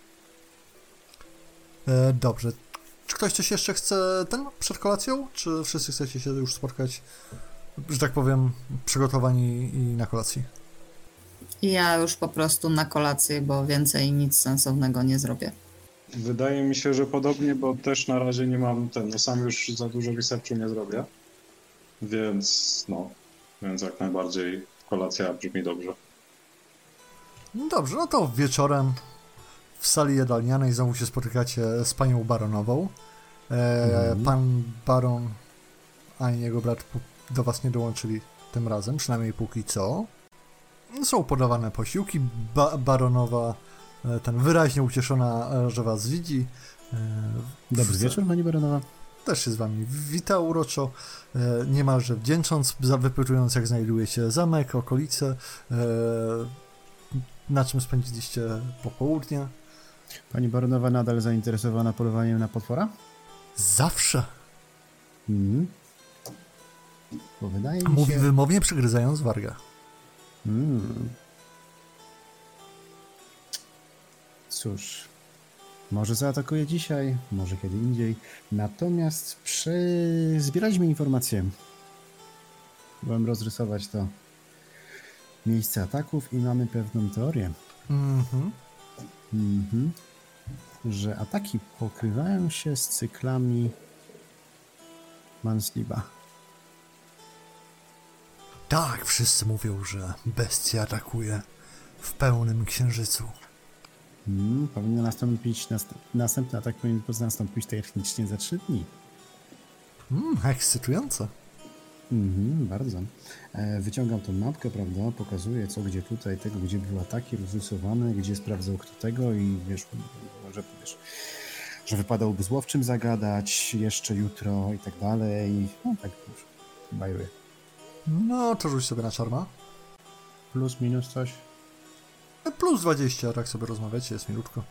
Dobrze. Czy ktoś coś jeszcze chce przed kolacją? Czy wszyscy chcecie się już spotkać, że tak powiem, przygotowani i na kolacji? Ja już po prostu na kolację, bo więcej nic sensownego nie zrobię. Wydaje mi się, że podobnie, bo też na razie nie mam sam już za dużo researchu nie zrobię. Więc jak najbardziej kolacja brzmi dobrze. No dobrze, no to wieczorem w sali jadalnianej znowu się spotykacie z panią baronową. Pan baron ani jego brat do was nie dołączyli tym razem, przynajmniej póki co. Są podawane posiłki. Baronowa wyraźnie ucieszona, że was widzi. Dobry wieczór, pani baronowa. Też się z wami wita uroczo, niemalże wdzięcząc, wypytując, jak znajduje się zamek, okolice, na czym spędziliście popołudnie. Pani baronowa nadal zainteresowana polowaniem na potwora? Zawsze. Bo wydaje mi się... Mówi wymownie, przygryzając wargę. Cóż, może zaatakuje dzisiaj, może kiedy indziej. Natomiast zbieraliśmy informacje. Próbowałem rozrysować to miejsce ataków i mamy pewną teorię. Że ataki pokrywają się z cyklami Mansliba. Tak, wszyscy mówią, że bestia atakuje w pełnym księżycu. Powinno nastąpić następny atak powinien nastąpić technicznie za 3 dni. Ekscytujące. Bardzo. Wyciągam tą mapkę, prawda? Pokazuję co, gdzie tutaj, tego, gdzie były ataki rozrysowane, gdzie sprawdzał kto tego i wiesz, że wypadałoby z łowczym zagadać jeszcze jutro i tak dalej. No tak już bajuję. No, to rzuć sobie na czarma. Plus, minus coś. Plus 20, tak sobie rozmawiacie, jest milutko.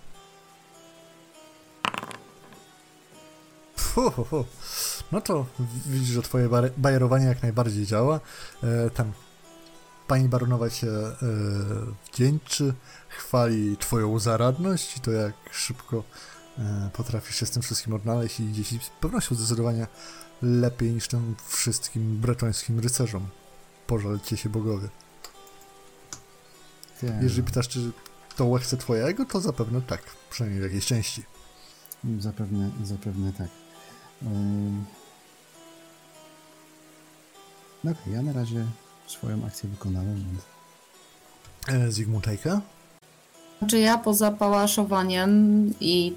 No to widzisz, że twoje bajerowanie jak najbardziej działa. Pani baronowa cię wdzięczy, chwali twoją zaradność i to jak szybko potrafisz się z tym wszystkim odnaleźć i idzie ci z pewnością zdecydowanie lepiej niż tym wszystkim bretońskim rycerzom. Pożalcie się bogowie. Jeżeli pytasz, czy to łechce twojego, to zapewne tak, przynajmniej w jakiejś części. Zapewne tak. No okej, ja na razie swoją akcję wykonałem. Zygmuntejka? Znaczy ja poza pałaszowaniem i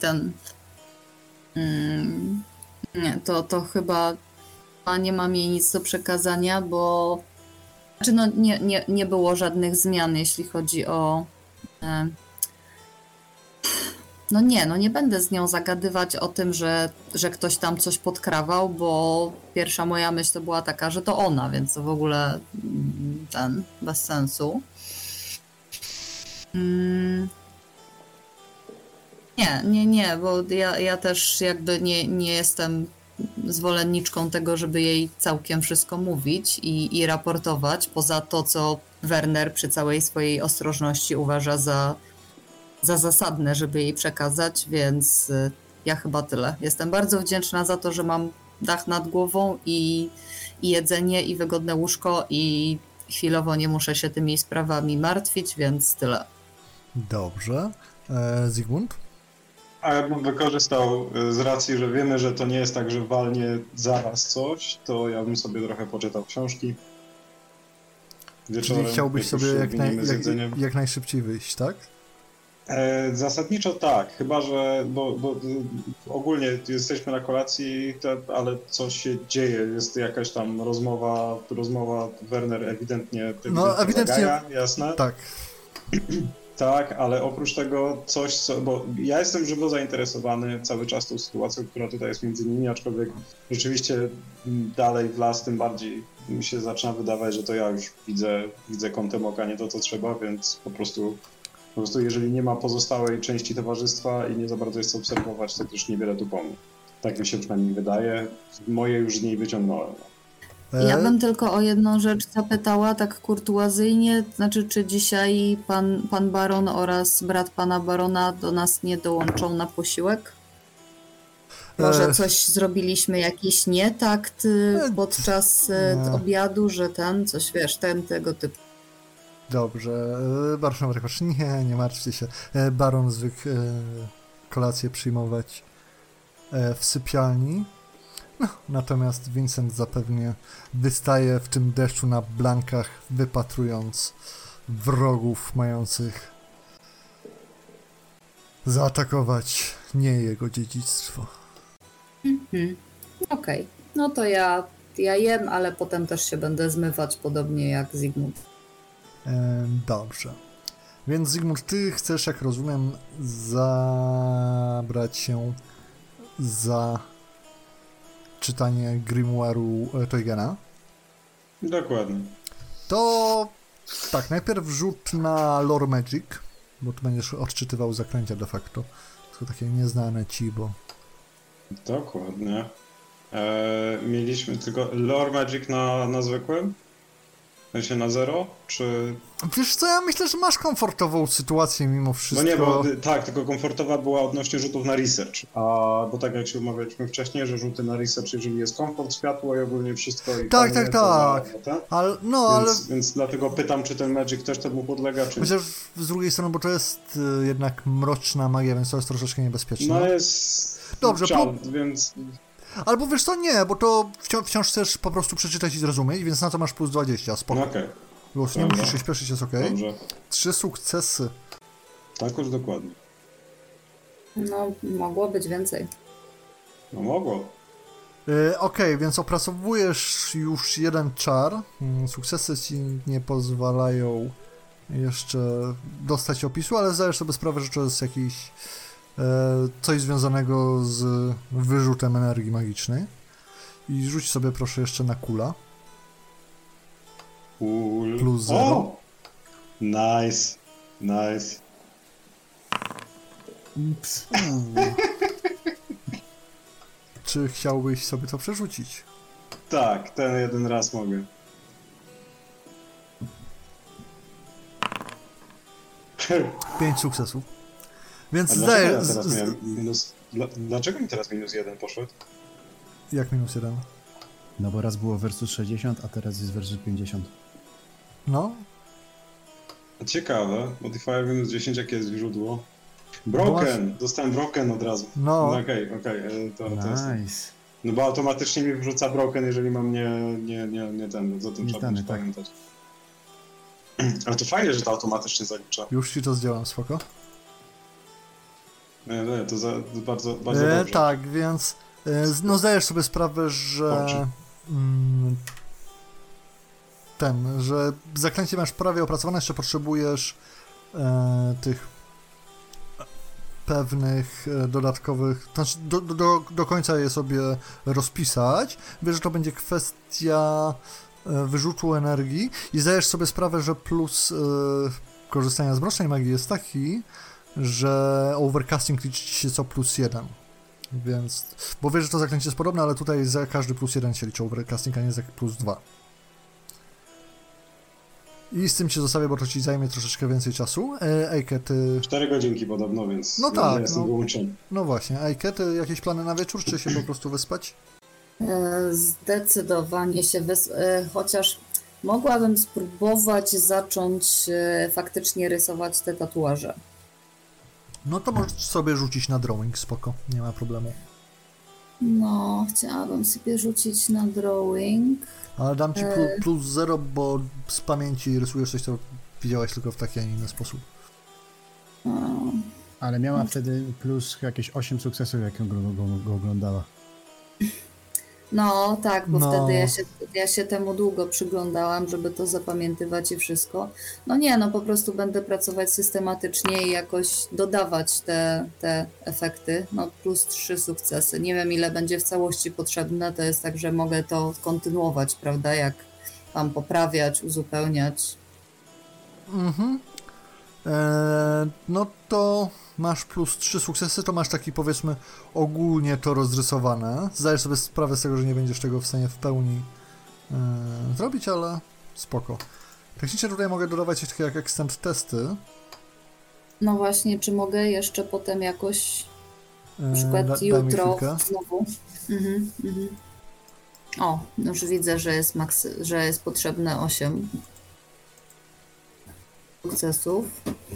nie, to chyba nie mam jej nic do przekazania, bo znaczy nie było żadnych zmian, jeśli chodzi o nie będę z nią zagadywać o tym, że ktoś tam coś podkrawał, bo pierwsza moja myśl to była taka, że to ona, więc to w ogóle bez sensu. Mm. Nie, bo ja też jakby nie jestem zwolenniczką tego, żeby jej całkiem wszystko mówić i raportować, poza to, co Werner przy całej swojej ostrożności uważa za zasadne, żeby jej przekazać, więc ja chyba tyle. Jestem bardzo wdzięczna za to, że mam dach nad głową i jedzenie, i wygodne łóżko, i chwilowo nie muszę się tymi sprawami martwić, więc tyle. Dobrze. Zygmunt? A ja bym wykorzystał z racji, że wiemy, że to nie jest tak, że walnie zaraz coś, to ja bym sobie trochę poczytał książki. Wieczorem, Czyli chciałbyś sobie jak najszybciej wyjść, tak? Zasadniczo tak, chyba że, bo ogólnie jesteśmy na kolacji, ale coś się dzieje, jest jakaś tam rozmowa, Werner ewidentnie zagaja, jasne? Tak. Tak, ale oprócz tego coś, bo ja jestem żywo zainteresowany cały czas tą sytuacją, która tutaj jest między nimi, aczkolwiek rzeczywiście dalej w las, tym bardziej mi się zaczyna wydawać, że to ja już widzę kątem oka nie to, co trzeba, więc po prostu jeżeli nie ma pozostałej części towarzystwa i nie za bardzo jest co obserwować, to też niewiele tu pomóc. Tak mi się przynajmniej wydaje. Moje już z niej wyciągnąłem. Ja bym tylko o jedną rzecz zapytała, tak kurtuazyjnie, znaczy czy dzisiaj pan baron oraz brat pana barona do nas nie dołączą na posiłek? Może coś zrobiliśmy, jakiś nietakt podczas obiadu, że coś wiesz, tego typu. Dobrze, baron nie martwcie się. Baron zwykł kolację przyjmować w sypialni. No, natomiast Vincent zapewnie wystaje w tym deszczu na blankach, wypatrując wrogów mających zaatakować nie jego dziedzictwo. Okej. No to ja jem, ale potem też się będę zmywać, podobnie jak Zygmunt. Dobrze. Więc Zygmunt, ty chcesz, jak rozumiem, zabrać się za czytanie grimoire'u Teugena. Dokładnie. To tak, najpierw rzut na Lore Magic, bo tu będziesz odczytywał zaklęcia de facto. To takie nieznane ci, bo... Dokładnie. Mieliśmy tylko Lore Magic na zwykłym? W sensie na 0? Czy... Wiesz co, ja myślę, że masz komfortową sytuację mimo wszystko. No nie, bo tak, tylko komfortowa była odnośnie rzutów na research. Bo tak jak się umawialiśmy wcześniej, że rzuty na research, jeżeli jest komfort, światło i ogólnie wszystko. I tak. Więc dlatego pytam, czy ten Magic też temu podlega, czy... Myślę, że z drugiej strony, bo to jest jednak mroczna magia, więc to jest troszeczkę niebezpieczne. No jest... Dobrze, więc... Albo wiesz co, nie, bo to wciąż chcesz po prostu przeczytać i zrozumieć, więc na to masz plus 20, spoko. No okej. Luz, nie musisz się śpieszyć, jest okej. Dobrze. 3 sukcesy. Tak już dokładnie. No, mogło być więcej. No mogło. Okej, więc opracowujesz już jeden czar. Sukcesy ci nie pozwalają jeszcze dostać opisu, ale zdajesz sobie sprawę, że to jest jakiś coś związanego z wyrzutem energii magicznej. I rzuć sobie proszę jeszcze na kula. Plus 0. O! Nice. Czy chciałbyś sobie to przerzucić? Tak, ten jeden raz mogę. Pięć sukcesów. Więc Dlaczego mi teraz minus 1 poszedł? Jak minus 1? No bo raz było versus 60, a teraz jest versus 50. No. Ciekawe. Modifier minus 10, jakie jest źródło? Broken! Dostałem broken od razu. No. Okej. To Nice. jest... No bo automatycznie mi wrzuca broken, jeżeli mam nie ten, za tym trzeba będzie pamiętać. Ale to fajnie, że to automatycznie zalicza. Już ci to zdjąłem, spoko. Nie, to bardzo dobrze. Tak, więc no zdajesz sobie sprawę, że że zaklęcie masz prawie opracowane, jeszcze potrzebujesz tych pewnych dodatkowych, to znaczy do końca je sobie rozpisać. Wiesz, że to będzie kwestia wyrzutu energii i zdajesz sobie sprawę, że plus korzystania z mrocznej magii jest taki, że overcasting liczy ci się co +1. Więc, bo wiesz, że to zaklęcie jest podobne, ale tutaj za każdy +1 się liczy overcasting, a nie za +2. I z tym cię zostawię, bo to ci zajmie troszeczkę więcej czasu. Ejke, ty... 4 godzinki podobno, więc No tak, jestem wyłączony. No właśnie. Ejke, ty jakieś plany na wieczór, czy się po prostu wyspać? Zdecydowanie się chociaż mogłabym spróbować zacząć faktycznie rysować te tatuaże. No to możesz sobie rzucić na drawing, spoko, nie ma problemu. No, chciałabym sobie rzucić na drawing. Ale dam ci +0, bo z pamięci rysujesz coś, co widziałaś tylko w taki, a nie inny sposób. Ale miała wtedy plus jakieś 8 sukcesów, jak go oglądała. No tak, bo No. wtedy ja się temu długo przyglądałam, żeby to zapamiętywać i wszystko. No nie, no po prostu będę pracować systematycznie i jakoś dodawać te efekty. No +3 sukcesy. Nie wiem, ile będzie w całości potrzebne, to jest tak, że mogę to kontynuować, prawda, jak mam poprawiać, uzupełniać. Mhm. No to masz +3 sukcesy, to masz taki, powiedzmy, ogólnie to rozrysowane. Zdajesz sobie sprawę z tego, że nie będziesz tego w stanie w pełni zrobić, ale spoko. Technicznie tutaj mogę dodawać coś takiego jak extend testy. No właśnie, czy mogę jeszcze potem jakoś, na przykład Daj mi jutro chwilkę. znowu. Mhm. O, już widzę, że jest potrzebne 8 sukcesów.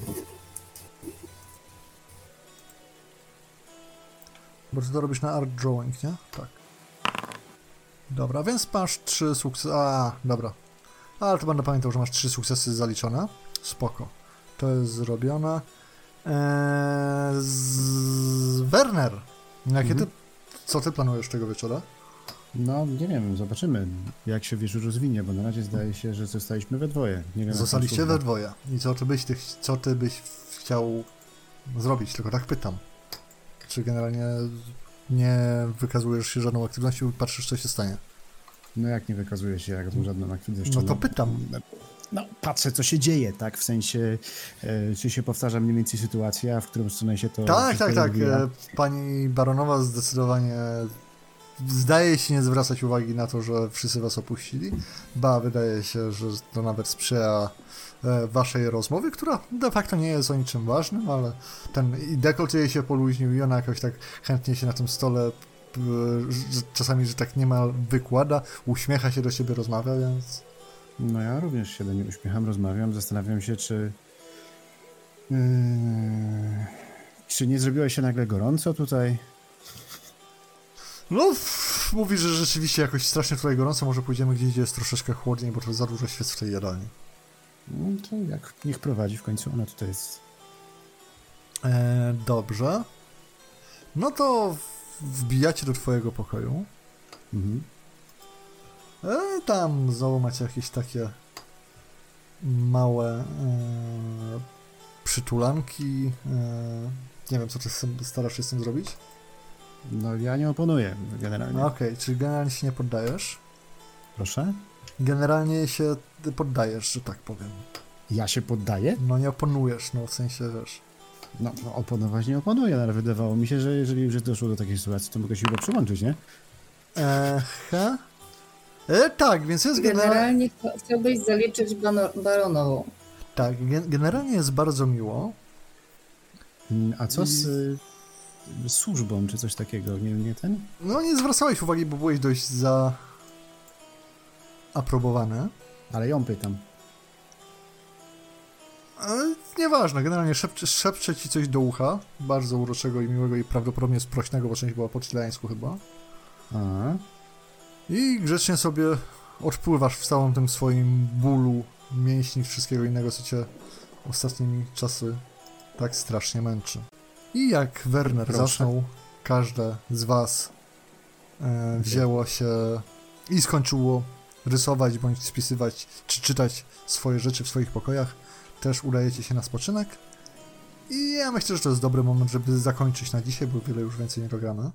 Bo ty to robisz na art drawing, nie? Tak. Dobra, więc masz 3 sukcesy. Dobra. Ale to będę pamiętał, że masz 3 sukcesy zaliczone. Spoko. To jest zrobione. Werner, co ty planujesz tego wieczora? No, nie wiem, zobaczymy, jak się wieczór rozwinie, bo na razie zdaje się, że zostaliśmy we dwoje. Nie wiem, Zostaliście we dwoje. I co ty byś chciał zrobić? Tylko tak pytam. Czy generalnie nie wykazujesz się żadną aktywnością i patrzysz, co się stanie? No jak nie wykazuje się jak żadną aktywność? No to pytam. No, patrzę, co się dzieje, tak? W sensie, czy się powtarza mniej więcej sytuacja, w którą stronę się to... Tak. rozwija? Pani baronowa zdecydowanie zdaje się nie zwracać uwagi na to, że wszyscy was opuścili. Wydaje się, że to nawet sprzyja waszej rozmowie, która de facto nie jest o niczym ważnym, ale ten dekolt jej się poluźnił i ona jakoś tak chętnie się na tym stole czasami, że tak niemal wykłada, uśmiecha się do siebie, rozmawia, więc... No ja również się do niej uśmiecham, rozmawiam, zastanawiam się, czy nie zrobiło się nagle gorąco tutaj? No, mówi, że rzeczywiście jakoś strasznie tutaj gorąco, może pójdziemy gdzieś, gdzie jest troszeczkę chłodniej, bo to za dużo świec w tej jadalni. No to jak niech prowadzi w końcu, ona tutaj jest. Dobrze. No to wbijacie do twojego pokoju. Mhm. Tam znowu macie jakieś takie małe przytulanki. Nie wiem, co ty starasz się z tym zrobić? No ja nie oponuję generalnie. Okej, czyli generalnie się nie poddajesz? Proszę? Generalnie się poddajesz, że tak powiem. Ja się poddaję? No nie oponujesz, no w sensie, wiesz. No oponować nie oponuję, ale wydawało mi się, że jeżeli już doszło do takiej sytuacji, to mogę się chyba przyłączyć, nie? Tak, więc jest Generalnie chciałbyś zaliczyć baronową. Tak, generalnie jest bardzo miło. A co z służbą, czy coś takiego, nie ten? No nie zwracałeś uwagi, bo byłeś dość zaaprobowany. Ale ją pytam. Nieważne, generalnie szepcze ci coś do ucha, bardzo uroczego i miłego i prawdopodobnie sprośnego, bo część była po chileańsku chyba. A. I grzecznie sobie odpływasz w całym tym swoim bólu mięśni, wszystkiego innego, co cię ostatnimi czasy tak strasznie męczy. I jak Werner zaczął, każde z was wzięło się i skończyło rysować, bądź spisywać, czy czytać swoje rzeczy w swoich pokojach, też udajecie się na spoczynek. I ja myślę, że to jest dobry moment, żeby zakończyć na dzisiaj, bo wiele już więcej nie dogramy.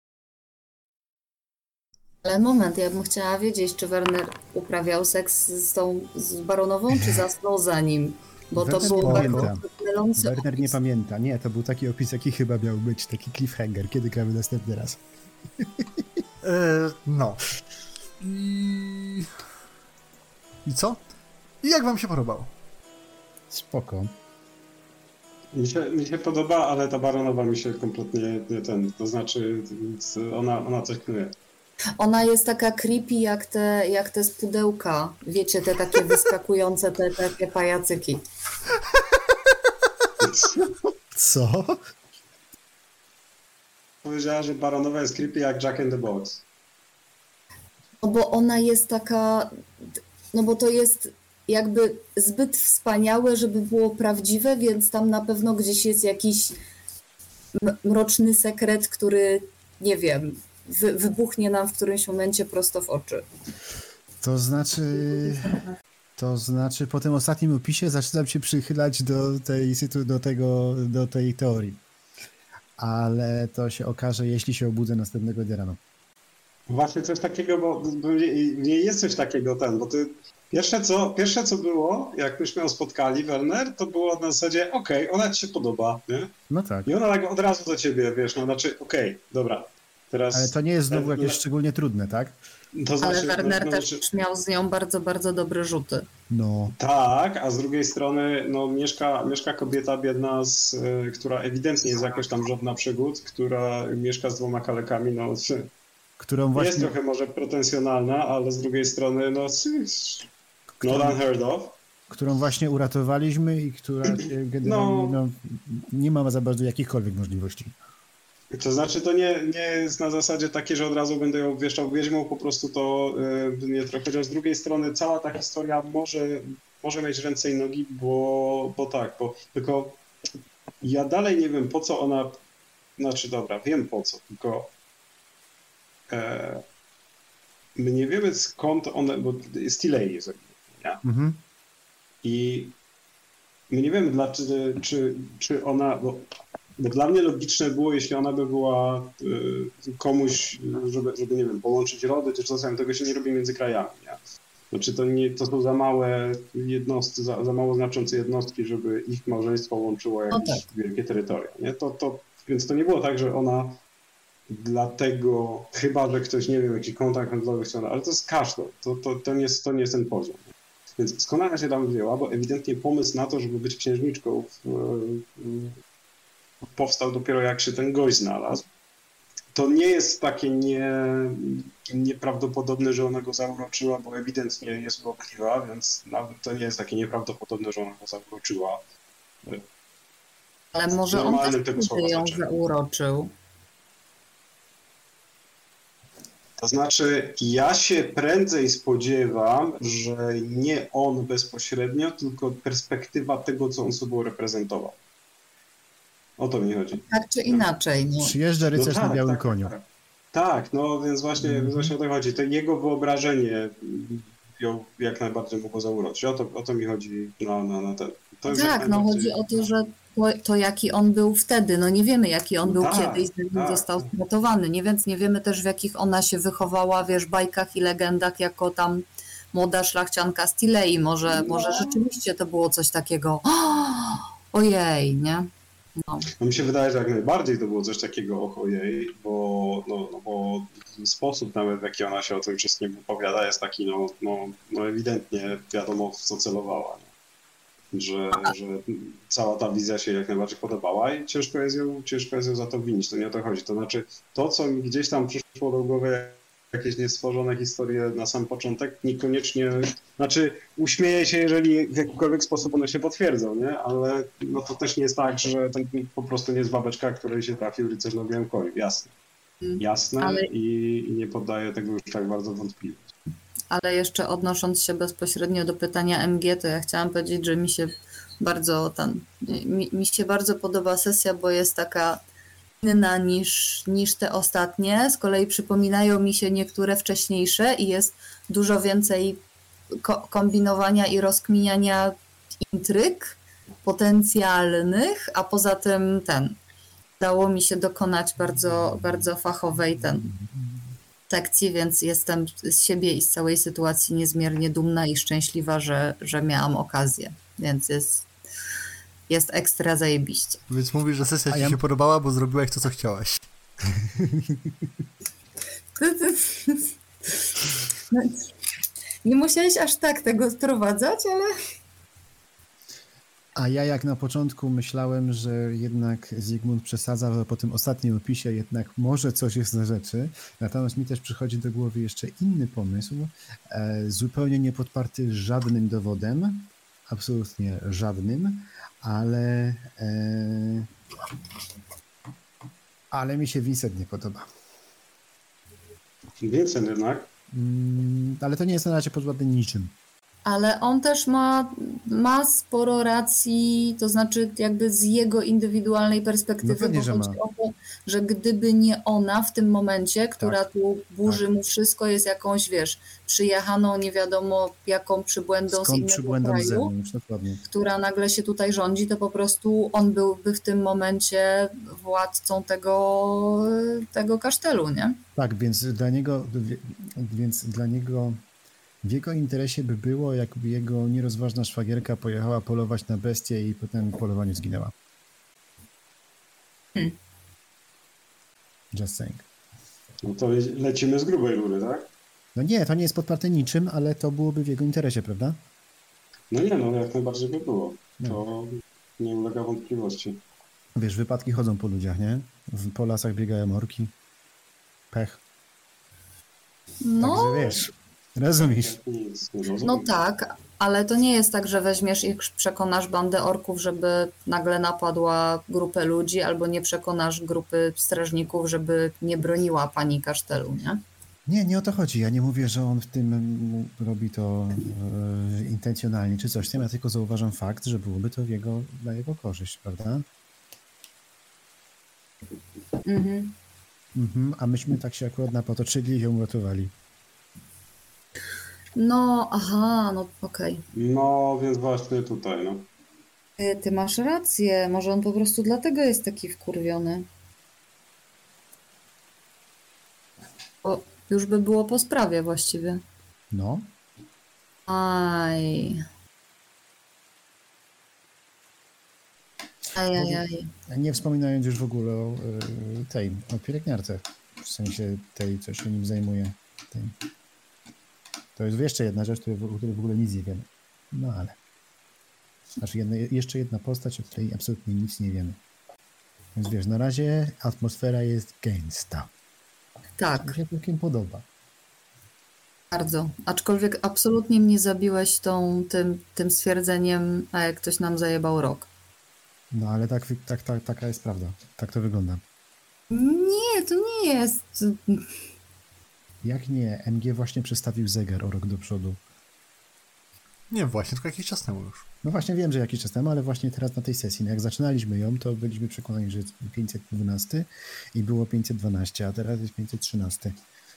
Ale moment, ja bym chciała wiedzieć, czy Werner uprawiał seks z baronową, czy zasnął za nim? Bo to Werner było nie bardzo pamięta. mylący Werner nie opis. pamięta. Nie, to był taki opis, jaki chyba miał być, taki cliffhanger. Kiedy gramy następny raz? No. I co? I jak wam się podobało? Spoko. Mi się podoba, ale ta baronowa mi się kompletnie nie ten, to znaczy ona coś knuje. Ona jest taka creepy jak te z pudełka. Wiecie, te takie wyskakujące, te takie pajacyki. Co? Powiedziała, że baronowa jest creepy jak Jack in the Box. No bo ona jest taka, no bo to jest jakby zbyt wspaniałe, żeby było prawdziwe, więc tam na pewno gdzieś jest jakiś mroczny sekret, który, nie wiem, wybuchnie nam w którymś momencie prosto w oczy. To znaczy po tym ostatnim opisie zaczynam się przychylać do tej teorii. Ale to się okaże, jeśli się obudzę następnego dnia rano. Właśnie coś takiego, bo nie jest coś takiego bo ty pierwsze co było, jak myśmy ją spotkali, Werner, to było na zasadzie, okej, ona ci się podoba, nie? No tak. I ona tak od razu do ciebie, wiesz, no znaczy, okej, dobra, teraz... Ale to nie jest znowu jakieś szczególnie trudne, tak? To znaczy, Ale Werner też miał z nią bardzo, bardzo dobre rzuty. No. Tak, a z drugiej strony no, mieszka kobieta biedna, która ewidentnie jest jakoś tam żadna przygód, która mieszka z 2 kalekami, no Którą jest właśnie, trochę może pretensjonalna, ale z drugiej strony no not unheard of. którą właśnie uratowaliśmy i która generalnie nie ma za bardzo jakichkolwiek możliwości. To znaczy to nie jest na zasadzie takie, że od razu będę ją wieszczał wiedźmą, po prostu to nie trochę, chociaż z drugiej strony cała ta historia może mieć ręce i nogi, bo tylko ja dalej nie wiem po co ona, znaczy dobra, wiem po co, tylko my nie wiemy skąd one, bo Stillay jest nie? Mhm. I my nie wiemy czy ona, bo dla mnie logiczne było, jeśli ona by była komuś, żeby nie wiem, połączyć rody, czy coś, tego się nie robi między krajami, nie? Znaczy to są za małe jednostki, za mało znaczące jednostki, żeby ich małżeństwo łączyło jakieś wielkie terytoria, nie? Więc to nie było tak, że ona dlatego, chyba że ktoś, nie wiem, jakiś kontakt handlowy chciał, ale to jest każdy, to nie jest ten poziom. Więc skąd ona się tam wzięła, bo ewidentnie pomysł na to, żeby być księżniczką powstał dopiero jak się ten gość znalazł. To nie jest takie nieprawdopodobne, że ona go zauroczyła, bo ewidentnie jest urokliwa, więc nawet to nie jest takie nieprawdopodobne, że ona go zauroczyła. Ale może on też tego słowa ją znaczeniu. zauroczył. To znaczy, ja się prędzej spodziewam, że nie on bezpośrednio, tylko perspektywa tego, co on sobą reprezentował. O to mi chodzi. Tak czy inaczej. No. Przyjeżdża rycerz na białym koniu. Tak, no więc właśnie o to chodzi. To jego wyobrażenie ją jak najbardziej mogło zauroczyć. O to mi chodzi na ten. Tak, no chodzi o to, że to jaki on był wtedy. No nie wiemy, jaki on był kiedyś, zanim został zmutowany. Więc nie wiemy też, w jakich ona się wychowała, wiesz, bajkach i legendach, jako tam młoda szlachcianka Stillay. Może rzeczywiście to było coś takiego. Ojej, nie? No. No mi się wydaje, że jak najbardziej to było coś takiego ojej, bo sposób nawet, w jaki ona się o tym wszystkim opowiada, jest taki, no ewidentnie wiadomo, w co celowała. Nie? Że cała ta wizja się jak najbardziej podobała i ciężko jest ją za to winić, to nie o to chodzi. To znaczy, to co mi gdzieś tam przyszło do głowy, jakieś niestworzone historie na sam początek, niekoniecznie, znaczy uśmieję się, jeżeli w jakikolwiek sposób one się potwierdzą, nie? Ale no to też nie jest tak, że to po prostu nie jest babeczka, której się trafił rycerz na białym koniu, jasne, ale... i nie poddaję tego już tak bardzo wątpliwości. Ale jeszcze odnosząc się bezpośrednio do pytania MG, to ja chciałam powiedzieć, że mi się bardzo podoba sesja, bo jest taka inna niż te ostatnie. Z kolei przypominają mi się niektóre wcześniejsze i jest dużo więcej kombinowania i rozkminiania intryg potencjalnych, a poza tym udało mi się dokonać bardzo, bardzo fachowej sekcji, więc jestem z siebie i z całej sytuacji niezmiernie dumna i szczęśliwa, że miałam okazję. Więc jest ekstra zajebiście. Więc mówisz, że sesja A ci ja- się podobała, bo zrobiłaś to, co chciałaś. No, nie musiałeś aż tak tego wprowadzać, ale... A ja jak na początku myślałem, że jednak Zygmunt przesadza, ale po tym ostatnim opisie jednak może coś jest na rzeczy. Natomiast mi też przychodzi do głowy jeszcze inny pomysł, zupełnie nie podparty żadnym dowodem, absolutnie żadnym, ale mi się Vincent nie podoba. Vincent jednak. Ale to nie jest na razie podparty niczym. Ale on też ma sporo racji, to znaczy jakby z jego indywidualnej perspektywy, No pewnie, bo że chodzi ma. o to, że gdyby nie ona w tym momencie, która tu burzy mu wszystko, jest jakąś, wiesz, przyjechaną nie wiadomo jaką przybłędą z Skąd innego przybłędą z kraju, zewnątrz, dokładnie. która nagle się tutaj rządzi, to po prostu on byłby w tym momencie władcą tego kasztelu, nie? Tak, więc dla niego w jego interesie by było, jakby jego nierozważna szwagierka pojechała polować na bestię i potem w polowaniu zginęła. Just saying. No to lecimy z grubej rury, tak? No nie, to nie jest podparte niczym, ale to byłoby w jego interesie, prawda? No nie, no jak najbardziej by było. No. To nie ulega wątpliwości. Wiesz, wypadki chodzą po ludziach, nie? Po lasach biegają orki. Pech. No, Także wiesz, rozumiesz. Nic, nie rozumiem. no tak, ale to nie jest tak, że weźmiesz i przekonasz bandę orków, żeby nagle napadła grupę ludzi, albo nie przekonasz grupy strażników, żeby nie broniła pani kasztelu, nie? Nie o to chodzi. Ja nie mówię, że on w tym robi to intencjonalnie czy coś. Ja tylko zauważam fakt, że byłoby to dla jego korzyść, prawda? Mhm. A myśmy tak się akurat napotoczyli i ją uratowali. No, aha, no okej. No, więc właśnie tutaj, no. Ty masz rację, może on po prostu dlatego jest taki wkurwiony. Bo już by było po sprawie właściwie. No, Aj. Ajajaj. nie wspominając już w ogóle o pielęgniarce. W sensie tej, co się nim zajmuje. To jest jeszcze jedna rzecz, o której w ogóle nic nie wiemy. No ale. Znaczy jeszcze jedna postać, o której absolutnie nic nie wiemy. Więc wiesz, na razie atmosfera jest gęsta. Tak, Mi się całkiem podoba. bardzo. Aczkolwiek absolutnie mnie zabiłeś tym stwierdzeniem, a jak ktoś nam zajebał rok. No ale taka jest prawda. Tak to wygląda. Nie, to nie jest. Jak nie, MG właśnie przestawił zegar o rok do przodu. Nie, właśnie, tylko jakiś czas temu już. No właśnie wiem, że jakiś czas temu, ale właśnie teraz na tej sesji, no jak zaczynaliśmy ją, to byliśmy przekonani, że jest 512 i było 512, a teraz jest 513.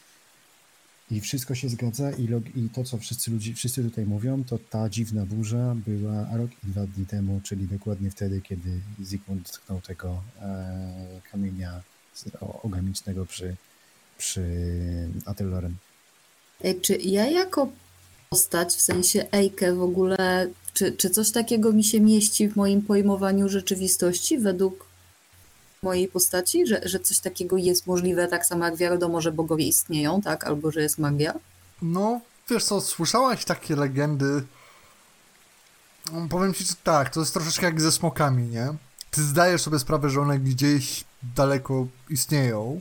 I wszystko się zgadza i to, co wszyscy tutaj mówią, to ta dziwna burza była rok i 2 dni temu, czyli dokładnie wtedy, kiedy Zygmunt dotknął tego kamienia ogamicznego przy Atelorem. Czy ja jako postać, w sensie Ejkę w ogóle, czy coś takiego mi się mieści w moim pojmowaniu rzeczywistości według mojej postaci, że coś takiego jest możliwe, tak samo jak wiadomo, że bogowie istnieją, tak, albo że jest magia? No, wiesz co, słyszałaś takie legendy? Powiem ci, że tak, to jest troszeczkę jak ze smokami, nie? Ty zdajesz sobie sprawę, że one gdzieś daleko istnieją,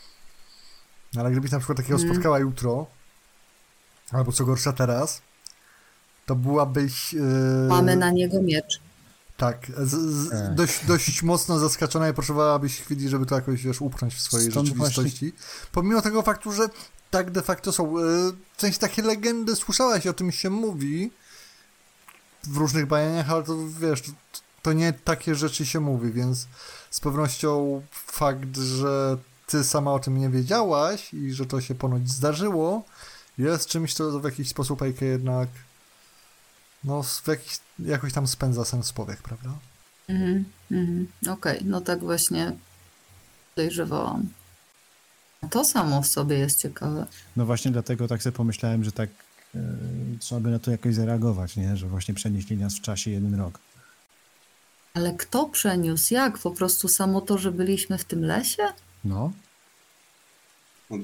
ale gdybyś na przykład takiego spotkała jutro, albo co gorsza teraz, to byłabyś... Mamy na niego miecz. Tak, dość mocno zaskoczona i potrzebowałabyś chwili, żeby to jakoś, wiesz, upchnąć w swojej Stąd rzeczywistości. Pomimo tego faktu, że tak de facto są, w sensie takie legendy, słyszałaś, o tym się mówi w różnych bajaniach, ale to wiesz, to nie takie rzeczy się mówi, więc z pewnością fakt, że ty sama o tym nie wiedziałaś i że to się ponoć zdarzyło, jest czymś, co w jakiś sposób Ejkę jednak no, jakoś tam spędza sens powiek, prawda? Okej, no tak właśnie podejrzewałam. To samo w sobie jest ciekawe. No właśnie dlatego tak sobie pomyślałem, że tak trzeba by na to jakoś zareagować, nie? Że właśnie przenieśli nas w czasie 1 rok. Ale kto przeniósł? Jak? Po prostu samo to, że byliśmy w tym lesie? No, No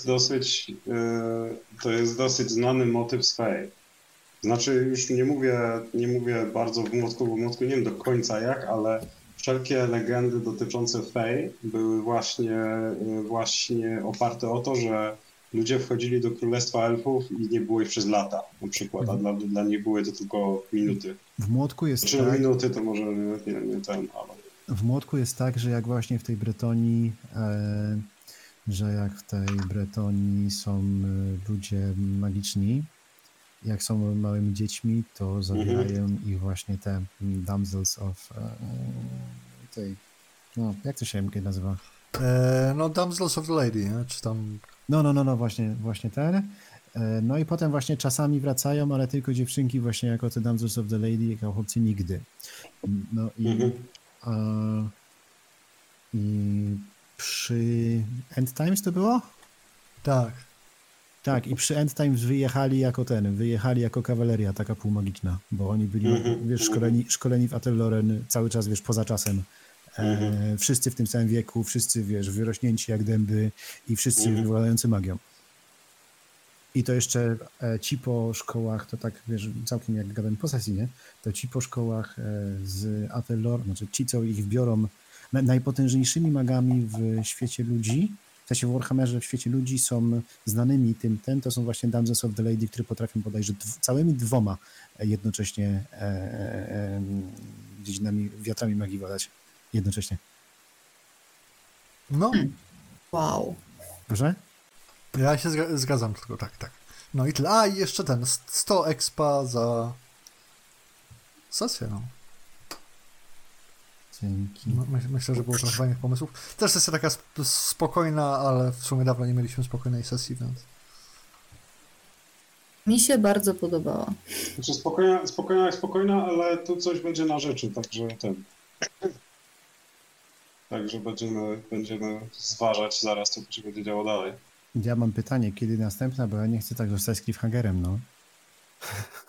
to jest dosyć znany motyw z Fey. Znaczy już nie mówię bardzo w Młotku, bo w Młotku nie wiem do końca jak, ale wszelkie legendy dotyczące Fey były właśnie oparte o to, że ludzie wchodzili do Królestwa Elfów i nie było ich przez lata na przykład, a dla nich były to tylko minuty. w Młotku jest Znaczy tak, minuty to może nie ten, ale... w Młotku jest tak, że jak właśnie w tej Bretonii, że jak w tej Bretonii są ludzie magiczni, jak są małymi dziećmi, to zabierają ich właśnie te damsels of tej, no jak to się nazywa? No, Damsels of the Lady, nie? Czy tam... No, właśnie ten. No i potem właśnie czasami wracają, ale tylko dziewczynki właśnie jako te Damsels of the Lady, jako chłopcy nigdy. No i przy End Times to było? Tak. Tak, i przy End Times wyjechali jako kawaleria, taka półmagiczna, bo oni byli, wiesz, szkoleni w Atelloren cały czas, wiesz, poza czasem. Wszyscy w tym samym wieku, wszyscy, wiesz, wyrośnięci jak dęby i wszyscy wywołujący magią. I to jeszcze ci po szkołach, to tak, wiesz, całkiem jak gadam po sesji, nie? To ci po szkołach z Atelloren, znaczy ci, co ich biorą najpotężniejszymi magami w świecie ludzi, w sensie w Warhammerze w świecie ludzi są znanymi to są właśnie Damsels of the Lady, które potrafią bodajże całymi dwoma jednocześnie dziedzinami, wiatrami magii władać jednocześnie. No, Wow. Proszę? ja się zgadzam tylko, tak. No i tyle. A, i jeszcze 100 expa za sesję, no. Dzięki. No, myślę, że było trochę fajnych pomysłów. Też sesja taka spokojna, ale w sumie dawno nie mieliśmy spokojnej sesji, więc... Mi się bardzo podobała. Znaczy spokojna, ale tu coś będzie na rzeczy, Także będziemy zważać zaraz, co tu się będzie działo dalej. Ja mam pytanie, kiedy następna, bo ja nie chcę tak zostać z cliffhangerem, no.